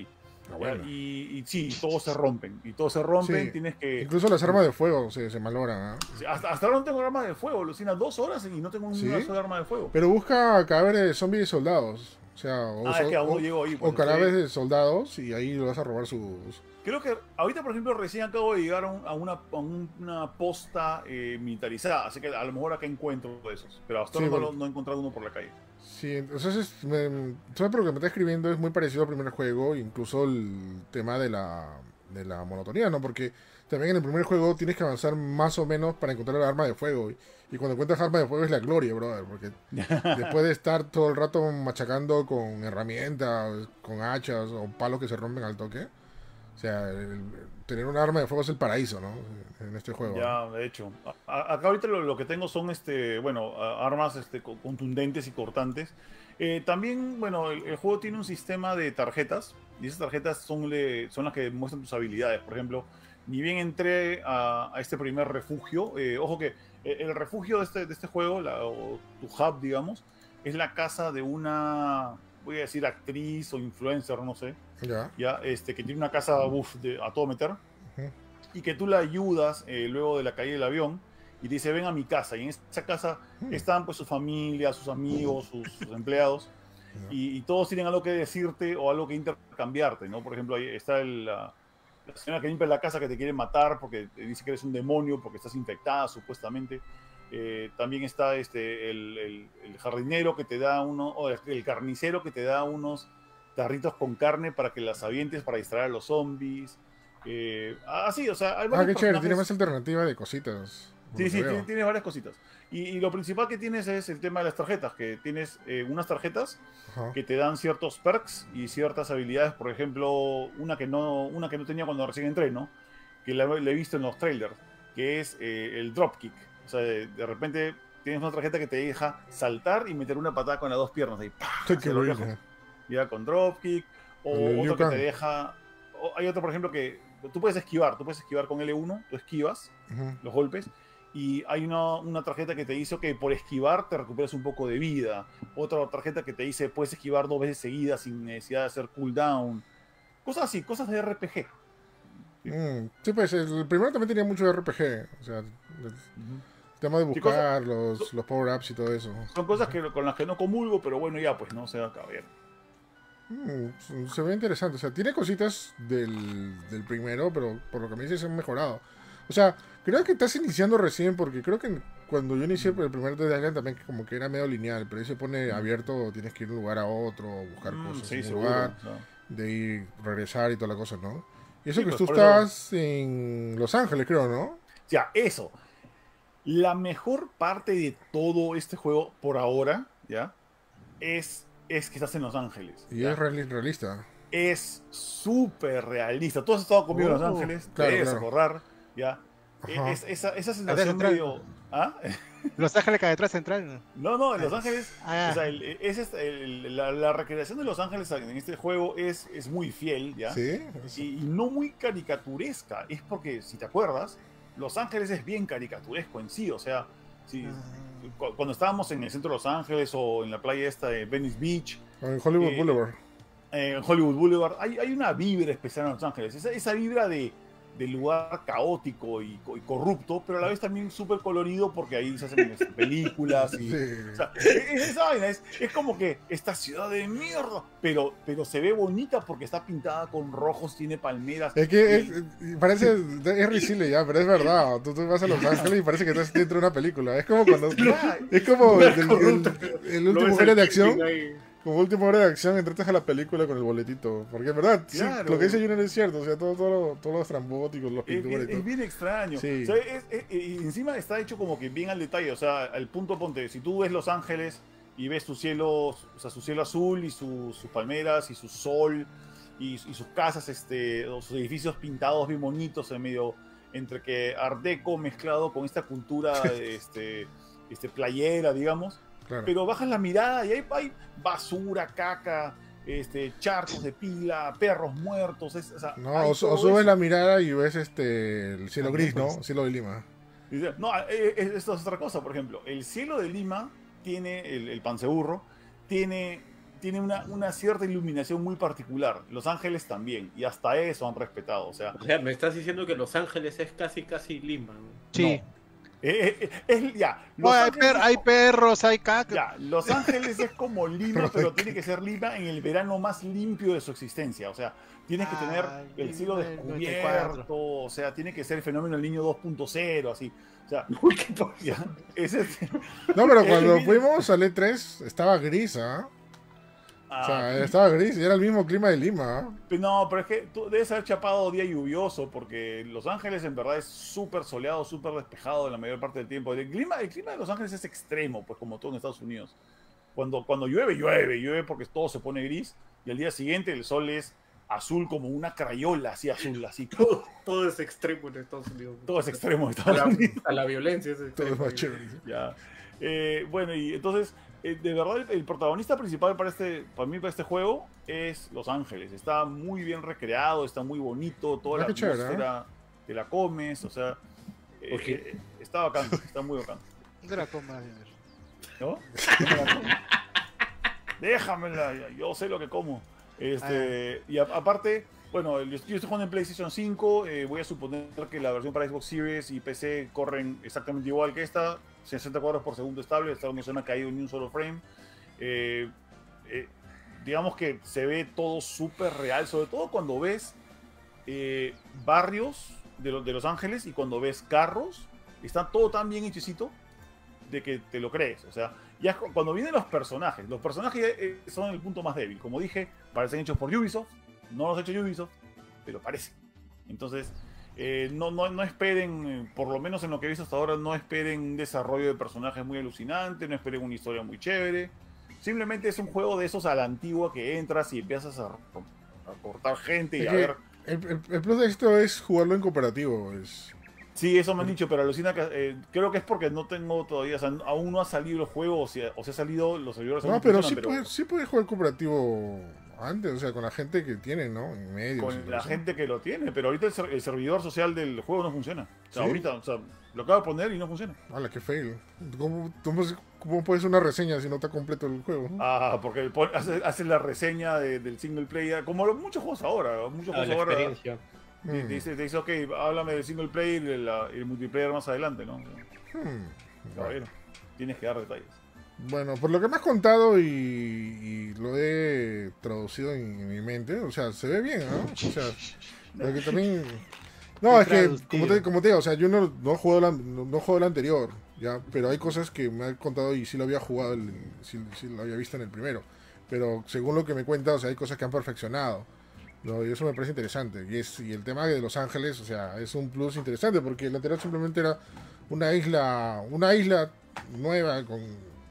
Ah, ¿ya? bueno. Y, y sí, todos se rompen. Y todos se rompen, Sí. tienes que... Incluso las armas de fuego se, se malogran, ¿ah? Sí, Hasta, hasta ahora no tengo arma de fuego, Lucina, dos horas y no tengo ¿Sí? una sola arma de fuego. Pero busca cadáveres de zombies y soldados. O sea, o, Ah, es que aún no o- llego ahí, o pues, cadáveres estoy- de soldados y ahí le vas a robar sus... Creo que ahorita, por ejemplo, recién acabo de llegar a, un- a una, a un- una posta eh, militarizada, así que a lo mejor acá encuentro de esos. Pero hasta Sí, ahora no, bueno. lo- no he encontrado uno por la calle. Sí, entonces, me, ¿sabes por lo que me está escribiendo? Es muy parecido al primer juego, incluso el tema de la, de la monotonía, ¿no? Porque también en el primer juego tienes que avanzar más o menos para encontrar el arma de fuego. Y, y cuando encuentras arma de fuego es la gloria, brother. Porque después de estar todo el rato machacando con herramientas, con hachas o palos que se rompen al toque, o sea, el- tener un arma de fuego es el paraíso, ¿no? En este juego. ¿no? Ya, de hecho. A- a- acá ahorita lo, lo que tengo son este, bueno, a- armas este, co- contundentes y cortantes. Eh, también, bueno, el, el juego tiene un sistema de tarjetas. Y esas tarjetas son, le- son las que muestran tus habilidades. Por ejemplo, ni bien entré a, a este primer refugio. eh, ojo que eh, el refugio de este, de este juego, la- o tu hub, digamos, es la casa de una, voy a decir, actriz o influencer, no sé. Ya. Ya, este, que tiene una casa uf, de, a todo meter, Ujú. y que tú la ayudas eh, luego de la caída del avión y te dice ven a mi casa, y en esa casa Mm. están pues su familia, sus amigos, sus, sus empleados, Ya. y, y todos tienen algo que decirte o algo que intercambiarte, ¿no? Por ejemplo, ahí está el, la, la señora que limpia la casa que te quiere matar porque te dice que eres un demonio, porque estás infectada supuestamente. Eh, también está este, el, el- el jardinero que te da uno, o el, el carnicero que te da unos tarritos con carne para que las avientes para distraer a los zombies. Eh, así, o sea, hay Ah, varios qué chévere, tiene personajes- más alternativa de cositas. por Sí, lo sí, que veo. tiene, tiene varias cositas. Y, y lo principal que tienes es el tema de las tarjetas, que tienes eh, unas tarjetas Ajá. que te dan ciertos perks y ciertas habilidades, por ejemplo, una que no, una que no tenía cuando recién entré, ¿no? Que la, la he visto en los trailers, que es eh, el dropkick. O sea, de, de repente tienes una tarjeta que te deja saltar y meter una patada con las dos piernas ahí, ¡pah! Qué hacia lo horrible. lejos. Ya con dropkick. O El de Liu otro que Kang. te deja... o hay otro, por ejemplo, que tú puedes esquivar, tú puedes esquivar con L uno, tú esquivas Ujú. los golpes. Y hay una, una tarjeta que te dice que por esquivar te recuperas un poco de vida. Otra tarjeta que te dice puedes esquivar dos veces seguidas sin necesidad de hacer cooldown. Cosas así, cosas de R P G. Mm, sí, pues el primero también tenía mucho R P G. O sea, el tema de Sí, cosa- buscar los, los power-ups y todo eso. Son cosas que, con las que no comulgo, pero bueno, ya pues no se va a caber. Mm, se ve interesante. O sea, tiene cositas del, del primero, pero por lo que me dices han mejorado. O sea, creo que estás iniciando recién porque creo que cuando yo inicié el primer Dead Island también como que era medio lineal, pero ahí se pone abierto, tienes que ir de un lugar a otro, buscar Mm, cosas sí, en un seguro. lugar, o sea. de ir, regresar y toda la cosa, ¿no? Y eso Sí, que pues, tú por eso- estás en Los Ángeles, creo, ¿no? O sea, eso. La mejor parte de todo este juego por ahora, ¿ya? Es, es que estás en Los Ángeles. Y ¿ya? es reali- realista. Es súper realista. Tú has estado conmigo en Los Oh, Ángeles, claro, te debes claro. acordar, ¿ya? Ajá. Es, esa, esa sensación Central. medio... ¿Ah? Los Ángeles Catedral Central. No, no, en Los Ángeles, Ah. o sea, el- es este- el- la, la recreación de Los Ángeles en este juego es, es muy fiel, ¿ya? ¿Sí? Y, y no muy caricaturesca. Es porque, si te acuerdas, Los Ángeles es bien caricaturesco en sí. O sea, si, cu- cuando estábamos en el centro de Los Ángeles o en la playa esta de Venice Beach, En Hollywood Eh, Boulevard. eh, en Hollywood Boulevard, hay, hay una vibra especial en Los Ángeles. Esa, esa vibra de, de lugar caótico y, co- y corrupto, pero a la vez también súper colorido porque ahí se hacen este, películas y... Sí. O sea, es, esa vaina, es, es como que esta ciudad de mierda, pero, pero se ve bonita porque está pintada con rojos, tiene palmeras. Es que es, y- es- parece, es risible ya, pero es verdad. Tú, tú vas a Los Ángeles y parece que estás dentro de una película. Es como cuando. Ya, Es como no el, es el- corrupto, el- pero el Lo último ves hora al de acción. Kingpin ahí. Como última hora de acción, entraste a la película con el boletito. Porque es verdad, sí, Claro. lo que dice Junior es cierto. O sea, todo, todo, lo- todos los trambóticos, los Es, pinturas es- y todo. es bien extraño. Sí. O sea, es- es- y encima está hecho como que bien al detalle. O sea, al punto ponte, si tú ves Los Ángeles y ves su cielo, o sea, su cielo azul y su- sus palmeras y su sol y, y sus casas, este, o sus edificios pintados bien bonitos en medio, entre que Art Deco mezclado con esta cultura este, este, playera, digamos. Claro. Pero bajas la mirada y hay, hay basura, caca, este, charcos de pila, perros muertos. es- o sea, No, hay o, todo o subes eso. la mirada y ves este el cielo También, gris, ¿no? pues. Cielo de Lima. Dice, no, eh, eh, esto es otra cosa, por ejemplo. El cielo de Lima tiene, el, el panceburro, tiene tiene una, una cierta iluminación muy particular. Los Ángeles también, y hasta eso han respetado. O sea, O sea, me estás diciendo que Los Ángeles es casi, casi Lima. ¿no? Sí. no. Eh, eh, es, ya, No, Los hay, Ángeles per- es hay co- perros, hay caca. ya, Los Ángeles es como Lima, pero tiene que ser Lima en el verano más limpio de su existencia. O sea, tienes que tener Ah, el cielo Lima del noventa y descubierto, cuatro. o sea, tiene que ser el fenómeno del niño dos punto cero, así. O sea, Uy, qué pasa. ya, ese, No, pero Eh, cuando mira. fuimos al E tres estaba gris, ¿ah? O sea, ah, estaba gris y era el mismo clima de Lima, ¿ah? no, pero es que tú debes haber chapado día lluvioso, porque Los Ángeles en verdad es súper soleado, súper despejado la mayor parte del tiempo. El clima, el clima de Los Ángeles es extremo, pues como todo en Estados Unidos. Cuando, cuando llueve, llueve, llueve porque todo se pone gris, y al día siguiente el sol es azul como una crayola, así azul, así. Todo, todo es extremo en Estados Unidos. Todo es extremo de A Estados la, Unidos. a la violencia es Todo extremo. es más chévere. Ya. Eh, bueno, y entonces, eh, de verdad, el, el protagonista principal para este, para mí, para este juego es Los Ángeles. Está muy bien recreado, está muy bonito, toda Ah, la qué chévere, atmósfera, te la comes, o sea, eh, Ok. eh, está bacán, está muy bacán. ¿Dónde la comas, Junior? ¿No? Déjamela, ya, yo sé lo que como. Este, y a- aparte, bueno, yo estoy yo estoy jugando en PlayStation cinco, eh, voy a suponer que la versión para Xbox Series y P C corren exactamente igual que esta, sesenta cuadros por segundo estable, esta no se me ha caído ni un solo frame. Eh, eh, digamos que se ve todo súper real, sobre todo cuando ves eh, barrios de, lo- de Los Ángeles y cuando ves carros, está todo tan bien hechecito de que te lo crees. O sea, ya cu- cuando vienen los personajes, los personajes eh, son el punto más débil. Como dije, parecen hechos por Ubisoft, no los ha hecho Ubisoft, pero parecen. Entonces, eh, no, no, no esperen, eh, por lo menos en lo que he visto hasta ahora, no esperen un desarrollo de personajes muy alucinante, no esperen una historia muy chévere. Simplemente es un juego de esos a la antigua que entras y empiezas a, a cortar gente y Es a que ver. el, el- el plus de esto es jugarlo en cooperativo. Es... Sí, eso me han dicho, pero alucina que eh, creo que es porque no tengo todavía, o sea, aún no ha salido el juego, o sea, o se ha salido, los servidores aún No, pero funcionan, sí, puedes, sí puedes jugar cooperativo antes, o sea, con la gente que tiene, ¿no? En medio. con la gente que lo tiene, pero ahorita el, ser- el servidor social del juego no funciona. O sea, ¿Sí? ahorita, o sea, lo acabo de poner y no funciona. Hala, qué fail. ¿Cómo, cómo, cómo puedes una reseña si no está completo el juego? Ah, porque pon- hace, hace la reseña de- del single player, como lo- muchos juegos ahora, muchos Ah, juegos la ahora. experiencia. Te, Hmm, te dice, te dice, ok, háblame del single player y el, la- el multiplayer más adelante, ¿no? hmm. Caballero, tienes que dar detalles. Bueno, por lo que me has contado y, y lo he traducido en, en mi mente, o sea, se ve bien, ¿no? O sea, lo que también... No, es que, Traducido. como te, como te digo, o sea, yo no, no juego la, no, no juego el anterior, ya, pero hay cosas que me han contado y sí lo había jugado, el, sí, sí lo había visto en el primero. Pero según lo que me cuenta, o sea, hay cosas que han perfeccionado. No, y eso me parece interesante. Y, es, y el tema de Los Ángeles, o sea, es un plus interesante porque el anterior simplemente era una isla, una isla nueva con,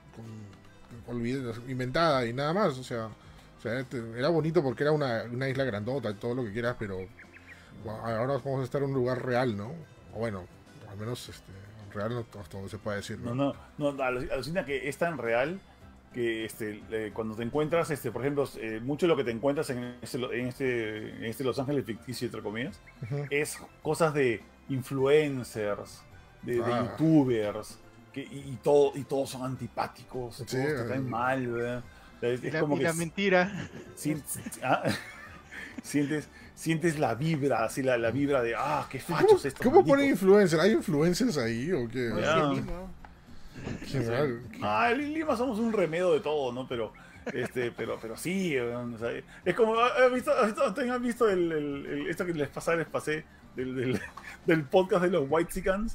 con, olvid- inventada y nada más. O sea, o sea, este- era bonito porque era una, una isla grandota y todo lo que quieras, pero bueno, ahora vamos a estar en un lugar real, ¿no? O bueno, al menos este, real no- hasta donde se puede decir, No, ¿no? no, no, alu- alucina que es tan real que este, eh, cuando te encuentras, este, por ejemplo, eh, mucho de lo que te encuentras en este, lo- en este, en este Los Ángeles ficticio, entre comillas, Ujú. es cosas de influencers, de, de Ah. youtubers, que, y, y todo, y todos son antipáticos, Sí, todos te caen eh. mal, ¿verdad? O sea, es, Y es la, como y que la s- mentira. sien- ah, sientes, sientes la vibra, así la, la vibra de, ah, qué fachos ¿Cómo, estos ¿cómo ponen malditos". influencer? ¿Hay influencers ahí o qué? No, Ya. sí, el mismo. Qué raro. Ah, en Lima somos un remedio de todo, ¿no? Pero, este, pero, pero sí, weón, o sea, es como, ¿has visto, has visto, ¿han visto el, el- el- esto que les pasé, les pasé del, del, del podcast de los White Sicans?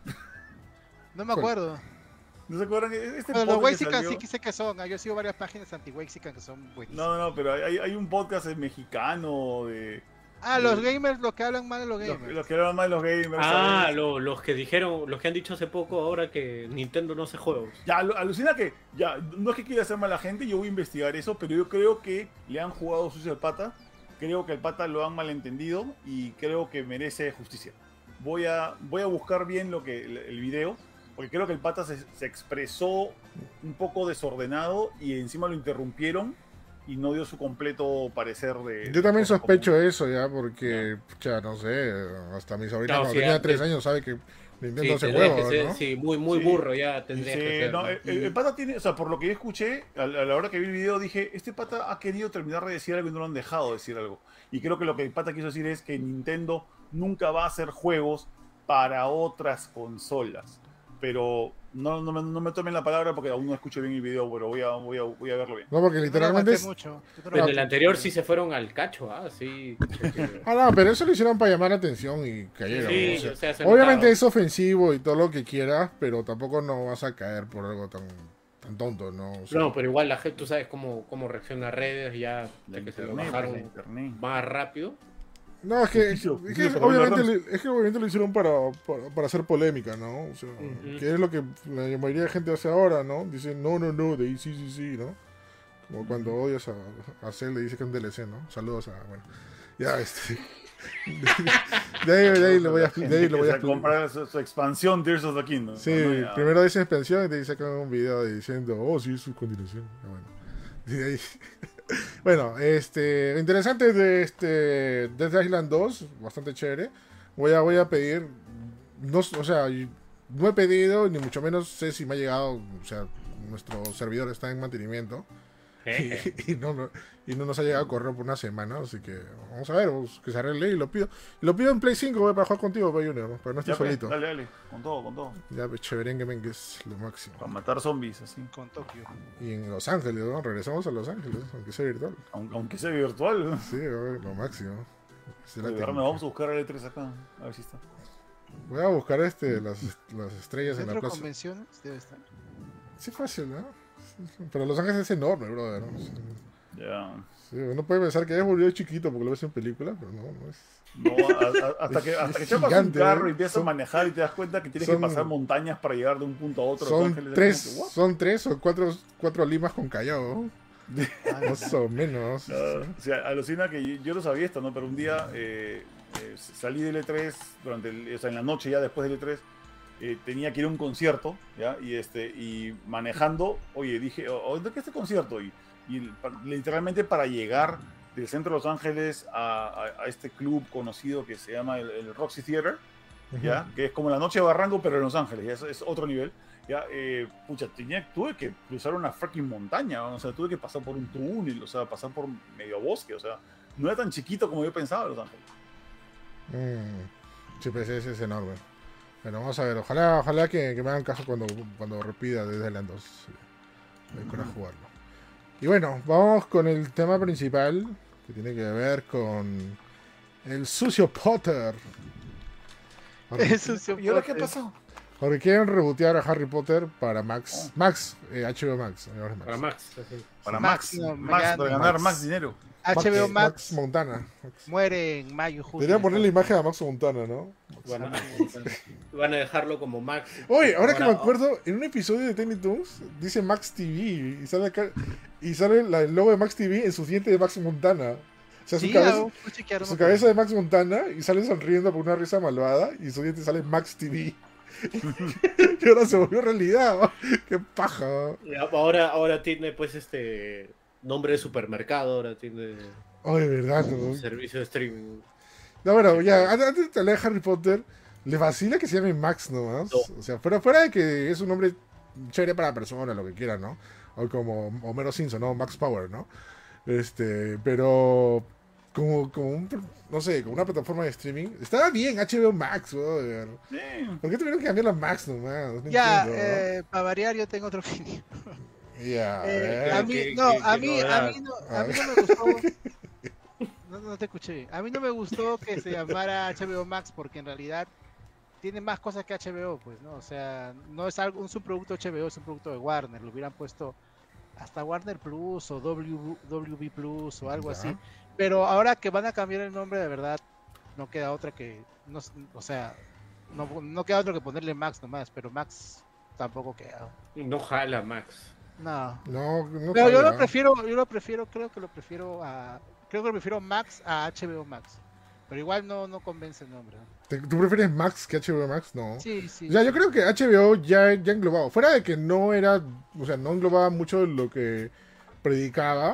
No me acuerdo. ¿No se acuerdan? Este Pero los podcast que Waxican salió- sí que sé que son. ah, Yo sigo varias páginas anti-Waxican que son buenísimas. No, no, pero hay, hay un podcast eh, mexicano de Ah, los de- gamers, los que hablan mal de los los, gamers. los que hablan más de los gamers. Ah, ¿sabes? lo- los que dijeron, los que han dicho hace poco ahora que Nintendo no hace juegos. Ya, alu- alucina que, ya, no es que quiera hacer mala gente, yo voy a investigar eso, pero yo creo que le han jugado sucio al pata, creo que el pata lo han malentendido y creo que merece justicia. Voy a, voy a buscar bien lo que el, el video, porque creo que el pata se, se expresó un poco desordenado y encima lo interrumpieron y no dio su completo parecer de... Yo también de cosas sospecho como- eso ya, porque, ya no sé, hasta mi sobrina Claro, cuando sí, tenía ya- tres sí. años sabe que Nintendo Sí, hace tendrías que juegos, ser- ¿no? sí, muy, muy Sí. burro ya tendrías Sí, que ser. no, ¿no? el, el- el pata tiene, o sea, por lo que yo escuché, a, la a la hora que vi el video dije, este pata ha querido terminar de decir algo y no lo han dejado decir algo. Y creo que lo que el pata quiso decir es que Nintendo nunca va a hacer juegos para otras consolas. Pero no, no, me, no me tomen la palabra porque aún no escucho bien el video, pero voy a, voy a, voy a verlo bien. No, porque Yo no lo literalmente aguanté es... mucho. Yo no lo Pero en aguanté el anterior mucho. sí se fueron al cacho, ¿ah? Sí. Ah, no, pero eso lo hicieron para llamar la atención y cayeron. Sí, o sea, o sea, se obviamente notaron. es ofensivo y todo lo que quieras, pero tampoco no vas a caer por algo tan, tan tonto, ¿no? O sea, No, pero igual la gente, tú sabes cómo, cómo reacciona a redes, ya La de que se lo internet, bajaron la internet. más rápido. no, es que, Quiso- es que quiso saber obviamente, la le- es que obviamente lo hicieron para, para, para hacer polémica, ¿no? O sea, Ujú. que es lo que la mayoría de gente hace ahora, ¿no? Dicen, no, no, no, de ahí sí, sí, sí, ¿no? Como cuando odias a, a Zelda y dice que es un D L C, ¿no? Saludos a, bueno, ya, este... de ahí, de ahí lo voy a, de ahí lo voy a Que se comprar su, su expansión Tears of the Kingdom. Sí, ¿no? Ya. primero dice expansión y te sacan un video diciendo, oh, sí, es su continuación. Ah, bueno. Y de ahí- bueno, este, lo interesante de este Dead Island dos, bastante chévere. Voy a, voy a pedir, no, o sea, y- no he pedido, ni mucho menos sé si me ha llegado, o sea, nuestro servidor está en mantenimiento y, y no, no- y no nos ha llegado correo por una semana, así que vamos a ver, vamos, que se arregle y lo pido. Y lo pido en Play cinco, voy para jugar contigo, Play Junior, ¿no? Pero no estoy Ya, pues, solito. dale, dale, con todo, con todo. Ya, pues, chéverengue, men, que es lo máximo. Para matar zombies, así. Con Tokio. Y en Los Ángeles, ¿no? Regresamos a Los Ángeles, aunque sea virtual. Aunque, aunque sea virtual. Sí, lo máximo. Será De verdad, técnico. me vamos a buscar el E tres acá. A ver si está. Voy a buscar este, las, las estrellas en la Centro de plaza. convenciones debe estar. Sí, fácil, ¿no? Pero Los Ángeles es enorme, brother. ¿no? Sí, Ya. sí, uno puede pensar que es volvido chiquito porque lo ves en película, pero no, no es. No, a- a- hasta que, hasta que Es chapas un gigante, carro ¿eh? y empiezas Son- a manejar y te das cuenta que tienes son- que pasar montañas para llegar de un punto a otro. Los Son Ángeles es tres, como que, ¿what? son tres o cuatro, cuatro limas con Callao, Ah, más o menos. Ah, o sea, alucina que yo, yo no sabía esto, ¿no? Pero un día eh, eh, salí del E tres, durante el- o sea, en la noche ya después del E tres, eh, tenía que ir a un concierto, ¿ya? Y, este, y manejando, oye, dije, "Oh, ¿dónde está este concierto? Y, y pa- literalmente para llegar del centro de Los Ángeles a, a- a este club conocido que se llama el, el Roxy Theater, ¿ya? Que es como la noche de Barranco, pero en Los Ángeles, ya es, es otro nivel. Ya, eh, pucha, tenía, tuve que cruzar una fucking montaña, o sea, tuve que pasar por un túnel, o sea, pasar por medio bosque, o sea, no era tan chiquito como yo pensaba Los Ángeles. Mm, sí, pues ese es enorme. Bueno, vamos a ver, ojalá, ojalá que, que me hagan caso cuando, cuando repida desde el dos. Sí. Me coraje jugarlo. Y bueno, vamos con el tema principal, que tiene que ver con el sucio Potter. Porque, Eso sí, ¿Y ahora qué pasó? porque quieren rebotear a Harry Potter para Max. Max, eh, H B O Max. ahora es Max. Para Max. así. Para Max, Max, no, Max, ya- para ganar Max. más dinero. H B O eh, Max Montana. Max. muere en mayo, junio. Debería poner la imagen a Max Montana, ¿no? Van a, van a dejarlo como Max. Oye, ahora que me Ahora- acuerdo, en un episodio de Tiny Toons dice Max T V y sale acá y sale la- el logo de Max T V en su diente de Max Montana. O sea, su, Sí, cabeza, ah, voy a chequear, su no cabeza de Max Montana y sale sonriendo por una risa malvada y su diente sale Max T V. Y ahora se volvió realidad. ¿no? Qué paja. ¿no? Y ahora, ahora tiene pues este nombre de supermercado, ahora tiene Oh, de verdad. ¿no? un servicio de streaming. No, bueno, ya, antes antes de hablar de Harry Potter, le vacila que se llame Max nomás. No. O sea, fuera, fuera de que es un nombre chévere para persona, lo que quieran, ¿no? O como Homero Simpson, ¿no? Max Power, ¿no? Este, pero como, como un, no sé, como una plataforma de streaming. Estaba bien H B O Max, brother. Sí. ¿Por qué tuvieron que cambiar la Max nomás? No Ya, entiendo, ¿no? eh, para variar, yo tengo otra opinión. Ya, a Eh, ver. a ¿qué- mí, qué- no, qué- a qué mí, a novedad? mí no, A a mí ver. no me gustó. No, no te escuché. A mí no me gustó que se llamara H B O Max porque en realidad tiene más cosas que H B O, pues, ¿no? O sea, no es algo, un subproducto H B O, es un producto de Warner. Lo hubieran puesto hasta Warner Plus o W, W B Plus o algo Ya. así. Pero ahora que van a cambiar el nombre, de verdad, no queda otra que, no, o sea, no, no queda otro que ponerle Max nomás, pero Max tampoco queda. No jala Max. No. No, no Pero yo jala. lo prefiero, yo lo prefiero, creo que lo prefiero a, creo que lo prefiero Max a H B O Max. Pero igual no, no convence el nombre. ¿no? ¿Te- ¿Tú prefieres Max que H B O Max? No. Sí, sí. O sea, yo creo que H B O ya, ya englobado. Fuera de que no era, o sea, no englobaba mucho lo que predicaba.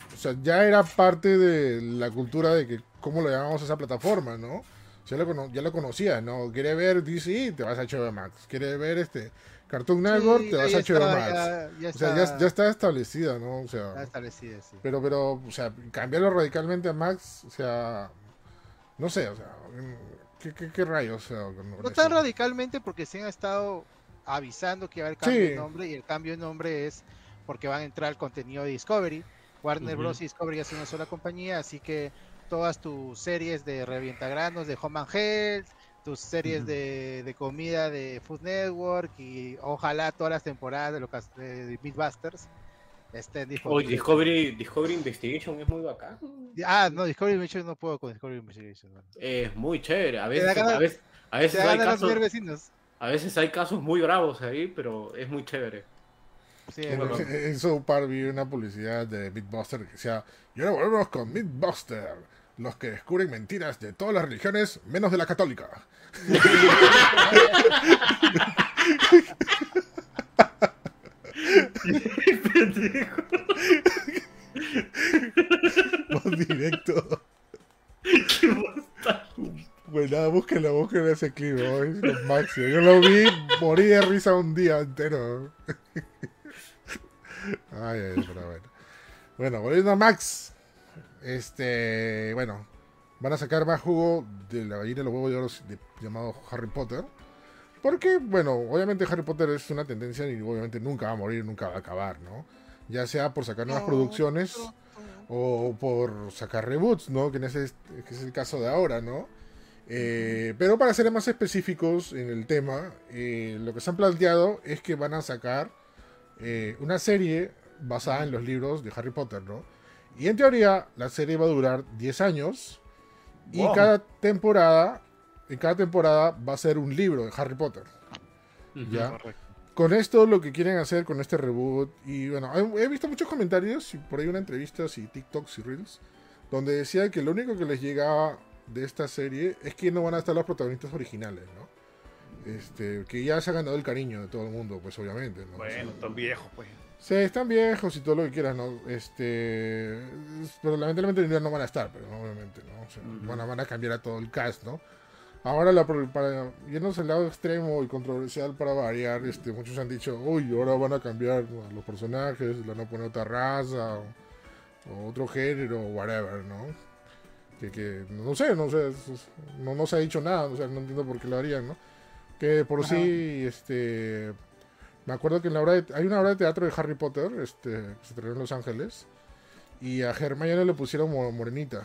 o sea, ya era parte de la cultura de que cómo lo llamamos a esa plataforma, ¿no? Ya lo, cono ya lo conocía, ¿no? Quiere ver D C, te vas a H B O Max. Quiere ver este Cartoon Network, Sí, te vas ya a H B O está, Max. ya- ya O sea, está- ya, ya está establecida, ¿no? O sea, está establecida, sí. pero, pero, o sea, cambiarlo radicalmente a Max, o sea, no sé, o sea, ¿qué, qué, qué rayos? O sea, con- con No eso? tan radicalmente porque se han estado avisando que va a haber cambio Sí. de nombre y el cambio de nombre es porque van a entrar al contenido de Discovery. Warner Ujú. Bros. Y Discovery ya es una sola compañía, así que todas tus series de Revientagranos de Home and Health, tus series Ujú. de, de comida de Food Network y ojalá todas las temporadas de, lo que- de, de Mythbusters estén Oye, disponibles. Discovery, Discovery Investigation es muy bacán. Ah, no, Discovery Investigation no puedo con Discovery Investigation. No. Es muy chévere. A Te veces, da ganas- a veces, a Se veces hay hagan los casos, primeros vecinos. a veces hay casos muy bravos ahí, pero es muy chévere. Sí, En, Bueno. en South Park vi una publicidad de Mythbuster que decía, y ahora volvemos con Mythbuster, los que descubren mentiras de todas las religiones, menos de la católica. Más directo. Pues nada, búsquenla, búsquenla ese clip, ¿no? Es lo máximo. Yo lo vi, morí de risa un día entero. Ay, ay, pero bueno. Bueno, volviendo a Max. Este, bueno, van a sacar más jugo de la gallina de los huevos de oro de- llamado Harry Potter. Porque, bueno, obviamente Harry Potter es una tendencia y obviamente nunca va a morir, nunca va a acabar, ¿no? Ya sea por sacar nuevas No, producciones pero- o por sacar reboots, ¿no? Que, en ese, es- que es el caso de ahora, ¿no? Eh, pero para ser más específicos en el tema, eh, lo que se han planteado es que van a sacar eh, una serie basada en los libros de Harry Potter, ¿no? Y en teoría la serie va a durar diez años y Wow. cada temporada, en cada temporada va a ser un libro de Harry Potter. ¿Ya? Correcto. Con esto lo que quieren hacer con este reboot, y bueno, he he visto muchos comentarios y por ahí una entrevista y TikToks y Reels, donde decía que lo único que les llegaba de esta serie es que no van a estar los protagonistas originales, ¿no? Este, que ya se han ganado el cariño de todo el mundo, pues obviamente, ¿no? Bueno, O sea, tan viejos, pues. sí, están viejos y todo lo que quieras, ¿no? Este, pero lamentablemente no van a estar, pero ¿no? Obviamente, ¿no? O sea, Ujú. van, a, van a cambiar a todo el cast, ¿no? Ahora, la, pro- para, yéndose al lado extremo y controversial para variar, este, muchos han dicho, uy, ahora van a cambiar a los personajes, le van a poner otra raza o, o otro género o whatever, ¿no? Que, que no sé, no sé, es- es- no, no se ha dicho nada, o sea, no entiendo por qué lo harían, ¿no? Que por Ajá. sí, este, me acuerdo que en la obra de- hay una obra de teatro de Harry Potter, este, que se estrenó en Los Ángeles, y a Hermione le pusieron mo- morenita.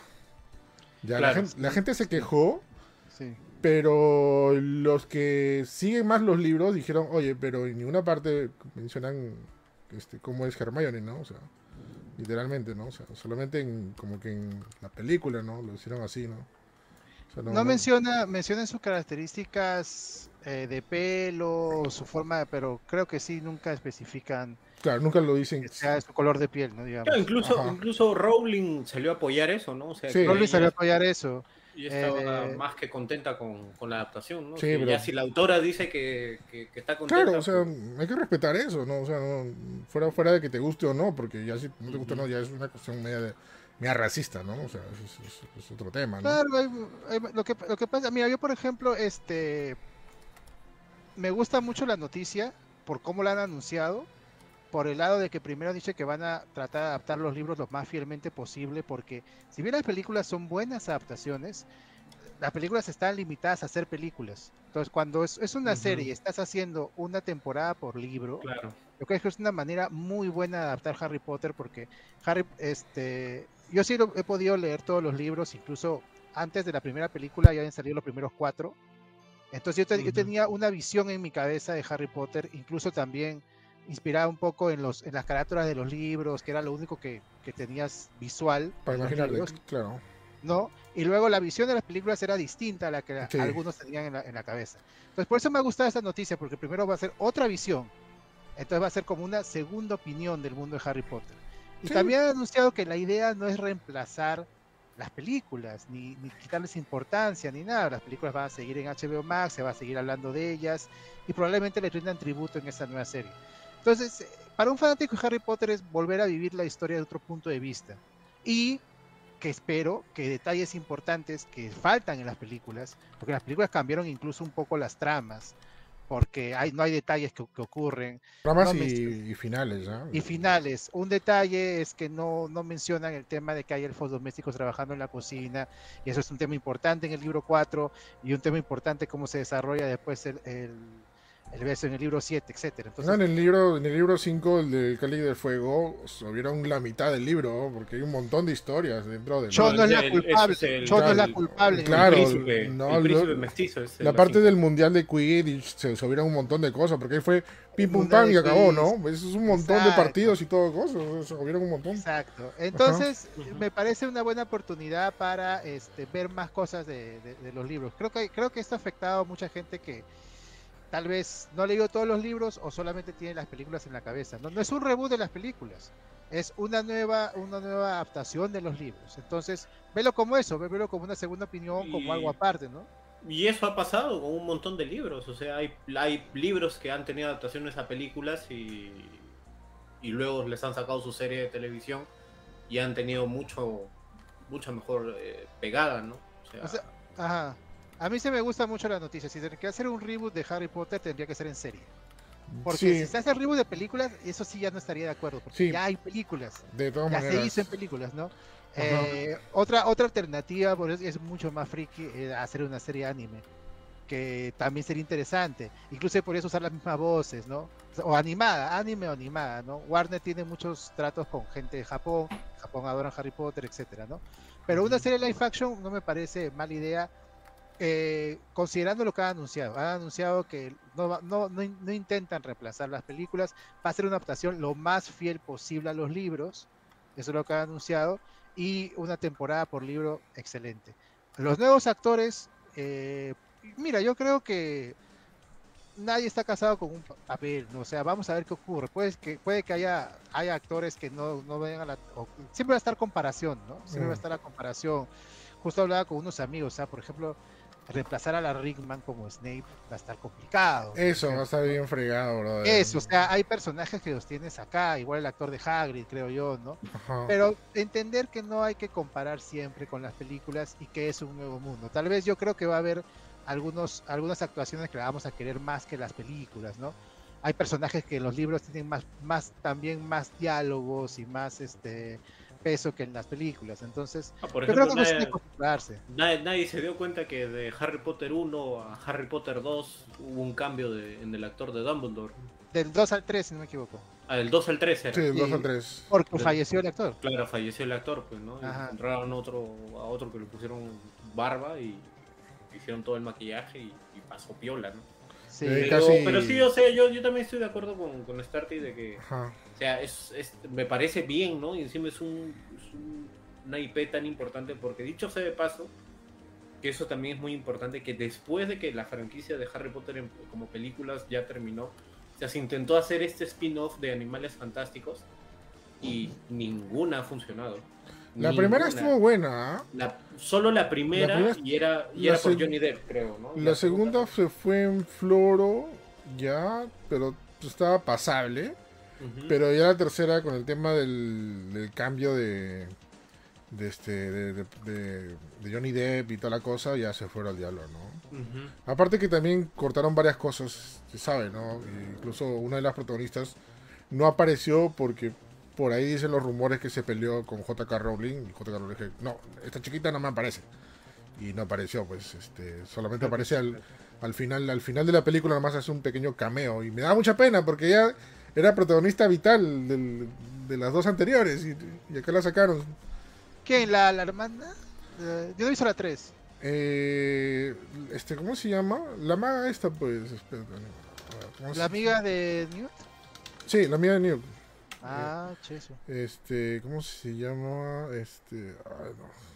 Ya la, Claro. gente, la gente se quejó, Sí. pero los que siguen más los libros dijeron, oye, pero en ninguna parte mencionan este, cómo es Hermione, ¿no? O sea, literalmente, ¿no? O sea, solamente en, como que en la película, ¿no? Lo hicieron así, ¿no? O sea, No, menciona, menciona sus características eh, de pelo, su forma, pero creo que sí, nunca especifican Claro, nunca lo dicen. que sea su color de piel, ¿no? Digamos. Claro, incluso, Ajá. incluso Rowling salió a apoyar eso, ¿no? O sea, Sí. que Rowling ella- salió a apoyar eso. Y estaba Eh, más que contenta con, con la adaptación, ¿no? Sí, Que pero- Ya si la autora dice que, que, que está contenta. Claro, o sea, pues, hay que respetar eso, ¿no? O sea, no, fuera, fuera de que te guste o no, porque ya si no te gusta o no, ya es una cuestión media, de, media racista, ¿no? O sea, es, es- es otro tema, ¿no? Claro, hay- hay- lo, que, lo que pasa, mira, yo por ejemplo, este, me gusta mucho la noticia por cómo la han anunciado, por el lado de que primero dice que van a tratar de adaptar los libros lo más fielmente posible, porque si bien las películas son buenas adaptaciones, las películas están limitadas a ser películas. Entonces, cuando es, es una Ujú. serie y estás haciendo una temporada por libro, Claro. yo creo que es una manera muy buena de adaptar Harry Potter porque Harry, este, yo sí lo, he podido leer todos los libros, incluso antes de la primera película ya habían salido los primeros cuatro. Entonces yo, te- yo Ujú. tenía una visión en mi cabeza de Harry Potter, incluso también inspirada un poco en los en las carátulas de los libros, que era lo único que, que tenías visual Para en los imaginarte, libros, claro. ¿no? Y luego la visión de las películas era distinta a la que Sí. algunos tenían en la, en la cabeza. Entonces por eso me ha gustado esta noticia, porque primero va a ser otra visión. Entonces va a ser como una segunda opinión del mundo de Harry Potter. Y Sí. también han anunciado que la idea no es reemplazar las películas, ni, ni quitarles importancia, ni nada. Las películas van a seguir en H B O Max, se va a seguir hablando de ellas, y probablemente le rindan tributo en esta nueva serie. Entonces, eh, para un fanático de Harry Potter es volver a vivir la historia de otro punto de vista. Y que espero que detalles importantes que faltan en las películas, porque las películas cambiaron incluso un poco las tramas, porque hay, no hay detalles que, que ocurren. Tramas no y, y finales, ¿ah? Y finales. Un detalle es que no, no mencionan el tema de que hay elfos domésticos trabajando en la cocina, y eso es un tema importante en el libro cuatro, y un tema importante cómo se desarrolla después el, el, el beso en el libro siete, etcétera. Entonces, No, en el libro en el libro cinco, el del Cáliz del Fuego, subieron la mitad del libro, porque hay un montón de historias dentro del... Cho no es la el- culpable, ese es el- Cho no es la el- culpable. Claro, el príncipe, no, el príncipe lo- mestizo. es La el parte cinco. del mundial de Quidditch se subieron un montón de cosas, porque ahí fue pim pum Mundial pam y de acabó, Quidditch. ¿no? Eso es un montón de Exacto. partidos y todo cosas, se subieron un montón. Exacto. Entonces, Ujú. me parece una buena oportunidad para este, ver más cosas de, de- de los libros. Creo que, creo que esto ha afectado a mucha gente que tal vez no ha leído todos los libros o solamente tiene las películas en la cabeza. No, no es un reboot de las películas, es una nueva, una nueva adaptación de los libros. Entonces, velo como eso, velo como una segunda opinión, como Y- algo aparte, ¿no? Y eso ha pasado con un montón de libros. O sea, hay, hay libros que han tenido adaptaciones a películas y, y luego les han sacado su serie de televisión y han tenido mucho mucha mejor eh, pegada, ¿no? O sea, O sea, ajá. A mí se me gusta mucho la noticia. Si tiene que hacer un reboot de Harry Potter, tendría que ser en serie. Porque Sí, si se hace reboot de películas, eso sí ya no estaría de acuerdo. Porque Sí. ya hay películas. de todas Ya se maneras. hizo en películas, ¿no? Eh, otra, otra alternativa por eso es mucho más friki eh, hacer una serie anime. Que también sería interesante. Incluso por eso usar las mismas voces, ¿no? O animada, anime o animada, ¿no? Warner tiene muchos tratos con gente de Japón. Japón adoran Harry Potter, etcétera, ¿no? Pero una serie live action no me parece mala idea. Eh, considerando lo que han anunciado, han anunciado que no, va- no, no, in- no intentan reemplazar las películas, va a ser una adaptación lo más fiel posible a los libros, eso es lo que han anunciado, y una temporada por libro excelente. Los nuevos actores, eh, mira, yo creo que nadie está casado con un pa- papel, ¿no? O sea, vamos a ver qué ocurre. Puede que, puede que haya, haya actores que no, no vengan a la... o- siempre va a estar comparación, ¿no? Siempre va a Mm. estar la comparación. Justo hablaba con unos amigos, o sea, por ejemplo, reemplazar a la Rickman como Snape va a estar complicado. por Eso va a ejemplo. estar bien fregado, bro. Eso, o sea, hay personajes que los tienes acá, igual el actor de Hagrid, creo yo, ¿no? Ajá. Pero entender que no hay que comparar siempre con las películas y que es un nuevo mundo. Tal vez yo creo que va a haber algunos, algunas actuaciones que la vamos a querer más que las películas, ¿no? Hay personajes que en los libros tienen más, más también más diálogos y más este peso que en las películas. Entonces, ah, por yo creo ejemplo, que no es nadie, de acostumbrarse. nadie- nadie se dio cuenta que de Harry Potter uno a Harry Potter dos hubo un cambio de- en el actor de Dumbledore. Del dos al tres, si no me equivoco. Ah, del dos al tres era. Sí, el dos Sí. al tres. Porque Del- falleció el actor. Claro, falleció el actor, pues, ¿no? Y Ajá. encontraron otro, a otro que le pusieron barba y hicieron todo el maquillaje y, y pasó piola, ¿no? Sí. Eh, Pero, casi- pero sí, o sea, yo, yo también estoy de acuerdo con, con Starty de que, Ajá. o sea, es, es- me parece bien, ¿no? Y encima es, un, es un- una I P tan importante porque dicho sea de paso, que eso también es muy importante, que después de que la franquicia de Harry Potter en- como películas ya terminó, o sea, se intentó hacer este spin-off de Animales Fantásticos y ninguna ha funcionado. La primera Ninguna. estuvo buena, ¿ah? La- solo la primera, La primera- y era, y la era por seg- Johnny Depp, creo, ¿no? La segunda se fue en floro, ya, pero estaba pasable. Ujú. Pero ya la tercera, con el tema del, del cambio de de este de, de- de- de Johnny Depp y toda la cosa, ya se fueron al diablo, ¿no? Ujú. Aparte que también cortaron varias cosas, se sabe, ¿no? Incluso una de las protagonistas no apareció porque por ahí dicen los rumores que se peleó con J K Rowling y J K Rowling dijo, no, esta chiquita no me aparece. Y no apareció, pues, este, solamente aparece al, al final, al final de la película, nomás hace un pequeño cameo. Y me da mucha pena porque ella era protagonista vital del- de las dos anteriores y, y acá la sacaron. ¿Quién? ¿La, la hermana? Eh, yo no he visto la tres. Eh, este, ¿cómo se llama? La maga esta, pues. Espérate, a ver, ¿cómo se- ¿La amiga de Newt? Sí, la amiga de Newt. Ah, cheso. Este, ¿cómo se llama? Este, ay,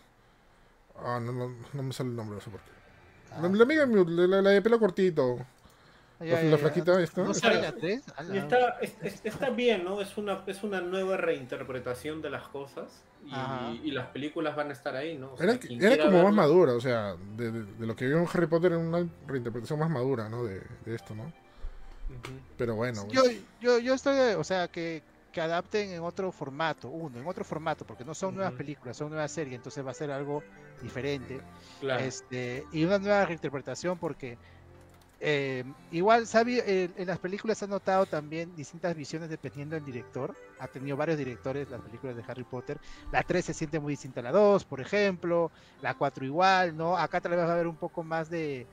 no. Ah, no, no, no me sale el nombre, no sé por qué. Ah, La, la amiga de Newt, la, la- la de pelo cortito. ya, la ya, la ya. flaquita esta. ¿No esta- sale la tres? Ah, Y la- está, es- es- está bien, ¿no? Es una, es una nueva reinterpretación de las cosas Ajá. y, y las películas van a estar ahí, ¿no? O sea, Era, quien era quiera como más verlo- madura, o sea, de, de- de lo que vio en Harry Potter, en una reinterpretación más madura, ¿no? De, de esto, ¿no? Pero bueno. Yo, pues, yo, yo estoy, o sea, que, que adapten en otro formato, uno, en otro formato, porque no son nuevas Ujú. películas, son nuevas series, entonces va a ser algo diferente. Claro. Este, y una nueva reinterpretación, porque eh, igual, Sabi, eh, en las películas ha notado también distintas visiones dependiendo del director. Ha tenido varios directores las películas de Harry Potter. La tres se siente muy distinta a la dos, por ejemplo. La cuatro igual, ¿no? Acá tal vez va a haber un poco más de,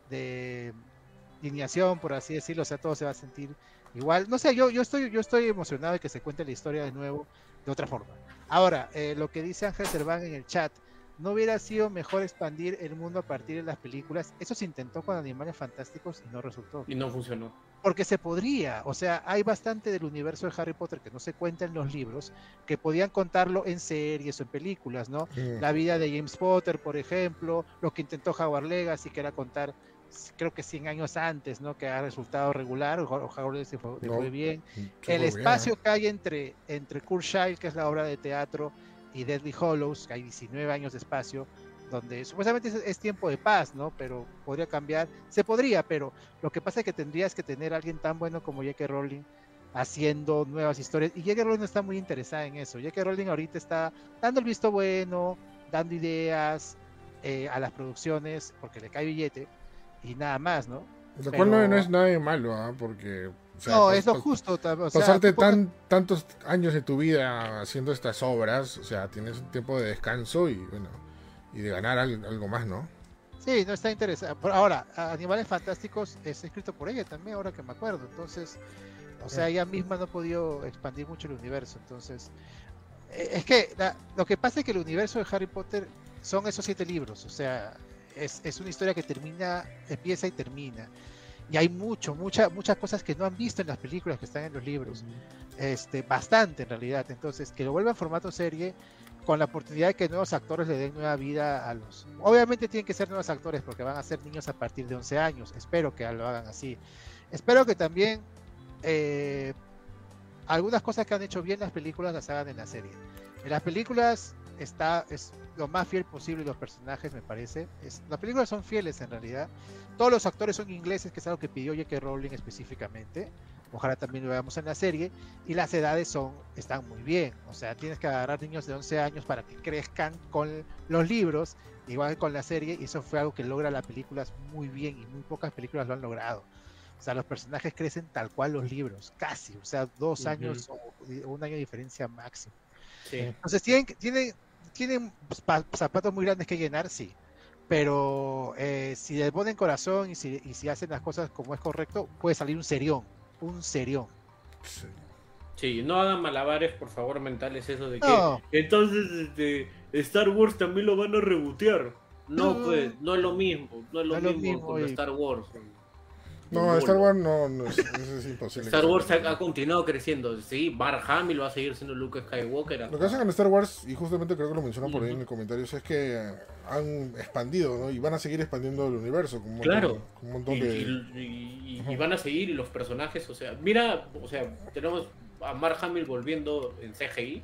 de lineación, por así decirlo. O sea, todo se va a sentir igual. No sé, yo, yo, estoy, yo estoy emocionado de que se cuente la historia de nuevo de otra forma. Ahora, eh, lo que dice Ángel Serván en el chat. ¿No hubiera sido mejor expandir el mundo a partir de las películas? Eso se intentó con Animales Fantásticos y no resultó. Y no funcionó. Porque se podría, o sea, hay bastante del universo de Harry Potter que no se cuenta en los libros, que podían contarlo en series o en películas, ¿no? mm, La vida de James Potter, por ejemplo, lo que intentó Howard Legacy, que era contar, creo que cien años antes, ¿no? Que ha resultado regular, o Howard Legacy fue, le No, fue bien. súper El bien, espacio ¿eh? que hay entre, entre Kurzweil, que es la obra de teatro, y Deathly Hallows, que hay diecinueve años de espacio, donde supuestamente es, es tiempo de paz, ¿no? Pero podría cambiar, se podría, pero lo que pasa es que tendrías que tener a alguien tan bueno como J K. Rowling haciendo nuevas historias, y J K. Rowling no está muy interesada en eso. J K. Rowling ahorita está dando el visto bueno, dando ideas eh, a las producciones, porque le cae billete, y nada más, ¿no? Lo Pero- cual no, no es nada de malo, ¿ah? Porque. O sea, no, pas- es lo pas- justo. tam- O sea, pasarte tú pongas- tan, tantos años de tu vida haciendo estas obras, o sea, tienes un tiempo de descanso y bueno, y de ganar al- algo más, ¿no? Sí, no está interesado. Por ahora, a- Animales Fantásticos es escrito por ella también, ahora que me acuerdo. Entonces, o sea, ella misma no ha podido expandir mucho el universo. Entonces, eh, es que la- lo que pasa es que el universo de Harry Potter son esos siete libros. O sea, es, es una historia que termina, empieza y termina. Y hay mucho, mucha, muchas cosas que no han visto en las películas que están en los libros. Este, bastante en realidad. Entonces, que lo vuelva en formato serie, con la oportunidad de que nuevos actores le den nueva vida a los... Obviamente tienen que ser nuevos actores porque van a ser niños a partir de once años. Espero que lo hagan así. Espero que también eh, algunas cosas que han hecho bien las películas las hagan en la serie. En las películas está es lo más fiel posible los personajes, me parece. Es, las películas son fieles en realidad. Todos los actores son ingleses, que es algo que pidió J K. Rowling específicamente. Ojalá también lo veamos en la serie. Y las edades son están muy bien. O sea, tienes que agarrar niños de once años para que crezcan con los libros, igual que con la serie. Y eso fue algo que logra las películas muy bien. Y muy pocas películas lo han logrado. O sea, los personajes crecen tal cual los libros, casi. O sea, dos Ujú. años o un año de diferencia máximo. Sí. Entonces, ¿tienen, tienen, tienen pa- zapatos muy grandes que llenar? Sí. Pero eh, si le ponen corazón y si, y si hacen las cosas como es correcto, puede salir un serión. Un serión. Sí. Sí, no hagan malabares, por favor, mentales, eso de que No. entonces este, Star Wars también lo van a rebotear. No, No. pues, no es lo mismo, no es lo No es lo mismo, mismo, con y- Star Wars. No, Star Wars no, no es, eso es imposible. Star que Wars salga. ha, ha continuado creciendo, sí, Mark Hamill va a seguir siendo Luke Skywalker. Lo que pasa con Star Wars, y justamente creo que lo mencionan por ahí en Ujú. los comentarios, es que eh, han expandido, ¿no? Y van a seguir expandiendo el universo. Con un montón, Claro. con un montón Y, de... y- y- y Ajá. van a seguir y los personajes, o sea, mira, o sea, tenemos a Mark Hamill volviendo en C G I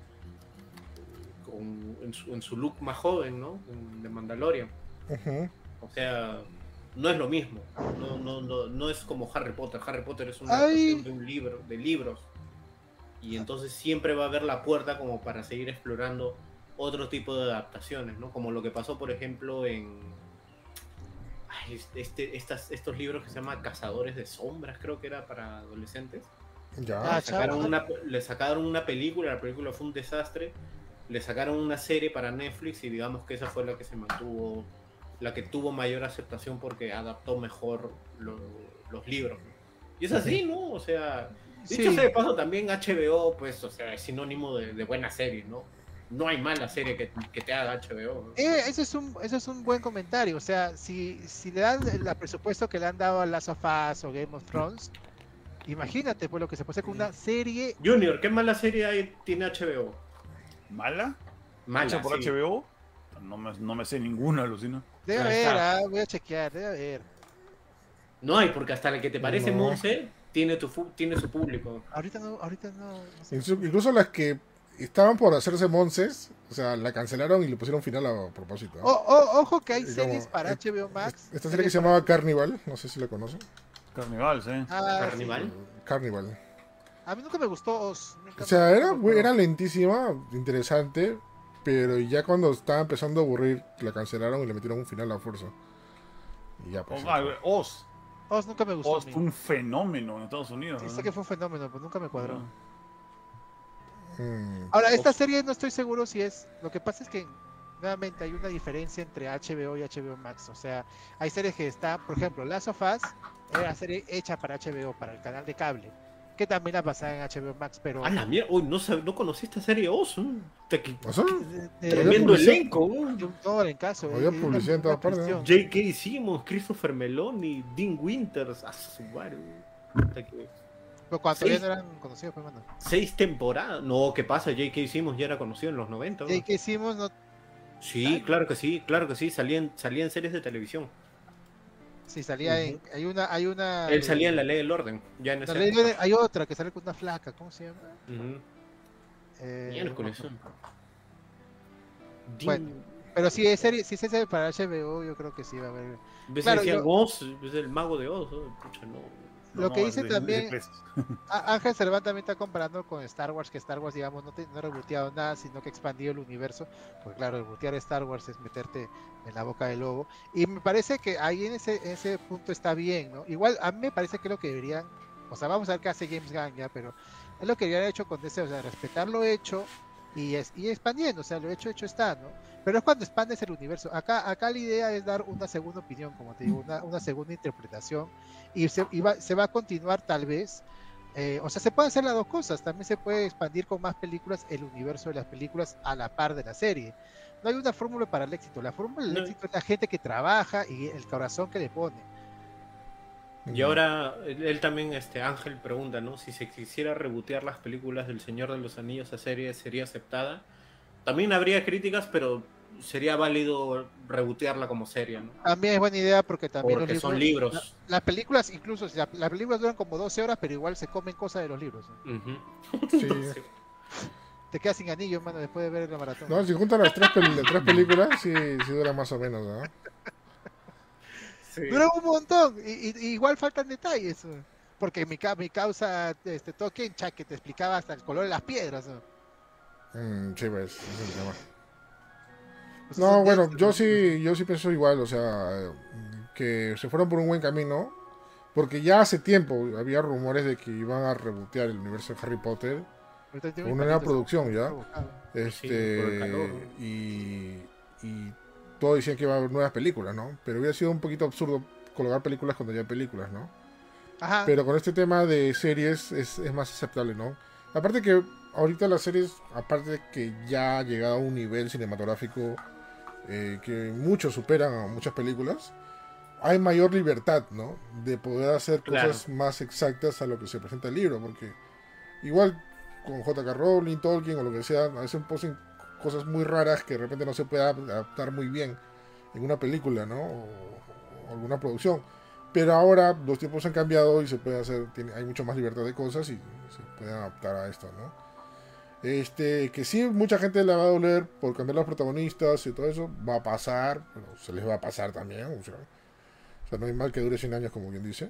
con, en, su, en su look más joven, ¿no? En- de Mandalorian. Ujú. O sea, no es lo mismo. No, no, no, no es como Harry Potter. Harry Potter es una Ay. adaptación de un libro, de libros. Y entonces siempre va a haber la puerta como para seguir explorando otro tipo de adaptaciones, ¿no? Como lo que pasó, por ejemplo, en ay, este, estas, estos libros que se llaman Cazadores de Sombras, creo que era para adolescentes. Ya. Ah, Sacaron chao. una, le sacaron una película, la película fue un desastre. Le sacaron una serie para Netflix y digamos que esa fue la que se mantuvo, la que tuvo mayor aceptación porque adaptó mejor lo- los libros. Y es así, ¿no? O sea, dicho Sí. sea de paso, también H B O, pues, o sea, es sinónimo de, de buena serie, ¿no? No hay mala serie que, que te haga H B O, ¿no? Eh, ese, es un, ese es un buen comentario. O sea, si, si le dan el el presupuesto que le han dado a Last of Us o Game of Thrones, imagínate pues lo que se puede hacer con una serie. Junior, ¿qué mala serie hay, tiene H B O? ¿Mala? Mala, ¿Hecha por sí. H B O? No me, no me sé ninguna, alucina. Debe Ahí haber, está. ah, voy a chequear, debe haber. No hay, porque hasta el que te parece No. Monse tiene, tu, fu- tiene su público. Ahorita no, ahorita no. no sé. Incluso, incluso las que estaban por hacerse monces, o sea, la cancelaron y le pusieron final a propósito, ¿no? O- o- ojo que hay Y como- series para eh, H B O Max. Esta serie que se llamaba Carnival, no sé si la conocen. Carnival, sí. Ah, Carnival. sí. Carnival. A mí nunca me gustó Oz. nunca O sea, me- era, nunca me- era lentísima, interesante, pero ya cuando estaba empezando a aburrir, la cancelaron y le metieron un final a fuerza. Y ya, pues. Oh, ah, Oz. Oz nunca me gustó. Oz a mí. fue un fenómeno en Estados Unidos. Sí, sé ¿no? que fue un fenómeno, pero nunca me cuadró. Mm, Ahora, esta Oz. serie no estoy seguro si es. Lo que pasa es que nuevamente hay una diferencia entre H B O y H B O Max. O sea, hay series que están, por ejemplo, Last of Us era serie hecha para H B O, para el canal de cable, que también la pasaba en H B O Max, pero A la mierda, uy, no, sab- no conocí esta serie Oz. ¿eh? Te- que- ¿pasó? de- de- Tremendo publicidad? elenco. ¿eh? de un todo en caso. Había eh, publicidad en una- todas partes, una ¿no? presión. J K. Simmons, Christopher Meloni, Dean Winters. A su madre. Puta que- Pero cuando Sí. todavía no eran conocidos, pues, mano. Seis temporadas. No, ¿qué pasa? J K. Simmons ya era conocido en los noventa. ¿no? ¿Y qué hicimos? No, Sí, claro que sí, claro que sí. Salía en, salía en series de televisión. sí, salía en. Hay una. Hay una Él de- salía en La Ley del Orden. Ya en la esa ley época. de- hay otra que sale con una flaca, ¿cómo se llama? Ujú. Eh, Miércoles. no me acuerdo. Dean- Bueno, Pero si es serie, si es serie para H B O, yo creo que sí va a haber. ¿Ves? claro, Decían yo- Oz, es el mago de Oz. ¿no? Pucha, no. Lo que dice es de- también- es de pesos. Á- Ángel Cerván también está comparando con Star Wars, que Star Wars, digamos, no, te, no ha reboteado nada, sino que ha expandido el universo. Porque claro, rebotear Star Wars es meterte en la boca del lobo. Y me parece que ahí en ese, en ese punto está bien, ¿no? Igual a mí me parece que lo que deberían, o sea, vamos a ver qué hace James Gunn ya, pero es lo que deberían hecho con ese, o sea, respetar lo hecho y, es, y expandiendo, o sea, lo hecho, hecho está, ¿no? Pero es cuando expandes el universo. Acá, acá la idea es dar una segunda opinión, como te digo, una, una segunda interpretación. Y, se, y va, se va a continuar tal vez. eh, o sea, se pueden hacer las dos cosas. También se puede expandir con más películas el universo de las películas a la par de la serie. No hay una fórmula para el éxito. La fórmula del No. éxito es la gente que trabaja y el corazón que le pone. Y ahora él, él también, este Ángel pregunta, ¿no? Si se quisiera rebotear las películas del Señor de los Anillos a serie, ¿sería aceptada? También habría críticas, pero sería válido rebotearla como serie, ¿no? También es buena idea porque también Porque los son libros, libros. la- las películas, incluso, si la- las películas duran como doce horas, pero igual se comen cosas de los libros, ¿no? Ujú. Sí. Te quedas sin anillo, mano, después de ver la maratón. No, si juntan las tres, pel- las tres películas, sí, sí dura más o menos, ¿no? Sí. Dura un montón, y, y- y igual faltan detalles. ¿no? Porque mi, ca- mi causa, este, Tolkien, cha, que te explicaba hasta el color de las piedras. ¿no? Mm, sí, pues, ese es el tema. Pues No, son bueno, densos, yo ¿no? sí, yo sí pienso igual, o sea, eh, que se fueron por un buen camino, porque ya hace tiempo había rumores de que iban a rebotear el universo de Harry Potter, Ahorita tengo una mis nueva palitos, producción ya, provocado. este, Sí, por el calor. y, y todos decían que iba a haber nuevas películas, ¿no? Pero hubiera sido un poquito absurdo colocar películas cuando ya hay películas, ¿no? Ajá. Pero con este tema de series es, es más aceptable, ¿no? Aparte que ahorita las series, aparte de que ya ha llegado a un nivel cinematográfico eh, que muchos superan a muchas películas, hay mayor libertad, ¿no? De poder hacer Claro. cosas más exactas a lo que se presenta el libro, porque igual con J K. Rowling, Tolkien o lo que sea, a veces ponen cosas muy raras que de repente no se puede adaptar muy bien en una película, ¿no? O, o alguna producción. Pero ahora los tiempos han cambiado y se puede hacer, tiene, hay mucho más libertad de cosas y se puede adaptar a esto, ¿no? Este, que sí, mucha gente le va a doler por cambiar los protagonistas y todo eso, va a pasar, pero se les va a pasar también, o sea, o sea no hay mal que dure cien años, como bien dice.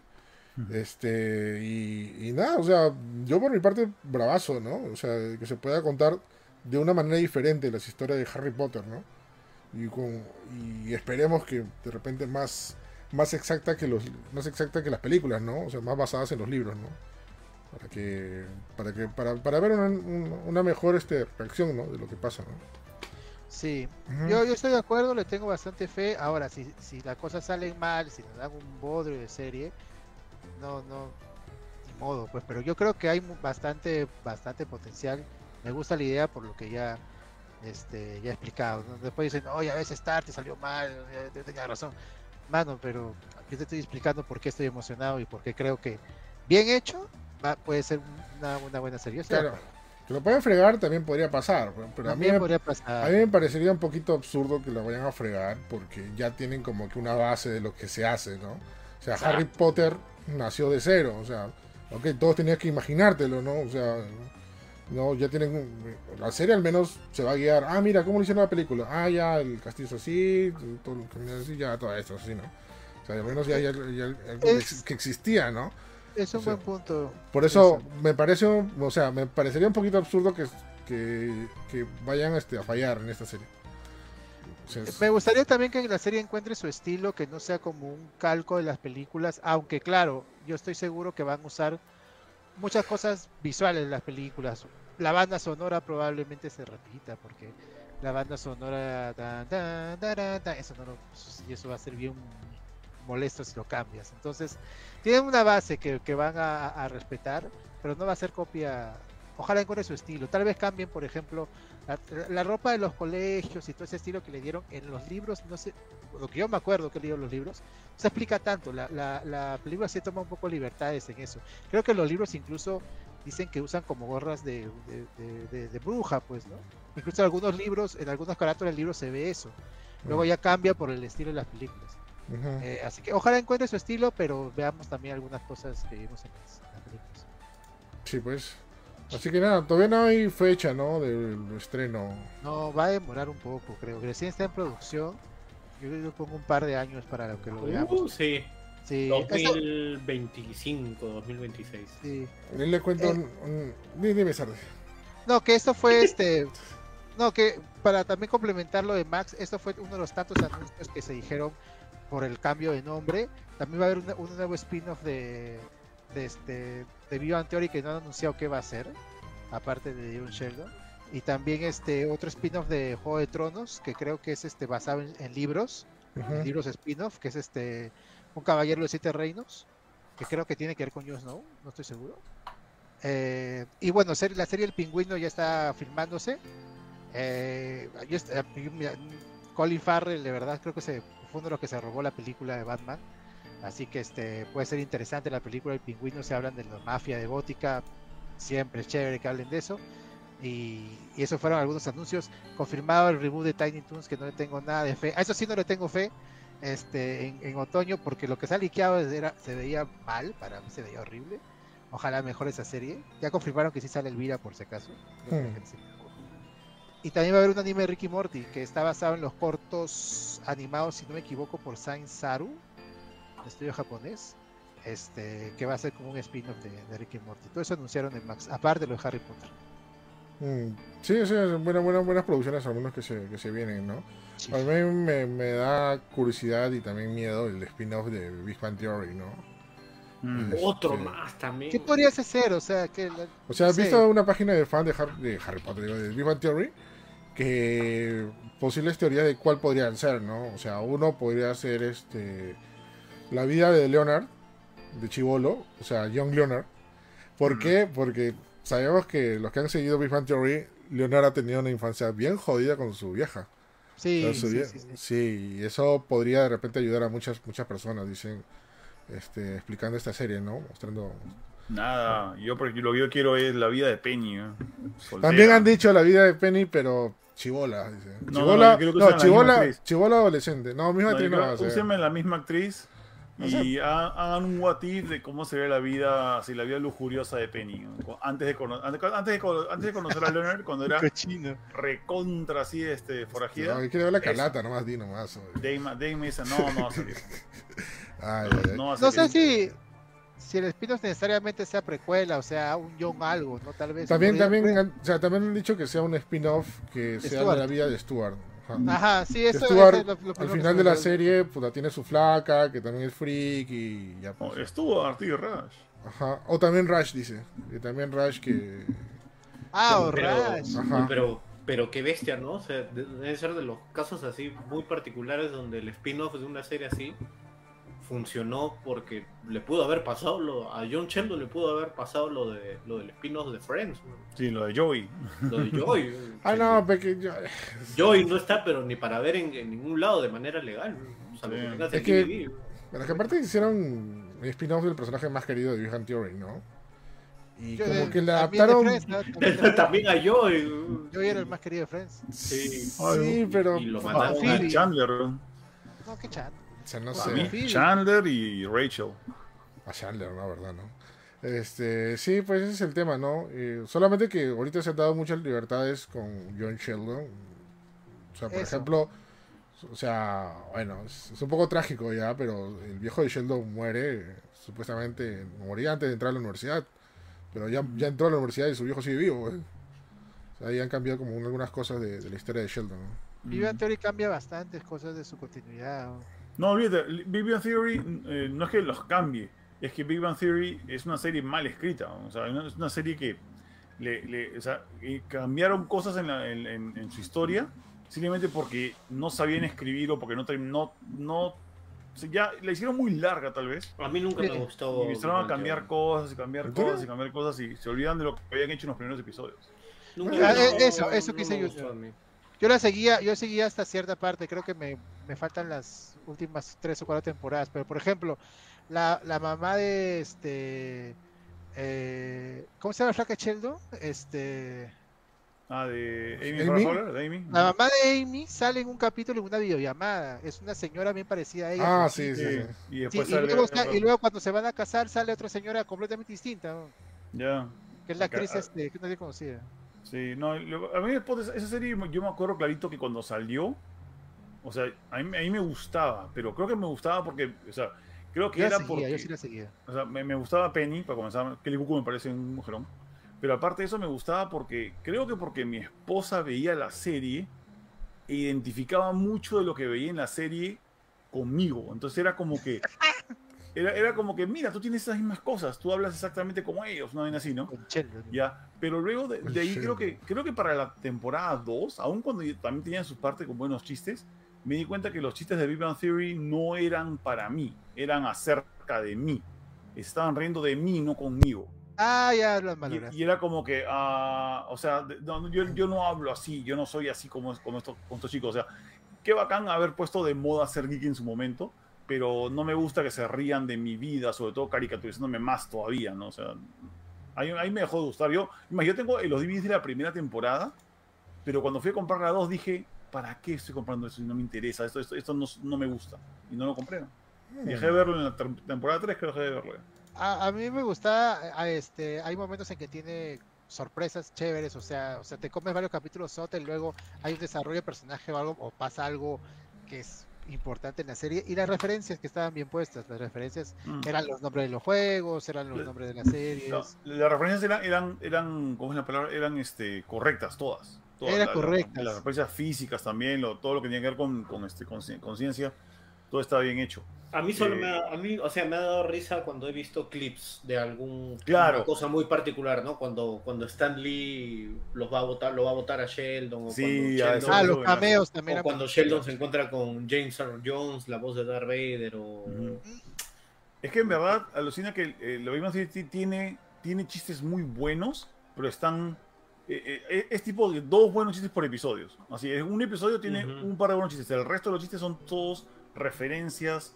Este, y, y nada, o sea, yo por mi parte, bravazo, ¿no? O sea, que se pueda contar de una manera diferente las historias de Harry Potter, ¿no? Y, con, y esperemos que de repente más, más exacta que los más exacta que las películas, ¿no? O sea, más basadas en los libros, ¿no? Para que para que para, para ver una, una mejor este reacción, ¿no? De lo que pasa, ¿no? Sí, Ujú. yo, yo estoy de acuerdo, le tengo bastante fe. Ahora, si, si las cosas salen mal, si nos dan un bodrio de serie, no, no, ni modo, pues, pero yo creo que hay mu- bastante, bastante potencial. Me gusta la idea por lo que ya, este, ya he explicado, ¿no? Después dicen, oye, a veces Star te salió mal, yo tenía razón. Mano, pero yo te estoy explicando por qué estoy emocionado y por qué creo que bien hecho va, puede ser una, una buena serie. Yo estoy de Claro, acuerdo. que lo pueden fregar también podría pasar, pero a mí, También me, podría pasar. a mí me parecería un poquito absurdo que lo vayan a fregar porque ya tienen como que una base de lo que se hace, ¿no? O sea, Harry Potter nació de cero, o sea, ok, todos tenías que imaginártelo, ¿no? O sea, no, ya tienen, un- la serie al menos se va a guiar, ah, mira, ¿cómo lo hicieron la película? Ah, ya, el castillo es así, todo lo que así, ya, todo esto así, ¿no? O sea, al menos ya hay algo, ya hay algo Es- que existía, ¿no? Es un O sea, buen punto. Por eso Eso. me parece, un- o sea, me parecería un poquito absurdo que, que, que vayan este, a fallar en esta serie. O sea, es- Me gustaría también que la serie encuentre su estilo, que no sea como un calco de las películas, aunque claro, yo estoy seguro que van a usar muchas cosas visuales de las películas. La banda sonora probablemente se repita, porque la banda sonora, tan, tan, tarán, tan, eso no lo- y eso va a ser bien molesto si lo cambias. Entonces, tienen una base que, que van a, a respetar, pero no va a ser copia. Ojalá encuentre su estilo. Tal vez cambien, por ejemplo, la, la ropa de los colegios y todo ese estilo que le dieron en los libros. No sé, lo que yo me acuerdo que he leído en los libros, no se explica tanto. La, la, la película sí toma un poco libertades en eso. Creo que en los libros incluso dicen que usan como gorras de, de, de, de, de bruja, pues, ¿no? Incluso en algunos libros, en algunos carácteres del libro se ve eso. Luego ya cambia por el estilo de las películas. ujú. Eh, así que ojalá encuentre su estilo, pero veamos también algunas cosas que vimos en las, en las películas. Sí, pues. Así que nada, todavía no hay fecha, ¿no? Del estreno. No, va a demorar un poco, creo. Recién está en producción. Yo creo que pongo un par de años para lo que lo Uh, veamos. sí, Sí, eso- dos mil veinticinco, dos mil veintiséis. sí. Él le cuento Eh. un, un- di- Dime, Sarde. No, que esto fue este. No, que para también complementar lo de Max, esto fue uno de los tantos anuncios que se dijeron por el cambio de nombre. También va a haber una- un nuevo spin-off de, de este de Big Bang Theory que no han anunciado qué va a ser, aparte de John Sheldon. Y también este otro spin-off de Juego de Tronos, que creo que es este basado en, en libros, Ujú. en libros spin-off, que es este un caballero de los siete reinos, que creo que tiene que ver con Jon Snow, no estoy seguro. Eh, y bueno, ser- la serie El Pingüino ya está filmándose. Eh, yo est- eh, yo- mira, Colin Farrell, de verdad, creo que se, fue uno de los que se robó la película de Batman. Así que este puede ser interesante la película El Pingüino. Se hablan de la mafia de Gótica. Siempre es chévere que hablen de eso. Y, y esos fueron algunos anuncios. Confirmado el reboot de Tiny Toons, que no le tengo nada de fe. A eso sí no le tengo fe. Este, en, en otoño, porque lo que se ha liqueado era, se veía mal, para mí se veía horrible. Ojalá mejore esa serie. Ya confirmaron que sí sale Elvira por si acaso. Creo que la Hmm. gente se equivocó. Y también va a haber un anime de Ricky Morty que está basado en los cortos animados, si no me equivoco, por Saint Saru, de estudio japonés. Este, que va a ser como un spin-off de, de Ricky Morty. Todo eso anunciaron en Max, aparte de lo de Harry Potter. Mm, Sí, sí, buenas, buenas, buenas producciones, algunos que se, que se vienen, ¿no? Sí. A mí me, me da curiosidad y también miedo el spin-off de Big Bang Theory, ¿no? Mm. Este, Otro más también. ¿Qué podrías hacer? O sea, que la- O sea, no ¿has sé. visto una página de fan de, Har- de Harry Potter, digo, de Big Bang Theory? Que posibles teorías de cuál podrían ser, ¿no? O sea, uno podría ser este la vida de Leonard, de Chibolo, o sea, Young Leonard. ¿Por Mm. qué? Porque sabemos que los que han seguido Big Bang Theory, Leonard ha tenido una infancia bien jodida con su vieja. Sí, Con su sí, vie- sí, sí. sí, y eso podría de repente ayudar a muchas muchas personas, dicen, este, explicando esta serie, ¿no? Mostrando. Nada, yo porque lo que yo quiero es la vida de Penny. ¿eh? Soltera. También han dicho la vida de Penny, pero chibola, dice. No, Chibola, no, yo creo que no, usan la misma chibola, actriz. chibola adolescente. No, misma No, actriz yo no creo- va a ser. úsenme la misma actriz y ha- hagan un what if de cómo sería la vida, así la vida lujuriosa de Penny. ¿no? Antes de, cono- antes, antes de, cono- antes de conocer a Leonard, cuando era Cochino. recontra así, este, forajida. No, quiero ver la Eso. Carlata, nomás di nomás. oye. Dame, Dame me dice, no, no va a salir. Ay, No, ay, ay. no va a No sé salir. si, si el spin-off necesariamente sea precuela, o sea, un Young algo, ¿no? Tal vez. También, podría- también, han, o sea, también han dicho que sea un spin-off que sea Stuart. de la vida de Stuart. Ajá. Ajá, sí, Que eso Stuart, eso es lo- lo al primero que final se de me la ocurre. serie, puta, tiene su flaca, que también es freak y ya. No, Pues, estuvo Artie Rush. ajá. O también Rush, dice. Que también Rush que... Ah, o pero, Rush. Ajá. pero, pero qué bestia, ¿no? O sea, de- deben ser de los casos así muy particulares donde el spin-off de una serie así funcionó porque le pudo haber pasado lo, a John Sheldon le pudo haber pasado lo de lo del spin-off de Friends, ¿no? Sí, lo de Joey. Lo de Joey. Ah, no, pequeño. Joey no está, pero ni para ver en, en ningún lado de manera legal, ¿no? O sea, lo que Sí. tengas Es en que- D V D. Bueno, que aparte hicieron el spin-off del personaje más querido de Big Bang Theory, ¿no? Y Yo como de- que le también de adaptaron... Friends, ¿no? También de- También a Joey. Yo era el más querido de Friends. Sí. Sí, pero... Y lo ah, mandaron Ah, Phoebe. Chandler. No, qué chato. O sea, no A sé. mí, Phoebe. Chandler y Rachel. A Chandler, ¿no? ¿Verdad, no? Este, sí, pues ese es el tema, ¿no? Eh, solamente que ahorita se han dado muchas libertades con John Sheldon. O sea, por Eso. ejemplo, O sea, bueno, es, es un poco trágico ya, pero el viejo de Sheldon muere, eh, supuestamente moría antes de entrar a la universidad, pero ya, ya entró a la universidad y su viejo sigue vivo, güey. O sea, ahí han cambiado como un- algunas cosas de, de la historia de Sheldon, ¿no? Big Bang Theory cambia bastantes cosas de su continuidad. ¿no? No, olvídate, Big Bang Theory eh, no es que los cambie, es que Big Bang Theory es una serie mal escrita, ¿no? O sea, no- es una serie que le, le- o sea, eh, cambiaron cosas en, la- en- en- en su historia simplemente porque no sabían escribir o porque no, term- no, no o sea, ya la hicieron muy larga tal vez A mí nunca Sí. me y gustó. empezaron a Big Bang cambiar Theory. cosas y cambiar ¿En cosas serio? y cambiar cosas y se olvidan de lo que habían hecho en los primeros episodios. Nunca Ah, no, eh, eso, eso no quise me yo- gustó a mí. Yo la seguía, yo seguía hasta cierta parte, creo que me, me faltan las últimas tres o cuatro temporadas, pero por ejemplo, la, la mamá de este eh, ¿cómo se llama la flaca Sheldon? Este Ah, de Amy Amy. Farrah Fowler, de Amy. la mamá de Amy sale en un capítulo en una videollamada, es una señora bien parecida a ella. Ah, al sí, sí, Sí, sí. y Sí, después y, sale luego, sa- y luego cuando se van a casar sale otra señora completamente distinta, ¿no? ya. Que es la Acá- actriz este, que nadie conocía. Sí, no, lo- a mí después de esa serie yo me acuerdo clarito que cuando salió, o sea, a mí, a mí me gustaba, pero creo que me gustaba porque, o sea, creo que Yo la era seguía, porque, yo sí la seguía. o sea, me, me gustaba Penny, para comenzar, Kelly Cuoco me parece un mujerón, pero aparte de eso me gustaba porque, creo que porque mi esposa veía la serie e identificaba mucho de lo que veía en la serie conmigo, entonces era como que, era, era como que, mira, tú tienes esas mismas cosas, tú hablas exactamente como ellos, una vez así, ¿no? Con Sheldon. Ya, pero luego de, de ahí Sí. creo que, creo que para la temporada dos, aun cuando yo- también tenían su parte con buenos chistes, me di cuenta que los chistes de Big Bang Theory no eran para mí, eran acerca de mí. Estaban riendo de mí, no conmigo. Ah, ya las Y, valoras. y era como que, ah, o sea, de- no, yo, yo no hablo así, yo no soy así como, como estos, como estos chicos. O sea, qué bacán haber puesto de moda ser geek en su momento, pero no me gusta que se rían de mi vida, sobre todo caricaturizándome más todavía, ¿no? O sea, ahí, ahí me dejó de gustar. Yo, imag- yo tengo los D V Ds de la primera temporada, pero cuando fui a comprar la dos dije, ¿para qué estoy comprando eso si no me interesa? Esto, esto, esto no, no me gusta. Y no lo compré. Dejé de verlo en la ter- temporada tres, creo que dejé de verlo. A, a mí me gusta, a este, hay momentos en que tiene sorpresas chéveres, o sea, o sea, te comes varios capítulos sota y luego hay un desarrollo de personaje o algo, o pasa algo que es importante en la serie, y las referencias que estaban bien puestas, las referencias Mm. eran los nombres de los juegos, eran los Le- nombres de las series, No, las referencias eran, eran, eran, ¿cómo es la palabra? Eran este, correctas, todas. todas. Eran La- la- correctas. las referencias físicas también, lo- todo lo que tenía que ver con, con este, consci- conciencia, todo estaba bien hecho. A mí solo Eh, me ha, a mí, o sea, me ha dado risa cuando he visto clips de algún Claro. una cosa muy particular, ¿no? Cuando, cuando Stan Lee los va a votar, lo va a votar a Sheldon, o Sí, cuando a Sheldon, eso- ah, eso los me cameos también o eran cuando particulares. Sheldon se encuentra con James Earl Jones, la voz de Darth Vader, o Ujú. Es que en verdad alucina que eh, la Big Bang Theory tiene, tiene chistes muy buenos, pero están... eh, eh, es tipo de dos buenos chistes por episodio. Así es, un episodio tiene Ujú. un par de buenos chistes. El resto de los chistes son todos referencias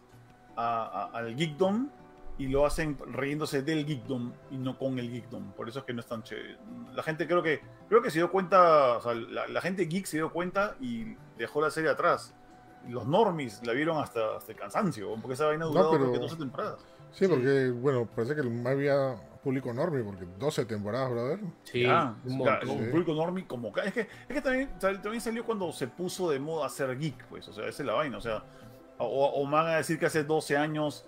a- a- al geekdom y lo hacen riéndose del geekdom y no con el geekdom. Por eso es que no es tan chévere. La gente creo que creo que se dio cuenta, o sea, la, la gente geek se dio cuenta y dejó la serie atrás. Los normies la vieron hasta, hasta el cansancio, porque esa vaina No, duró pero- creo que doce temporadas. Sí, porque, bueno, parece que había público enorme, porque doce temporadas, brother. sí, Ya, un ya, montón. un Sí. público normie como ca- es que es que también, sal- también salió cuando se puso de moda ser geek, pues, o sea, esa es la vaina, o sea, o, o me van a decir que hace doce años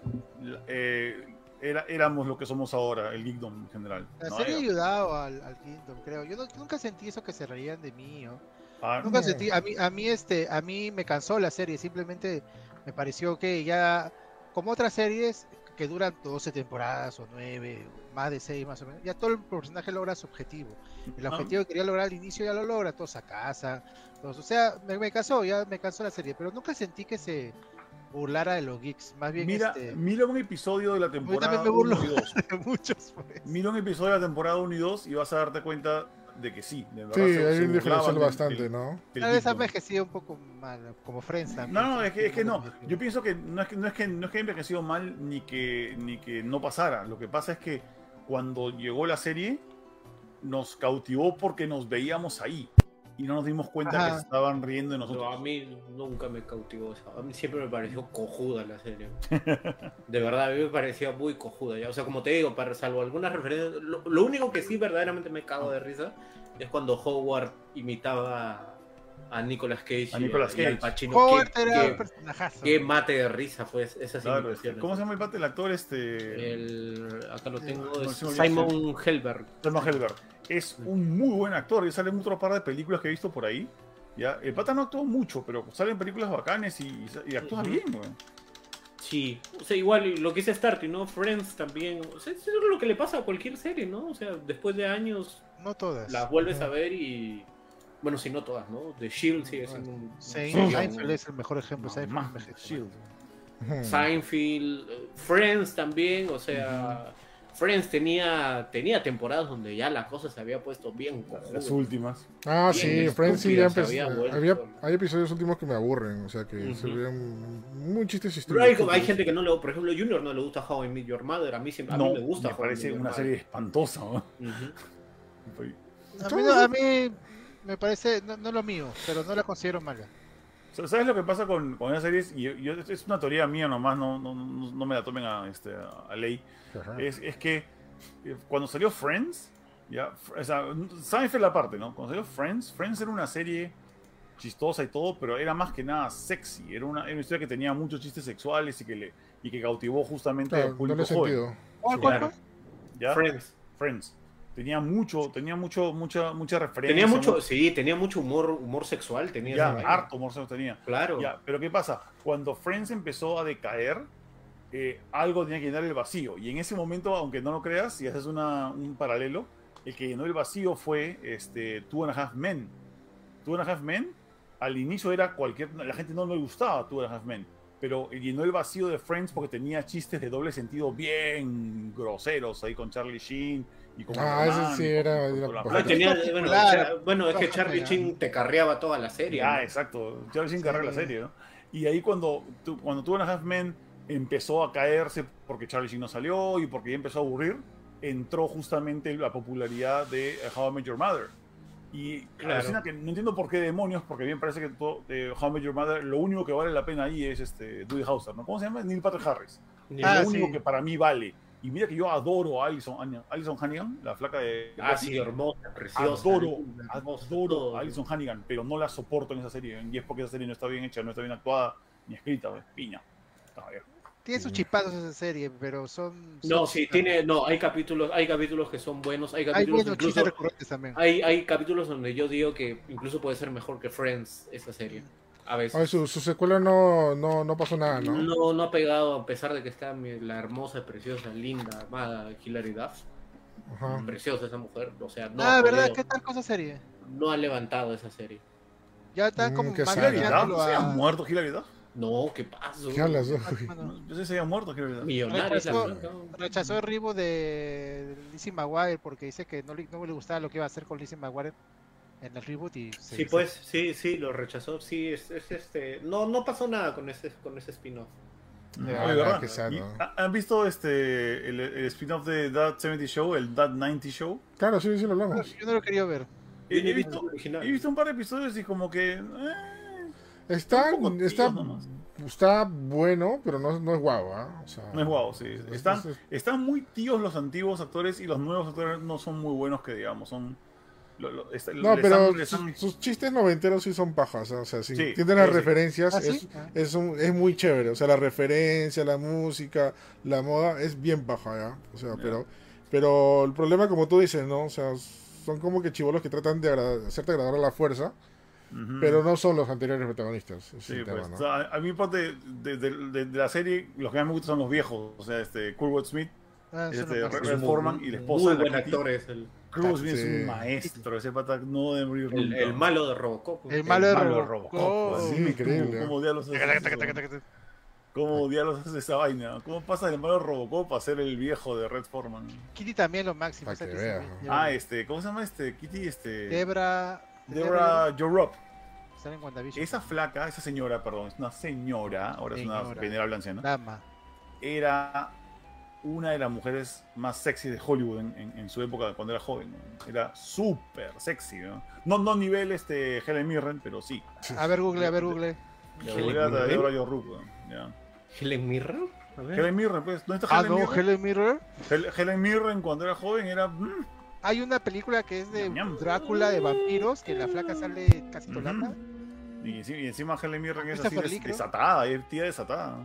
eh, era, éramos lo que somos ahora, el geekdom en general. La ¿no? serie ha Eh, ayudado al, al Kingdom, creo. Yo no- nunca sentí eso que se reían de mí, ¿no? ah, Nunca No. sentí, a mí, a mí este, a mí me cansó la serie, simplemente me pareció que ya, como otras series que duran doce temporadas o nueve, más de seis más o menos, ya todo el personaje logra su objetivo. El Ah. objetivo que quería lograr al inicio ya lo logra, todos a casa, todos, o sea, me, me cansó, ya me cansó la serie, pero nunca sentí que se burlara de los geeks, más bien mira, este, mira un episodio de la temporada me burlo. uno y dos. de muchos, pues. Mira un episodio de la temporada uno y dos y vas a darte cuenta de que sí, de verdad Sí, se- hay se un burlaban diferencial del- bastante, del- ¿no? del Tal vez ha geekdom. envejecido un poco mal, como Friends también. No, no, es que, es que no. Un poco Yo pienso que no es que no es que no es que haya envejecido mal ni que ni que no pasara. Lo que pasa es que cuando llegó la serie nos cautivó porque nos veíamos ahí y no nos dimos cuenta Ajá. que se estaban riendo de Pero nosotros. a mí nunca me cautivó eso. A mí siempre me pareció cojuda la serie. De verdad, a mí me parecía muy cojuda. ¿Ya? O sea, como te digo, para salvo algunas referencias. Lo, lo único que sí verdaderamente me cago de risa es cuando Howard imitaba a Nicolas Cage, A Nicolas y, a- y al Cage. Pacino. Howard Qué, era qué- un personajazo. qué mate de risa fue esas Claro, imitaciones. este, ¿cómo se llama el pata? El actor este... El, acá lo tengo, No, es se me olvidó. Simon Helberg. Salma Helberg. Es un muy buen actor y sale en otro par de películas que he visto por ahí. ¿Ya? El pata no actuó mucho, pero sale en películas bacanes y, y actúa Ujú. bien, weón. Sí, o sea, igual lo que dice Starty, ¿no? Friends también. O sea, eso es lo que le pasa a cualquier serie, ¿no? O sea, después de años No todas. las vuelves a ver y. Bueno, si no todas, ¿no? The Shield sigue siendo un. un Sein- serión. Seinfeld es el mejor ejemplo. Seinfeld Mamá, envejeció Shield. Ujú. Seinfeld, eh, Friends también, o sea. Friends tenía, tenía temporadas donde ya la cosa se había puesto bien. Las cojuda. últimas. Ah, Bien sí, Friends sí ya estúpida, se empezó. había vuelto. Había, hay episodios últimos que me aburren, o sea que Ujú. se ven muy chistes Pero hay, históricos. hay gente que no le, por ejemplo, Junior no le gusta How I Met Your Mother, a mí siempre, a No, mí me gusta. me How I Met parece Your una Mother. serie espantosa, ¿no? Ujú. A mí, no- a mí me parece, no, no es lo mío, pero no la considero mala. ¿Sabes lo que pasa con, con esas series? Y yo, yo- es una teoría mía nomás, no, no, no, no me la tomen a, este, a, a ley. Ajá. Es, es que eh, cuando salió Friends, ya, o sea, Seinfeld aparte, ¿no? Cuando salió Friends, Friends era una serie chistosa y todo, pero era más que nada sexy. Era una, era una historia que tenía muchos chistes sexuales y que, le, y que cautivó justamente Claro, al no público le he joven. sentido. ¿Cuál, Sí. cuál, Claro. cuál? ¿Ya? Friends. Friends. Tenía mucho, tenía mucho, mucha, mucha referencia. Tenía mucho, mu- sí, tenía mucho humor, humor sexual, tenía Ya, esa vaina. harto humor se tenía. Claro. Ya, pero ¿qué pasa? Cuando Friends empezó a decaer, eh, algo tenía que llenar el vacío. Y en ese momento, aunque no lo creas, y haces una, un paralelo, el que llenó el vacío fue este, Two and a Half Men. Two and a Half Men, al inicio era cualquier... La gente no le gustaba Two and a Half Men, pero llenó el vacío de Friends porque tenía chistes de doble sentido bien groseros ahí con Charlie Sheen y con Ah, ese Superman, sí y con- era- con- era con la bastante- Ah, flaca. tenía, particular. bueno, o sea, bueno, es que Baja Charlie pena. Sheen te carreaba toda la serie. Ya, ¿no? exacto. Charlie Sheen carrera la Sí. serie, ¿no? Y ahí cuando, tu- cuando Two and a Half Men empezó a caerse porque Charlie Sheen no salió y porque ya empezó a aburrir, entró justamente la popularidad de eh, How I Met Your Mother. Y Claro. alucina que no entiendo por qué demonios, porque bien parece que todo, de How I Met Your Mother, lo único que vale la pena ahí es este Dewey Hauser, ¿no? ¿Cómo se llama? Neil Patrick Harris. Ni- Es Ah, lo único sí. que para mí vale. Y mira que yo adoro a Alison, Alison Hannigan, la flaca de... Ah, sí, hermosa, preciosa. Adoro, linda, hermosa, adoro todo. a Alison Hannigan, pero no la soporto en esa serie. Y es porque esa serie no está bien hecha, no está bien actuada, ni escrita, es piña. A ver. Tiene sus chispazos esa serie, pero son... No, son- sí, tiene, no, hay capítulos, hay capítulos que son buenos, hay Hay capítulos buenos incluso, chistes recurrentes también. hay, hay capítulos donde yo digo que incluso puede ser mejor que Friends esa serie. A A ver, veces. su, su secuela no, no, no pasó nada, ¿no? No, no ha pegado, a pesar de que está mi- la hermosa, preciosa, linda, amada Hilary Duff. Ajá. Preciosa esa mujer. O sea, no, ah, ha ¿verdad? podido- ¿Qué tal cosa serie? no ha levantado esa serie. Ya está Mm, como qué más sad. ¿Hilary Duff? tirándolo ¿Se ha a- muerto Hilary Duff? No, ¿qué pasó? ¿Qué hablas? Ah, Uy. mano. Yo sé si se había muerto Hilary Duff. Millonaria esa Rechazó- flaca. Rechazó el reboot de Lizzie McGuire porque dice que no le, no le gustaba lo que iba a hacer con Lizzie McGuire en el reboot y se- Sí, pues, sí, sí, lo rechazó. Sí, es, es este. No, no pasó nada con ese, con ese spin-off. Oye, Ah, ¿verdad? qué sad, ¿Y ¿no? ha- ¿Han visto este el, el spin-off de That setenta Show, el That noventa Show? Claro, sí, sí lo se- hablamos. Yo no lo quería ver. Yo He, no he he visto visto, el original. he visto un par de episodios y como que... eh, Está, Un poco está, tíos nomás. está bueno, pero no, no es guau, ¿ah? O sea, no es guau, sí. es- Están, es- están muy tíos los antiguos actores y los nuevos actores no son muy buenos que digamos, son... lo- lo- está- No, le pero están- le sus, están- sus chistes noventeros sí son pajas, ¿ah? O sea, si Sí, entienden las sí, sí. referencias, ¿Ah, sí? es, Ah. es, un- es muy chévere. O sea, la referencia, la música, la moda, es bien paja, ¿ya? O sea, Ya. pero, pero el problema, como tú dices, ¿no? O sea, son como que chibolos que tratan de agrada- hacerte agradar a la fuerza, Ujú. pero no son los anteriores protagonistas. Ese es Sí, el tema, pues, ¿no? o sea, a, a mí parte de, de- de- de la serie, los que más me gustan son los viejos, o sea, este, Kurtwood Smith, Ah, eso este, no pasa. Red Es Foreman muy- y la esposa Muy de la buen Kitty. actor es el, Kurtwood Smith Sí. es un maestro, ese pata no debe morir el, nunca. el malo de Robocop. El malo de malo de Robocop. Robocop, Sí, sí, increíble, ¿Cómo, cómo diablos hace Taca, eso? taca, taca, taca, taca. ¿Cómo diablos hace esa vaina? ¿Cómo pasa del malo de Robocop a ser el viejo de Red Foreman? Kitty también lo máximo. Pa' esa que actriz veas, también. ¿no? Ah, este, ¿cómo se llama este? Kitty, este... Debra. Deborah Joe Sale en WandaVision. Esa flaca, esa señora, perdón, es una señora, ahora es una Señora. venerable anciana, Dama. era una de las mujeres más sexy de Hollywood en, en- en su época cuando era joven. ¿no? Era súper sexy, ¿no? No, no nivel este, Helen Mirren, pero sí. A ver, Google, a ver, Google. La ¿Helen Deborah Mirren? Deborah Joe Rupp, ¿no? Ya. Helen Mirren. A ver. Helen Mirren, pues, ¿no está Ah, Helen no, Mirren? Helen Mirren. Hel- Helen Mirren cuando era joven era... mm, hay una película que es de Ñam, ñam. Drácula, de vampiros, que la flaca sale casi Ujú. tolata. Y, enci- y encima Helen Mirren es Christopher así Lee, des- creo. desatada, es tía desatada.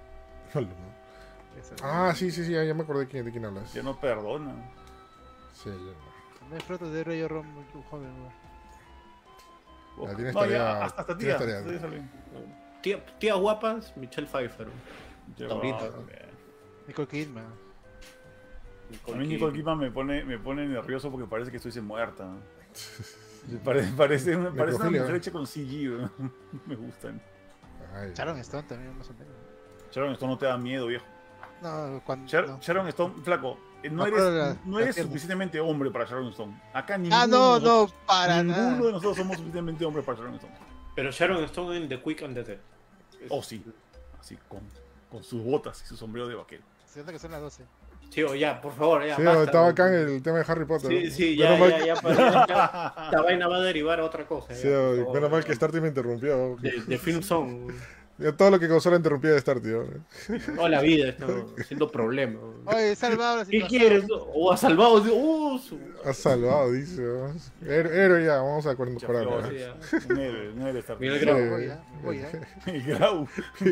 Ah, sí, sí, sí, ya me acordé de quién, de quién hablas. Ya no perdona. Sí, ya. No es fruto de Rey Rom, muy joven, güey. Ya tienes No, ya, tarea- hasta, hasta tienes tía. tarea. hasta tía salió. Tía- Tías guapas, Michelle Pfeiffer. Ya, Ahorita. ah, Nicole Kidman. A mí Nicole Kidman me pone, me pone nervioso porque parece que estuviese muerta. Me parece, parece, una, parece una Necrofilia. mujer hecha con C G, weón. Me gustan. Ay, Sharon Stone también, más o menos. Sharon Stone no te da miedo, viejo. No, cuando. Shar- no. Sharon Stone, flaco, eh, no Me eres, acuerdo de la- no la eres pierna. suficientemente hombre para Sharon Stone. Acá ninguno, Ah, no, de nosotros- no, para ninguno nada. de nosotros somos suficientemente hombres para Sharon Stone. Pero Sharon Stone en The Quick and the Dead. Oh, sí. Así, con, con sus botas y su sombrero de vaquero. Se nota que son las doce. Tío, ya, por favor, ya. Sí, basta. estaba acá en el tema de Harry Potter. Sí, ¿no? sí, ya, Menos mal- ya, ya, ya, ya. Esta vaina va a derivar a otra cosa. Sí, ya, por favor, menos mal ya. que Starty me interrumpió. De, de Film Song. Ya todo lo que causó la interrumpida de Starty. ¿no? Toda la vida está siendo problema. Oye, he salvado la ¿Qué situación. quieres? O ha salvado. Uh, su... Ha salvado, dice. ¿no? Héroe héroe ya, vamos a Chapeó, cuarenta Sí, ¿no? ya. Un héroe, un héroe estar. Mira el Sí. grabo. Me voy, ¿eh? Me voy, ¿eh? El Grau.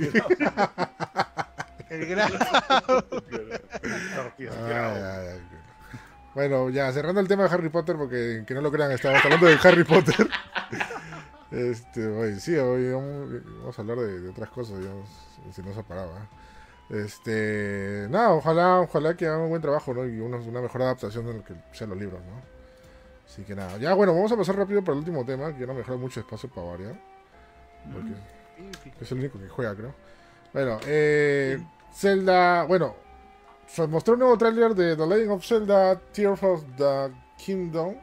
El gran. Starkey, Ay, Grau. ay, ay. Bueno, ya cerrando el tema de Harry Potter, porque que no lo crean, estamos hablando de Harry Potter. Este, oye, sí, hoy vamos, vamos a hablar de, de otras cosas, digamos, si no se paraba. Este, nada, ojalá, ojalá que hagan un buen trabajo, ¿no? Y una, una mejor adaptación de lo que sean los libros, ¿no? Así que nada, ya bueno, vamos a pasar rápido para el último tema, que ya no me dejaron mucho espacio para variar, porque es el único que juega, creo. Bueno, eh, Zelda, bueno, se mostró un nuevo tráiler de The Legend of Zelda Tears of the Kingdom,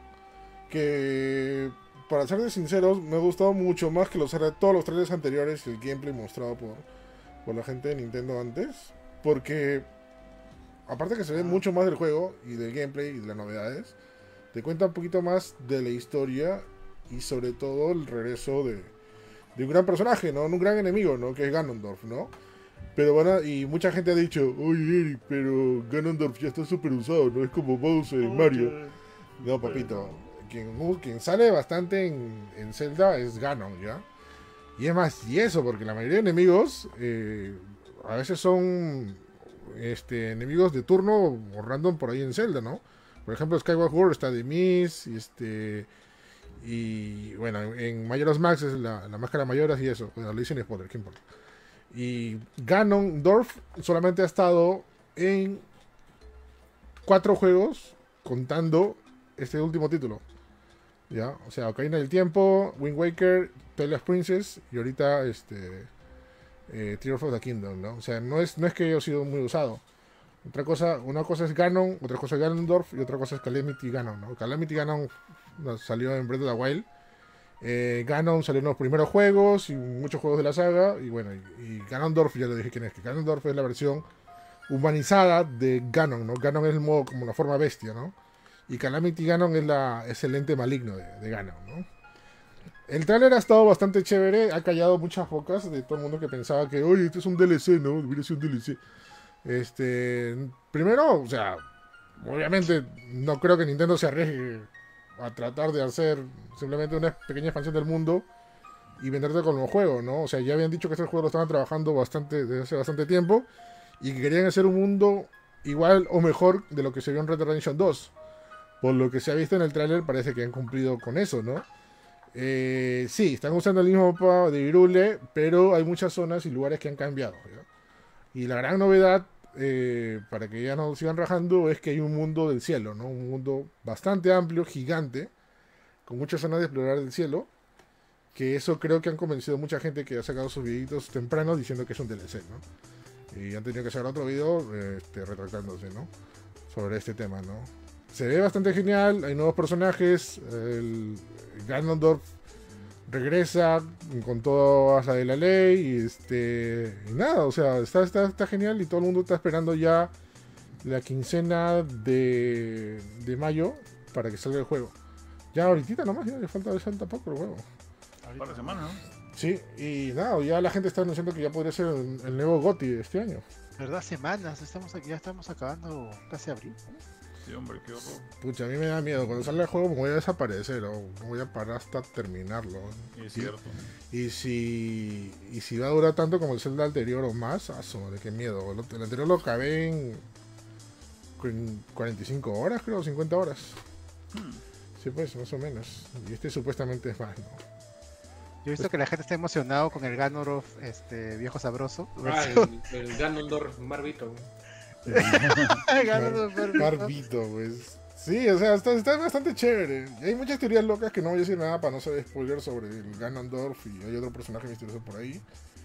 que para ser sinceros me ha gustado mucho más que los, todos los trailers anteriores y el gameplay mostrado por, por la gente de Nintendo antes, porque aparte que se ve mucho más del juego y del gameplay y de las novedades, te cuenta un poquito más de la historia y sobre todo el regreso de, de un gran personaje, ¿no? Un gran enemigo, ¿no? Que es Ganondorf, ¿no? Pero bueno, y mucha gente ha dicho, oye Eric, pero Ganondorf ya está super usado, ¿no? Es como Bowser en Mario. No, papito. Quien, quien sale bastante en, en Zelda es Ganon, ¿ya? Y es más, y eso, porque la mayoría de enemigos eh, a veces son este, enemigos de turno o random por ahí en Zelda, ¿no? Por ejemplo, Skyward Sword está de Miss, y este... Y bueno, en Majora's Max es la, la máscara Mayoras y eso. Bueno, lo hice en spoiler, ¿qué importa? Y Ganondorf solamente ha estado en cuatro juegos contando este último título. ¿Ya? O sea, Ocarina del Tiempo, Wind Waker, Twilight Princess y ahorita este eh, Tears of the Kingdom, ¿no? O sea, no es, no es que haya sido muy usado. Otra cosa, una cosa es Ganon, otra cosa es Ganondorf y otra cosa es Calamity Ganon, ¿no? Calamity Ganon no, salió en Breath of the Wild. Eh, Ganon salió en los primeros juegos y muchos juegos de la saga. Y bueno, y, y Ganondorf, ya le dije quién es, que Ganondorf es la versión humanizada de Ganon, ¿no? Ganon es el modo como una forma bestia, ¿no? Y Calamity Ganon es, la, es el ente maligno de, de Ganon, ¿no? El tráiler ha estado bastante chévere, ha callado muchas bocas de todo el mundo que pensaba que, oye, esto es un D L C, ¿no? Debería ser un D L C. Este, primero, o sea, obviamente no creo que Nintendo se arriesgue a tratar de hacer simplemente una pequeña expansión del mundo y venderte con los juegos, ¿no? O sea, ya habían dicho que este juego lo estaban trabajando bastante desde hace bastante tiempo y que querían hacer un mundo igual o mejor de lo que se vio en Red Dead Redemption dos. Por lo que se ha visto en el tráiler parece que han cumplido con eso, ¿no? Eh, sí, están usando el mismo mapa de Hyrule, pero hay muchas zonas y lugares que han cambiado, ¿ya? Y la gran novedad, eh, para que ya no sigan rajando, es que hay un mundo del cielo, ¿no? Un mundo bastante amplio, gigante, con muchas zonas de explorar del cielo, que eso creo que han convencido a mucha gente que ha sacado sus videitos temprano diciendo que es un D L C, ¿no? Y han tenido que sacar otro video eh, este, retractándose, ¿no? Sobre este tema, ¿no? Se ve bastante genial, hay nuevos personajes, el Ganondorf regresa con toda la de la ley y este y nada, o sea, está, está, está genial y todo el mundo está esperando ya la quincena de, de mayo para que salga el juego. Ya ahorita nomás, ya le falta, falta poco el juego. Un par de semanas, ¿no? Sí, y nada, ya la gente está anunciando que ya podría ser el, el nuevo GOTY de este año. ¿Verdad? Semanas, estamos aquí, ya estamos acabando casi abril. Sí, hombre, qué horror. Pucha, a mí me da miedo. Cuando sale el juego me voy a desaparecer o no voy a parar hasta terminarlo. Es cierto. Y si, y si va a durar tanto como el Zelda anterior o más, aso, de qué miedo. El, el anterior lo acabé en, en cuarenta y cinco horas, creo, cincuenta horas. Hmm. Sí, pues, más o menos. Y este supuestamente es más, ¿no? Yo he visto que la gente está emocionado con el Ganondorf, este viejo sabroso. Ah, el, el Ganondorf Marvito. Ganondorf, Bar- Barbie, ¿no? Barbito, pues. Sí, o sea, está, está bastante chévere. Y hay muchas teorías locas que no voy a decir nada para no ser spoiler sobre el Ganondorf y hay otro personaje misterioso por ahí.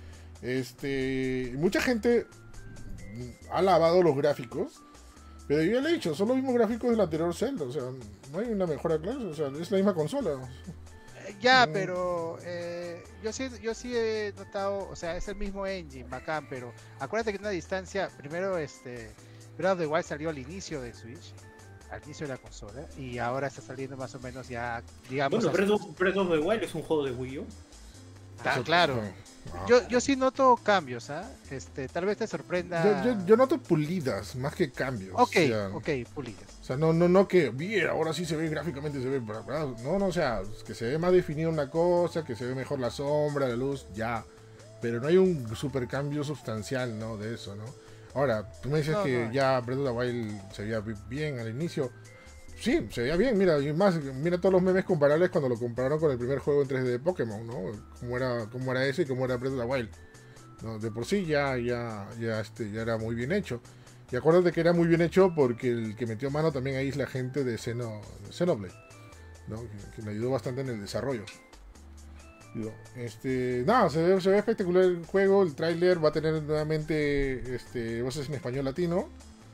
Este, mucha gente ha alabado los gráficos, pero yo ya le he dicho, son los mismos gráficos del anterior Zelda, o sea, no hay una mejora clase, o sea, es la misma consola. Ya, Mm. pero eh, yo sí, yo sí he notado, o sea, es el mismo engine, bacán, pero acuérdate que en una distancia, primero este Breath of the Wild salió al inicio de Switch, al inicio de la consola, y ahora está saliendo más o menos ya, digamos, Bueno, así. Breath of, Breath of the Wild es un juego de Wii U. Ah, Eso- claro. Ah. Yo, yo sí noto cambios, ¿ah? Este, tal vez te sorprenda. Yo, yo, yo noto pulidas más que cambios. Ok, o sea, ok, pulidas. O sea, no, no, no que bien, ahora sí se ve gráficamente, se ve. bra- bra- No, no, o sea, que se ve más definida una cosa, que se ve mejor la sombra, la luz, ya. Pero no hay un super cambio sustancial, ¿no? De eso, ¿no? Ahora, tú me dices No, que no. ya Breath of the Wild se veía bi- bien al inicio. Sí, se veía bien, mira, y más, mira todos los memes comparables cuando lo compararon con el primer juego en tres D de Pokémon, ¿no? Cómo era, cómo era ese y cómo era Breath of the Wild. ¿No? De por sí ya, ya, ya, este, ya era muy bien hecho. Y acuérdate que era muy bien hecho porque el que metió mano también ahí es la gente de, Xeno, de Xenoblade, ¿no? que, que me ayudó bastante en el desarrollo. Digo, este, nada, se ve, se ve espectacular el juego. El tráiler va a tener nuevamente este, voces en español latino.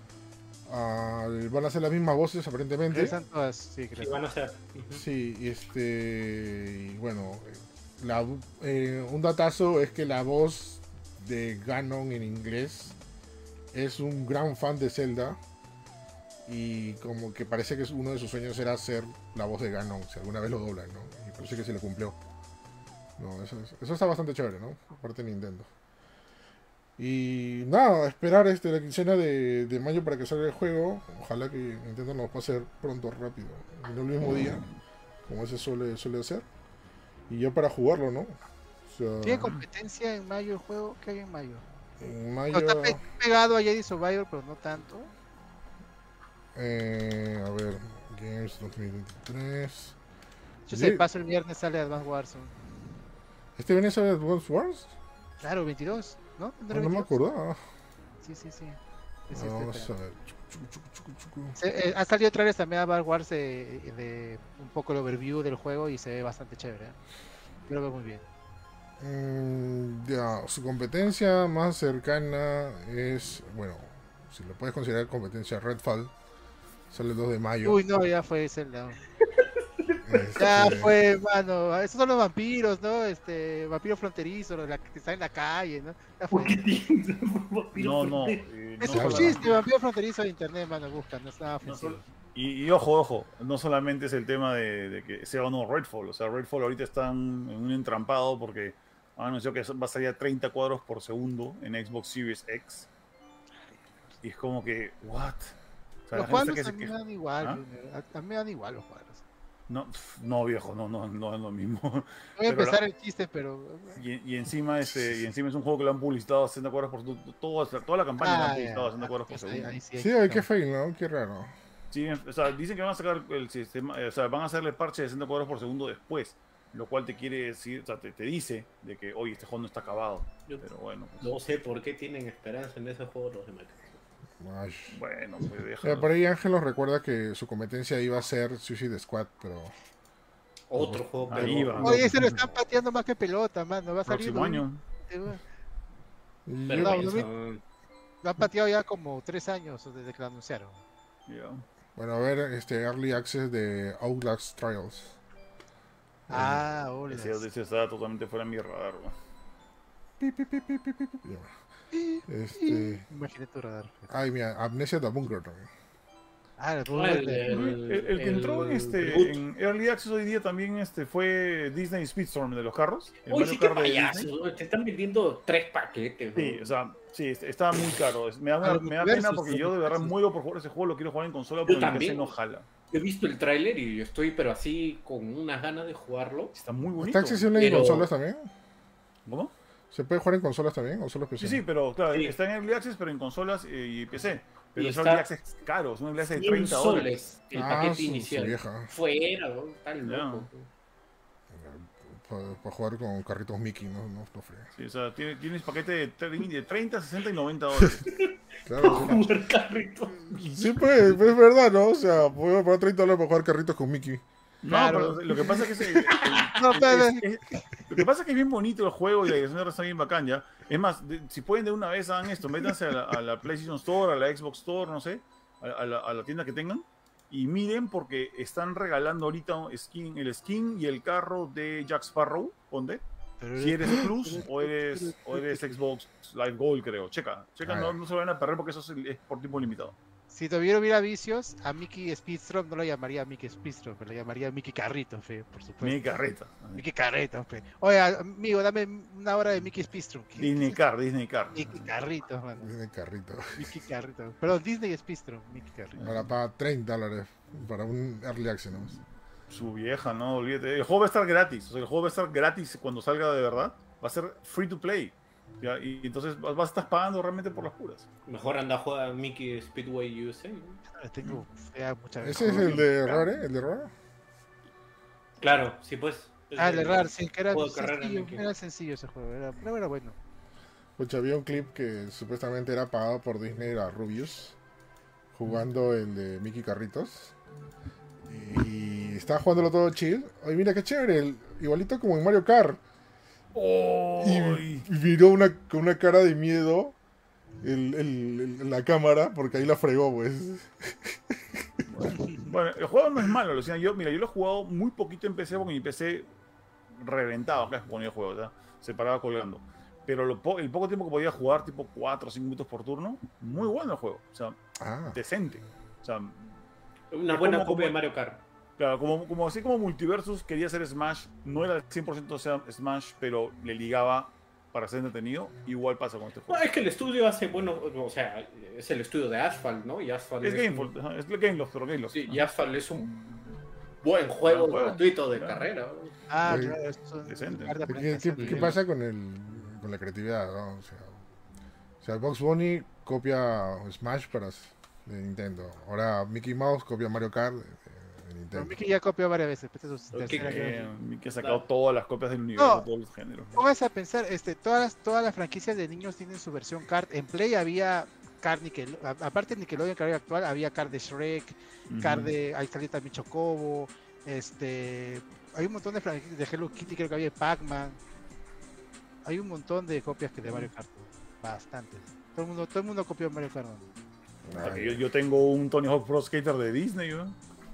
Ah, van a ser las mismas voces aparentemente. Regresan todas, sí, Sí, creo. van a ser. Ujú. Sí, y este, y bueno, la, eh, un datazo es que la voz de Ganon en inglés es un gran fan de Zelda y como que parece que uno de sus sueños era ser la voz de Ganon, si alguna vez lo doblan, ¿no? Y parece que se le cumplió. No, eso, es- eso está bastante chévere, ¿no? Por parte de Nintendo. Y nada, esperar este, la quincena de, de mayo para que salga el juego. Ojalá que Nintendo nos pase pronto, rápido. Y no el mismo día, como ese suele, suele hacer. Y ya para jugarlo, ¿no? O sea, ¿Tiene competencia en mayo el juego? ¿Qué hay en mayo? en No, mayo. está pe- pegado a Jedi Survivor, pero no tanto. eh, a ver, Games dos mil veintitrés. Yo Sí. sé, paso el viernes sale Advance Warzone. ¿Este viene a ser Advance Wars? Claro, veintidós, ¿no? No, ¿Tendrá no me veintidós? acordaba. Sí, sí, sí. Ah, Es este, vamos espera. a ver. Chucu, chucu, chucu, chucu. Se- eh, ha salido trailers también a Advance Wars de, de un poco el overview del juego y se ve bastante chévere. ¿eh? Creo que muy bien. Mm, ya, su competencia más cercana es, bueno, si lo puedes considerar competencia, Redfall. Sale el dos de mayo. Uy, no, ya fue Zelda. Este, Ya fue, mano. Esos son los vampiros, ¿no? Este, vampiro fronterizo, los la- que están en la calle, ¿no? Ya fue. ¿Por qué tienes un vampiro No, no. fronterizo? eh, Es no un solamente- chiste, vampiro fronterizo de internet, mano, buscan, no es nada No ofensivo. sol- y, y ojo, ojo, no solamente es el tema de, de que sea o no Redfall, o sea, Redfall ahorita están en un entrampado porque han anunciado que va a salir a treinta cuadros por segundo en Xbox Series X. Y es como que, ¿what? O sea, Los la gente cuadros está a que mí se me dan igual, ¿Ah? Junior, a, a mí me dan igual los cuadros. No, pf, no, viejo, no, no, no es lo mismo. Voy a Pero empezar la- el chiste, pero... Y, y encima este, y encima es un juego que lo han publicitado a sesenta cuadros por segundo. Toda, toda la campaña la han Ah, publicitado a ya, sesenta cuadros por ahí- segundo. ahí sí hay sí, que- ay, qué fail, ¿no? Qué raro. Sí, o sea, dicen que van a sacar el sistema, o sea, van a hacerle parche de sesenta cuadros por segundo después, lo cual te quiere decir, o sea, te, te dice de que, oye, este juego no está acabado. Yo Pero bueno, pues, no sé por qué tienen esperanza en ese juego los de Microsoft. Ay. bueno, pues Mira, déjalo. por ahí Ángel nos recuerda que su competencia iba a ser Suicide Squad, pero Otro juego, Ahí pero... va. Oye, ese lo están pateando más que pelota, mano. Va a salir. Próximo año. y pero yo- No, piensa, Lo han pateado ya como tres años desde que lo anunciaron. Ya. bueno, a ver, este Early Access de Outlast Trials. Ah, hola. Ese, ese está totalmente fuera de mi radar, weón. Pi, pi, pi, pi, pi, pi, pi. Ya. Este, Imagínate tu radar. ay, mira, Amnesia the Bunker también. Ah, el Ah, fútbol el, de- El, el que entró en, el este, reboot. en Early Access hoy día también este, fue Disney Speedstorm de los carros. El Uy, Mario sí, qué Kart de payaso. Disney. ¿no? Te están vendiendo tres paquetes. Sí, ¿no? o sea, sí, est- está muy caro. Es- Me da, Ah, una- los me da pena multiversos, porque los yo de verdad multiversos. muero por jugar ese juego, lo quiero jugar en consola, pero en P C también. no jala. He visto el tráiler y estoy, pero así, con unas ganas de jugarlo. Está muy bonito. ¿Está accesible en Pero- consolas también? ¿Cómo? ¿Se puede jugar en consolas también o solo P C? Sí, sí, pero claro, Sí. está en Early Access, pero en consolas eh, y P C. Pero Y es está Early Access caro, es un Early Access de cien treinta dólares. soles el Ah, paquete su- su inicial. vieja. Fuera, ¿no? Tan Ya. loco. Para jugar con carritos Mickey, no, no, no frega. Sí, o sea, tiene- tienes paquete de tre- de treinta, sesenta y noventa dólares. Claro, sí. Jugar carrito. Sí, pues, pues es verdad, ¿no? O sea, voy a pagar treinta dólares para jugar carritos con Mickey. No, Claro. pero lo que pasa es que es, el- el- No, pero- es- es- lo que pasa es que es bien bonito el juego y la dirección de está bien bacán ya. Es más, de- si pueden de una vez hagan esto, métanse a la, a la PlayStation Store, a la Xbox Store, no sé, a, a la, a la tienda que tengan y miren porque están regalando ahorita un skin, el skin y el carro de Jack Sparrow, ponte. pero Si eres Plus o eres, o eres Xbox Live Gold, creo. Checa, checa, Ah, no, ya. no se vayan a perder porque eso es, es por tiempo limitado. Si todavía hubiera vicios, a Mickey Speedstrom no lo llamaría Mickey Speedstrom, pero lo llamaría Mickey Carrito, fe, por supuesto. Mi carreta. Mickey Carrito, fe. Oye, amigo, dame una hora de Mickey Speedstrom. ¿Qué- Disney qué Car, Disney Car. es Mickey Carrito, mano. Tiene carrito. Mickey Carrito. Perdón, Disney Speedstrom, Mickey Carrito. Ahora paga treinta dólares para un Early Access, ¿no? Su vieja, no, olvídate. El juego va a estar gratis. O sea, el juego va a estar gratis cuando salga de verdad. Va a ser free to play. ¿Ya? Y entonces vas vas a estar pagando realmente por las puras. Mejor anda a jugar Mickey Speedway U S A. ¿no? Le tengo fea muchas veces. ¿Ese es el de Rare? ¿El de Rare? Claro, sí, pues. Es Ah, el de Rare, sí, que era juego de carrera, sencillo, Mickey. era sencillo ese juego, era, pero era bueno. Pucha, había un clip que supuestamente era pagado por Disney, era Rubius, jugando el de Mickey Carritos. Y estaba jugándolo todo chill. Ay, mira qué chévere, el- igualito como en Mario Kart. Y ¡Ay! miró una, con una cara de miedo el, el- el- la cámara, porque ahí la fregó, pues. Bueno, el juego no es malo, Luciana. Yo, mira, yo lo he jugado muy poquito en P C porque mi P C reventaba acá ponía el juego, o sea, se paraba colgando. Pero lo po- el poco tiempo que podía jugar, tipo cuatro o cinco minutos por turno, muy bueno el juego. O sea, Ah, decente. O sea, Una Es buena como- copia como- de Mario Kart. claro, como, como así como Multiversus quería hacer Smash, no era cien por ciento sea Smash, pero le ligaba para ser entretenido, igual pasa con este No, juego. es que el estudio hace bueno, o sea, es el estudio de Asphalt, ¿no? Y Asphalt Es un- Gameloft, ajá, es Gameloft, pero Gameloft. Sí, y Asphalt es un buen juego, Buen juego, gratuito de claro. carrera. ¿no? Ah, Sí. claro, esto es Decente. un par de ¿Qué, presentación qué- de qué nivel. pasa con, el, con la creatividad, no? O sea, o sea, Box Bunny copia Smash para de Nintendo. Ahora Mickey Mouse copia Mario Kart de, de- de Pero Nintendo. Mickey ya copió varias veces, esta es su Ok, tercera, que- creo. Eh, Mickey ha sacado todas las copias del universo, No. todos los géneros. Póngase a pensar, este, todas, las- todas las franquicias de niños tienen su versión card. En Play había card Nickel, a- aparte de Nickelodeon que había actual, había card de Shrek, card Ujú. de, ahí salió también Chocobo, este, hay un montón de franquicias de Hello Kitty, creo que había Pac-Man. Hay un montón de copias que de Mario Kart, bastantes. Todo el mundo, todo el mundo copió Mario Kart. ¿no? Hasta que yo, yo tengo un Tony Hawk Pro Skater de Disney, ¿no?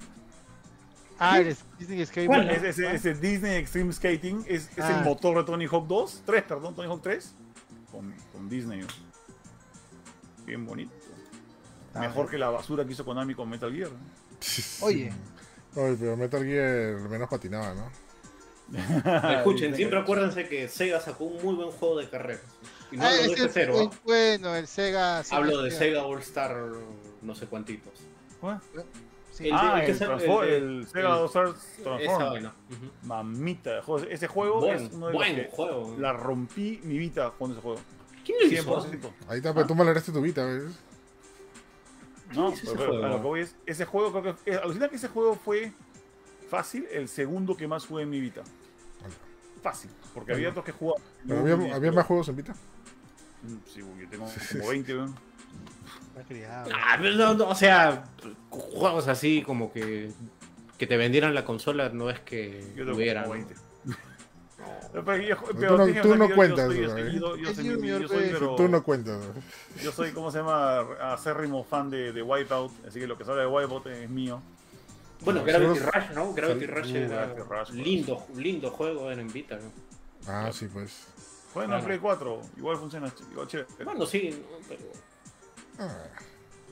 Ah, el Disney Skate. ¿Cuál? Ese, ese- ese Disney Extreme Skating es, es Ah. el motor de Tony Hawk dos, tres, perdón, Tony Hawk tres, con, con Disney. ¿no? Bien bonito. Ah, Mejor que la basura que hizo Konami con Metal Gear. ¿no? Oye, Oye, pero Metal Gear al menos patinaba, ¿no? Escuchen, siempre acuérdense que Sega sacó un muy buen juego de carreras. Y no ah, hablo de ese este es, cero, es ¿ah? bueno, el Sega. Hablo de Sega. Sega All Star no sé cuantitos. Sí. El- ah, el que el, sa- Transfor- el de- el Sega el- All Stars Esa Transform. vaina. Ujú. Mamita, joder, ese juego Buen, es uno de buen los que juego. la rompí mi vida con ese juego. ¿Quién lo cien hizo? por ciento. Ahí está, pero tú me alegraste tu vida, ¿ves? No, hizo ese pero, pero juego? a lo que voy es, ese juego creo que... eh, alucina que ese juego fue fácil, el segundo que más jugué en mi vida. Fácil, porque había otros que jugaban. Pero muy había, bien, había pero- más juegos en Vita. Mm, Sí, güey, yo tengo como veinte, weón. Está criado. Ah, pero no, no, o sea, juegos así como que que te vendieran la consola no es que Yo tengo hubieran. como ¿no? veinte. Pero, yo- Tú pero no- tienes tú que no pensar que yo- cuentas, Yo soy, ¿sabes? yo, yo Es soy, Junior, yo soy, pues. pero... Tú no cuentas. Yo soy, ¿cómo se llama? Acérrimo fan de, de Wipeout, así que lo que sale de Wipeout es mío. Bueno, No, Gravity solo- Rush, ¿no? Gravity sal- Rush uh, era Gravity Rush, pues. lindo, lindo juego era en Vita, ¿no? Ah, sí, pues. Jueguen Ah, en no. Play cuatro, igual funciona, ch- igual chévere. Bueno, sí, ¿no? Pero Ah,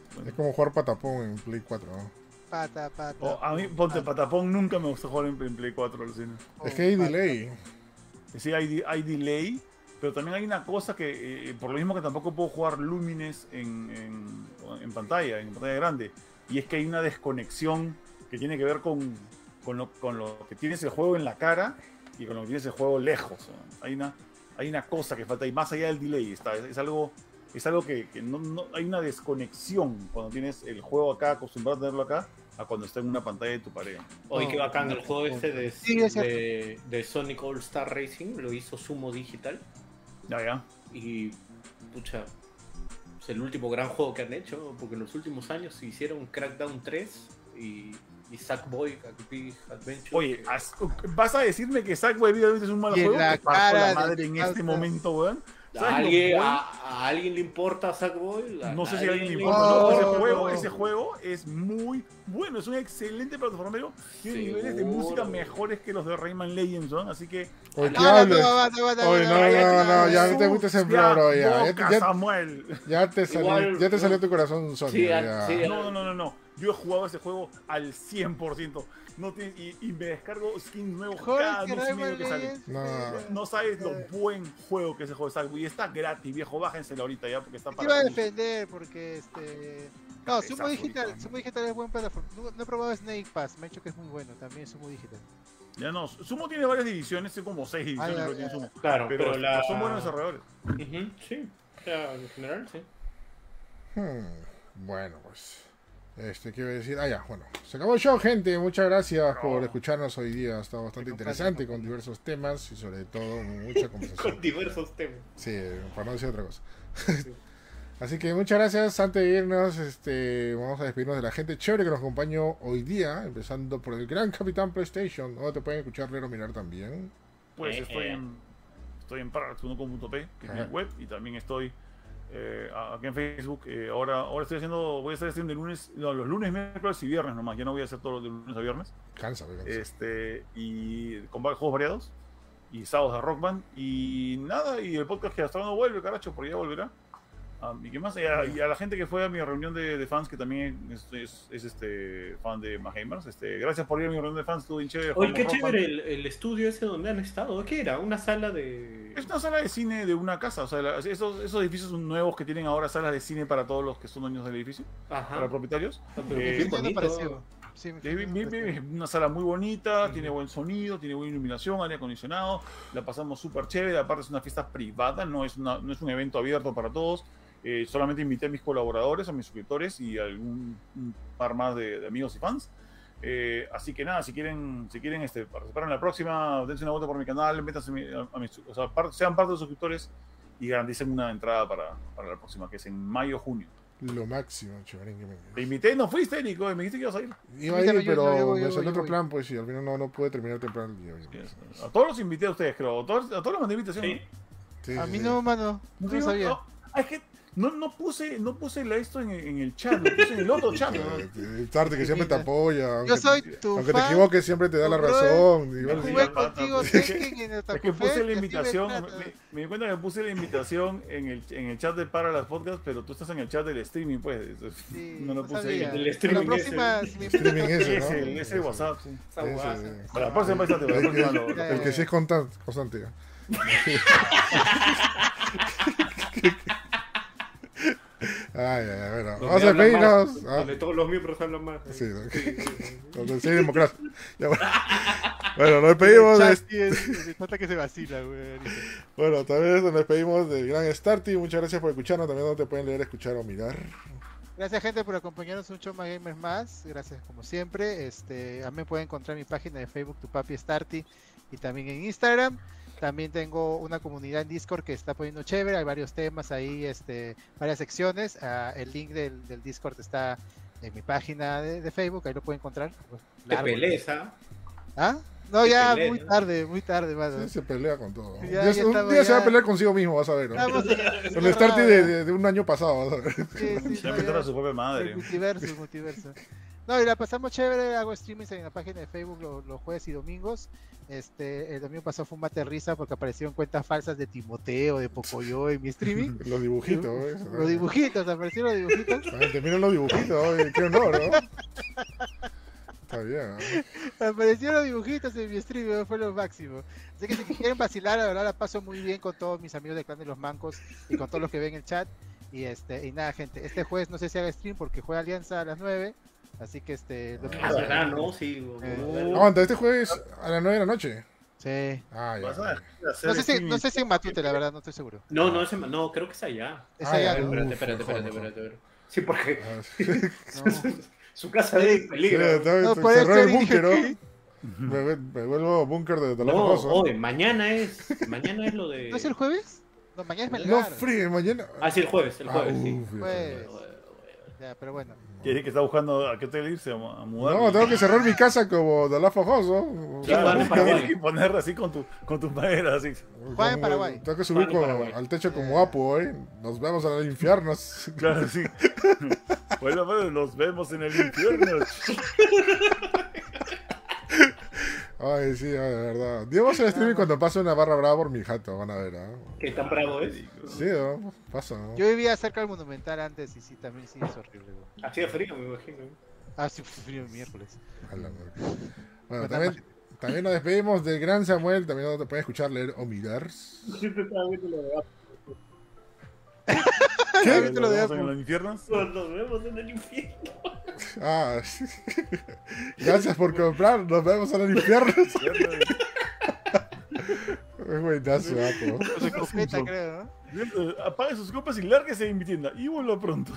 Es como jugar patapón en Play cuatro, ¿no? Pata, pata. Oh, a mí, ponte patapón, nunca me gustó jugar en, en Play cuatro al cine. Es que hay delay. Sí, hay, di- hay delay, pero también hay una cosa que, eh, por lo mismo que tampoco puedo jugar Lumines en, en, en pantalla, en pantalla grande, y es que hay una desconexión que tiene que ver con, con, lo, con lo que tienes el juego en la cara y con lo que tienes el juego lejos. ¿No? Hay una, hay una cosa que falta, y más allá del delay, está, es, es algo, es algo que, que no, no, hay una desconexión cuando tienes el juego acá, acostumbrado a tenerlo acá, a cuando está en una pantalla de tu pared. Oye, qué No, bacán, no, el juego no, este de, sí, es cierto. de, de Sonic All Star Racing lo hizo Sumo Digital Ya, ya. y, pucha, es el último gran juego que han hecho, porque en los últimos años hicieron Crackdown tres y, y Sackboy Big Adventure. Oye, as- ¿vas a decirme que Sackboy Video es un mal Y en juego? la Me parto cara la de madre en este Falta. momento, weón. ¿A ¿Sabes lo alguien, bueno? a, a alguien le importa Sackboy? No sé si a alguien le le importa, no, importa. ese Oh. juego, ese juego es muy bueno, es un excelente plataformero, tiene niveles de Seguro. música mejores que los de Rayman Legends, ¿no? Así que Oye, ¿qué No, no, hables? no, no, no, no, Oye, no, no, no, no, ya Jesús, no te metes en ya, floro, ya. Ya, boca, te- ya- Samuel. ya te salió, Igual, ya te no. salió tu corazón Sony. Sí, ya. sí. No, no, no, no, no. Yo he jugado ese juego al cien por ciento. No tiene- y, y me descargo skins nuevos Joder, cada que mes y medio Rayman que sale. Legends, No. eh, No sabes lo buen juego que es ese juego de Sackboy. Y está gratis, viejo. Bájenselo ahorita ya porque está Te iba a para. defender porque este. No, Sumo Cabezazo, Digital, ahorita. Sumo Digital es buen plataforma. No, no he probado Snake Pass, me ha dicho que es muy bueno, también Sumo Digital. Ya no. Sumo tiene varias divisiones, tiene como seis divisiones Ah, ya, lo que tiene ya. Sumo. Claro, Pero, pero, la... son buenos desarrolladores. Ujú, sí, o sea, en general, sí. Hmm, Bueno, pues. Este, ¿qué iba a decir? Ah, ya, bueno. Se acabó el show, gente. Muchas gracias por escucharnos hoy día. Ha estado bastante Me complace, interesante me con complace. diversos temas y sobre todo mucha Con conversación. diversos temas. Sí, para no decir otra cosa. Así que muchas gracias. Antes de irnos, este, vamos a despedirnos de la gente chévere que nos acompañó hoy día, empezando por el gran Capitán PlayStation. ¿Dónde te pueden escuchar, leer o mirar también? Pues Eh, estoy eh. en estoy en parallax punto com punto p, que es mi Ajá. web, y también estoy eh, aquí en Facebook. Eh, ahora, ahora estoy haciendo, voy a estar haciendo de lunes, no, los lunes, miércoles y viernes nomás. Ya no voy a hacer todos los de lunes a viernes. Cansa, me cansa. Este, y con varios juegos variados. Y sábados de Rock Band. Y nada, y el podcast que hasta ahora no vuelve, caracho, porque ya volverá. Ah, y qué más, y a, y a la gente que fue a mi reunión de, de fans, que también es, es, es, este fan de Mahamers, este, gracias por ir a mi reunión de fans, estuvo bien chévere. Oye, jugamos qué Rock Band. chévere el, el estudio ese donde han estado. ¿Qué era? ¿Una sala de...? Es una sala de cine de una casa, o sea, la- esos, esos edificios nuevos que tienen ahora salas de cine para todos los que son dueños del edificio, Ajá. para propietarios. Ah, pero Eh, qué Sí, me bonito. pareció. Sí, me Es bien- bien- pareció. bien- una sala muy bonita, Ujú. tiene buen sonido, tiene buena iluminación, aire acondicionado, la pasamos súper chévere, aparte es una fiesta privada, no es, una, no es un evento abierto para todos. Eh, solamente invité a mis colaboradores, a mis suscriptores y a algún un par más de, de amigos y fans. Eh, así que nada, si quieren, si quieren este, participar en la próxima, dense una vuelta por mi canal, métanse a mi- a, a mis, o sea, par- sean parte de los suscriptores y garanticen una entrada para, para la próxima, que es en mayo-junio. Lo máximo, chévere. Te invité, no fuiste, Nico, me dijiste que ibas a ir. Iba a Invítame, ir, yo- pero yo voy, me yo salió voy, otro yo plan, pues, y al final no, no pude terminar temprano. Y yo- yo- A todos los invité a ustedes, creo. A todos, a todos les mandé invitación. Sí. Sí, A sí, mí sí. no, mano, no ¿No? sabía. No, es que no, no puse, no puse la- esto en, en el chat, lo puse en el otro chat. ¿no? Eh, Tarde, que siempre te apoya. Yo Aunque, soy tu aunque te fan. equivoques, siempre te da la tu brother. razón. Igual, Sí, Jugué ya, contigo es que- Tekken en el Es Otaku que puse Fest, la y así me invitación, trata. me, me di cuenta que puse la invitación en el, en el chat de Para las Podcasts, pero tú estás en el chat del streaming, pues. entonces, Sí, no lo puse sabía. ahí. El streaming La próxima, ese. si me Streaming invitas, ese, Es ¿no? el, es el WhatsApp, sí. Esa Ese, guasa. ese. Para la próxima, para la El próxima que- lo- lo- Ya, El que sí es constante. constante ya. Ay, ay, ay, bueno. Donde Vamos a hablan despedirnos. más, Ah, Donde todos los miembros hablan más. sí, ¿no? Sí, sí, sí. Donde sí hay democracia. Ya, bueno. Bueno, nos despedimos. el de- chat, sí, es- se nota que se vacila, güey. Bueno, también nos despedimos del gran Starty. Muchas gracias por escucharnos. También donde pueden leer, escuchar o mirar. Gracias, gente, por acompañarnos en un show más gamers más. Gracias, como siempre. Este, a mí me pueden encontrar en mi página de Facebook, Tu Papi Starty, y también en Instagram. También tengo una comunidad en Discord que está poniendo chévere. Hay varios temas ahí, este, varias secciones. Ah, el link del, del Discord está en mi página de, de Facebook. Ahí lo pueden encontrar. Pues, Te largo. pelees, ¿ah? ¿Ah? No, Te ya pelees, muy ¿no? tarde, muy tarde, mano. Sí, se pelea con todo. Ya, un ya día, un estamos, día se va a ya. pelear consigo mismo, vas a ver. ¿no? Estamos en el- El Starty de, de- de un año pasado, vas a ver. Sí, sí, Se no, va a meter ya. a su propia madre. El multiverso, el multiverso. No, y la pasamos chévere, hago streamings en la página de Facebook los, los jueves y domingos. Este, el domingo pasado fue un mate de risa porque aparecieron cuentas falsas de Timoteo, de Pocoyo en mi streaming. Los dibujitos, ¿eh? Los dibujitos, aparecieron los dibujitos. Ay, te miran los dibujitos, oye, qué honor, ¿no? Está bien, ¿no? Aparecieron los dibujitos en mi stream, fue lo máximo. Así que si quieren vacilar, la verdad la paso muy bien con todos mis amigos del clan de los mancos y con todos los que ven el chat. Y este, y nada, gente, este jueves no sé si haga stream porque juega Alianza a las nueve. Así que este. el domingo Ah, se- verdad, ¿no? Sí. Eh, Aguanta, este jueves a las nueve de la noche. Sí. Ah, ya. Vas a hacer No sé, si, streaming. no sé si en Matute, la verdad, no estoy seguro. No, no, ese, no, creo que es allá. Es Ah, ya, allá, ya. ¿no? Espérate, Uf, espérate, mejor, espérate, mejor. espérate, espérate. Sí, porque Ah, sí. No. su casa es Sí, peligro. está- No, se por cerró eso el dije búnker, ¿no? que- Me, me vuelvo búnker de No, Talafojoso. oye, mañana es, mañana es lo de... ¿No es el jueves? No, mañana es No, Melgar. frío, mañana. Ah, sí, el jueves, el Ah, jueves, sí. uf, Jueves. Dios mío. Ya, pero bueno. Quiere que está buscando a qué hotel irse a, a mudar. No, tengo que cerrar mi casa como Talafojoso. ¿Quién va a Paraguay? Tienes que poner así con, tu, con tus maderas así. Juega en Paraguay. Tengo que subir Juega en con- Paraguay. al techo como Apu, ¿eh? Nos vemos en el infierno. Claro, sí. Bueno, bueno, nos vemos en el infierno. Ay, sí, ay, de verdad. Digamos el streaming cuando pase una barra brava por mi jato, van a ver, ¿ah? ¿Qué tan bravo es? Sí, ¿no? Pasa, ¿no? Yo vivía cerca del Monumental antes y sí, también sí es horrible. güey. Hacía frío, me imagino. Ah, sí, fue frío el miércoles. A la madre. Bueno, Pues también, también nos despedimos del gran Samuel. También te pueden escuchar, leer o mirar. ¿Qué? ¿Qué? ¿Viste lo de ¿Nos vemos Apu? en los infiernos? Nos vemos en el infierno. Ah, sí. Gracias por comprar. Nos vemos en el infierno. Es buenazo, Apu. Con su escopeta, creo, ¿no? Apague sus copas y lárguese de mi tienda. Y vuelva pronto.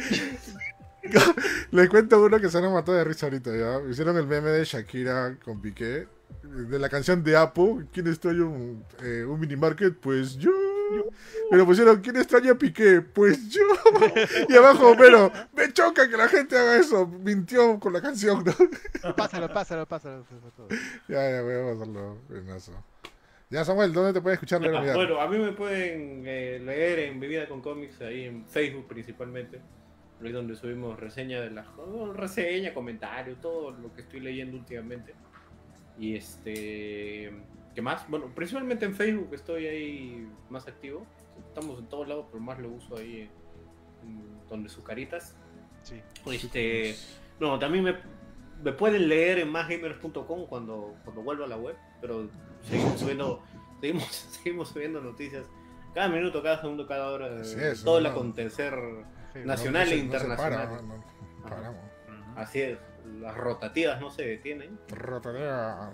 Les cuento uno que se nos mató de risa ahorita, ¿ya? Hicieron el meme de Shakira con Piqué. De la canción de Apu. ¿Quién extraña un, eh, un minimarket? Pues yo. Pero pusieron, ¿quién extraña a Piqué? Pues yo. Y abajo, pero me choca que la gente haga eso. Mintió con la canción, ¿no? Pásalo, pásalo, pásalo. por favor. Ya, ya, voy a pasarlo. Buenazo. Ya, Samuel, ¿dónde te puedes escuchar? Leer o Ah, mirar? bueno, a mí me pueden eh, leer en Bebida con Cómics, ahí en Facebook principalmente. Ahí donde subimos reseña de las oh, reseña, comentarios, todo lo que estoy leyendo últimamente. Y este, ¿qué más? Bueno, principalmente en Facebook estoy ahí más activo. Estamos en todos lados, pero más lo uso ahí en, en donde sus caritas. Sí. Este, no, también me, me pueden leer en más gamers punto com cuando, cuando vuelva a la web, pero seguimos subiendo, seguimos, seguimos subiendo noticias cada minuto, cada segundo, cada hora de Así es, todo el no. acontecer Sí, nacional No, no e se- no se internacional. para, no, no, paramos. Así es, las rotativas no se detienen. Rotarea.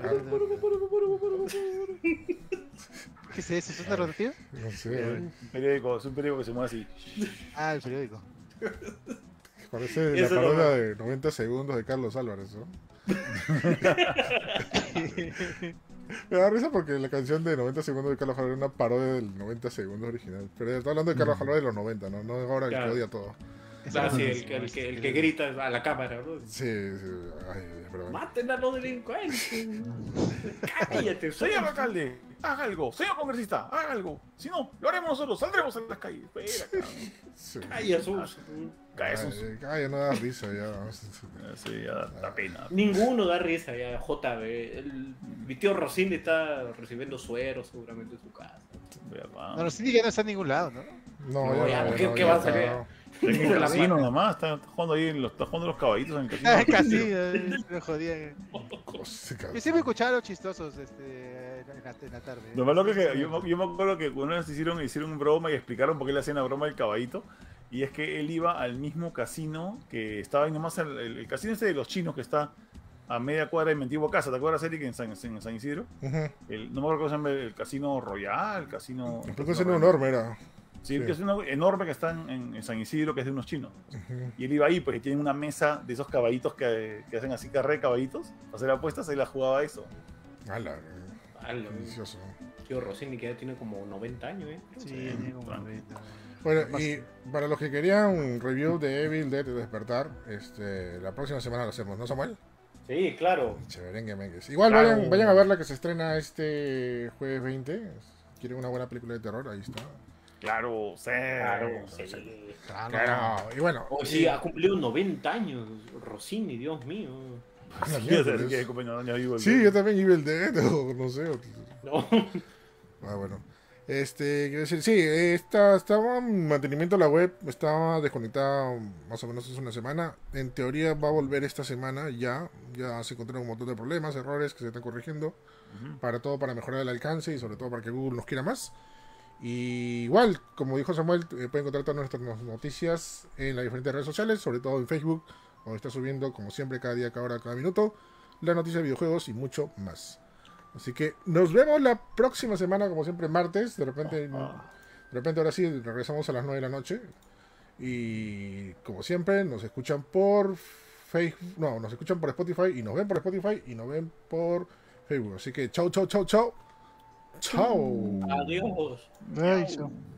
¿Qué es eso? ¿Es una rotativa? No sé, Un periódico, es un periódico que se mueve así. Ah, el periódico. parece la Eso no- parodia de noventa segundos de Carlos Álvarez, ¿no? Me da risa porque la canción de noventa segundos de Carlos Álvarez es una parodia del noventa segundos original. Pero está hablando de Carlos Álvarez de los noventa, ¿no? No es ahora el que Claro. odia todo. Esa Ah, sí, no el, sé que, el, si- que, el que grita a la cámara, ¿no? Sí, sí. Ay, pero bueno. ¡Maten a los delincuentes! ¡Cállate! soy Señor alcalde, haga algo. Señor congresista, haga algo. Si no, lo haremos nosotros. Saldremos a las calles. Espera, cabrón. Sí. ¡Calla, sus! Cae sus- Ay, ay, no da risa ya. Sí, ya da, da pena. Ninguno da risa ya, J B. El, mi tío Rosindi está recibiendo suero seguramente en su casa. ¿Verdad? No, los Cindy ya no está en ningún lado, ¿no? No, No, ya, ya, no, ¿qué- no, qué ya va a está. salir? En el La casino mano. nada más, está jugando ahí, en los, está jugando los caballitos en el casino. Casi, eh, me jodían. Sí, cabrón. Yo siempre escuchaba los chistosos este, en, la, en la tarde. Lo malo que, es que yo, me- yo me acuerdo que una vez hicieron, hicieron una broma y explicaron por qué le hacían la broma del caballito. Y es que él iba al mismo casino que estaba ahí nomás, el, el, el casino este de los chinos que está a media cuadra de mi antigua casa. ¿Te acuerdas, Eric, en San, en San Isidro? Ujú. El, no me acuerdo cómo se llama, el casino Royal, el casino... Después que siendo enorme era. Sí, Sí. que es uno enorme que está en, en San Isidro, que es de unos chinos. Ujú. Y él iba ahí, porque tienen una mesa de esos caballitos que, que hacen así carrera de caballitos, para hacer apuestas, ahí la jugaba eso. Ala, Ala, delicioso. tío Rosindi que ya tiene como noventa años, ¿eh? Sí, Sí, tiene como tranqui. noventa. Bueno, y para los que querían un review de Evil Dead de Despertar, este, la próxima semana lo hacemos, ¿no, Samuel? Sí, claro. Chéverengue, mengues. Igual Claro. vayan, vayan a ver la que se estrena este jueves veinte. ¿Quieren una buena película de terror? Ahí está. Claro, sí. Claro, sí. Claro. Claro, y bueno. Oh, y- sí, ha cumplido noventa años, Rossini, Dios mío. a la Sí, miércoles. que compañero, ya digo, el- Sí, yo también Evil Dead, o no sé. o- No. Ah, bueno. Este, quiero decir, sí, eh, está, estaba en mantenimiento la web, estaba desconectada más o menos hace una semana. En teoría va a volver esta semana ya. Ya se encontraron un montón de problemas, errores que se están corrigiendo. Ujú. Para todo, para mejorar el alcance y sobre todo para que Google nos quiera más. Y igual, como dijo Samuel, eh, pueden encontrar todas nuestras no- noticias en las diferentes redes sociales, sobre todo en Facebook, donde está subiendo, como siempre, cada día, cada hora, cada minuto, las noticias de videojuegos y mucho más. Así que nos vemos la próxima semana, como siempre, martes. De repente, Ah. de repente ahora sí, regresamos a las nueve de la noche. Y como siempre, nos escuchan por Facebook, no, nos escuchan por Spotify y nos ven por Spotify y nos ven por Facebook. Así que chau, chau, chau, chau. Chau. Adiós. Ay, so-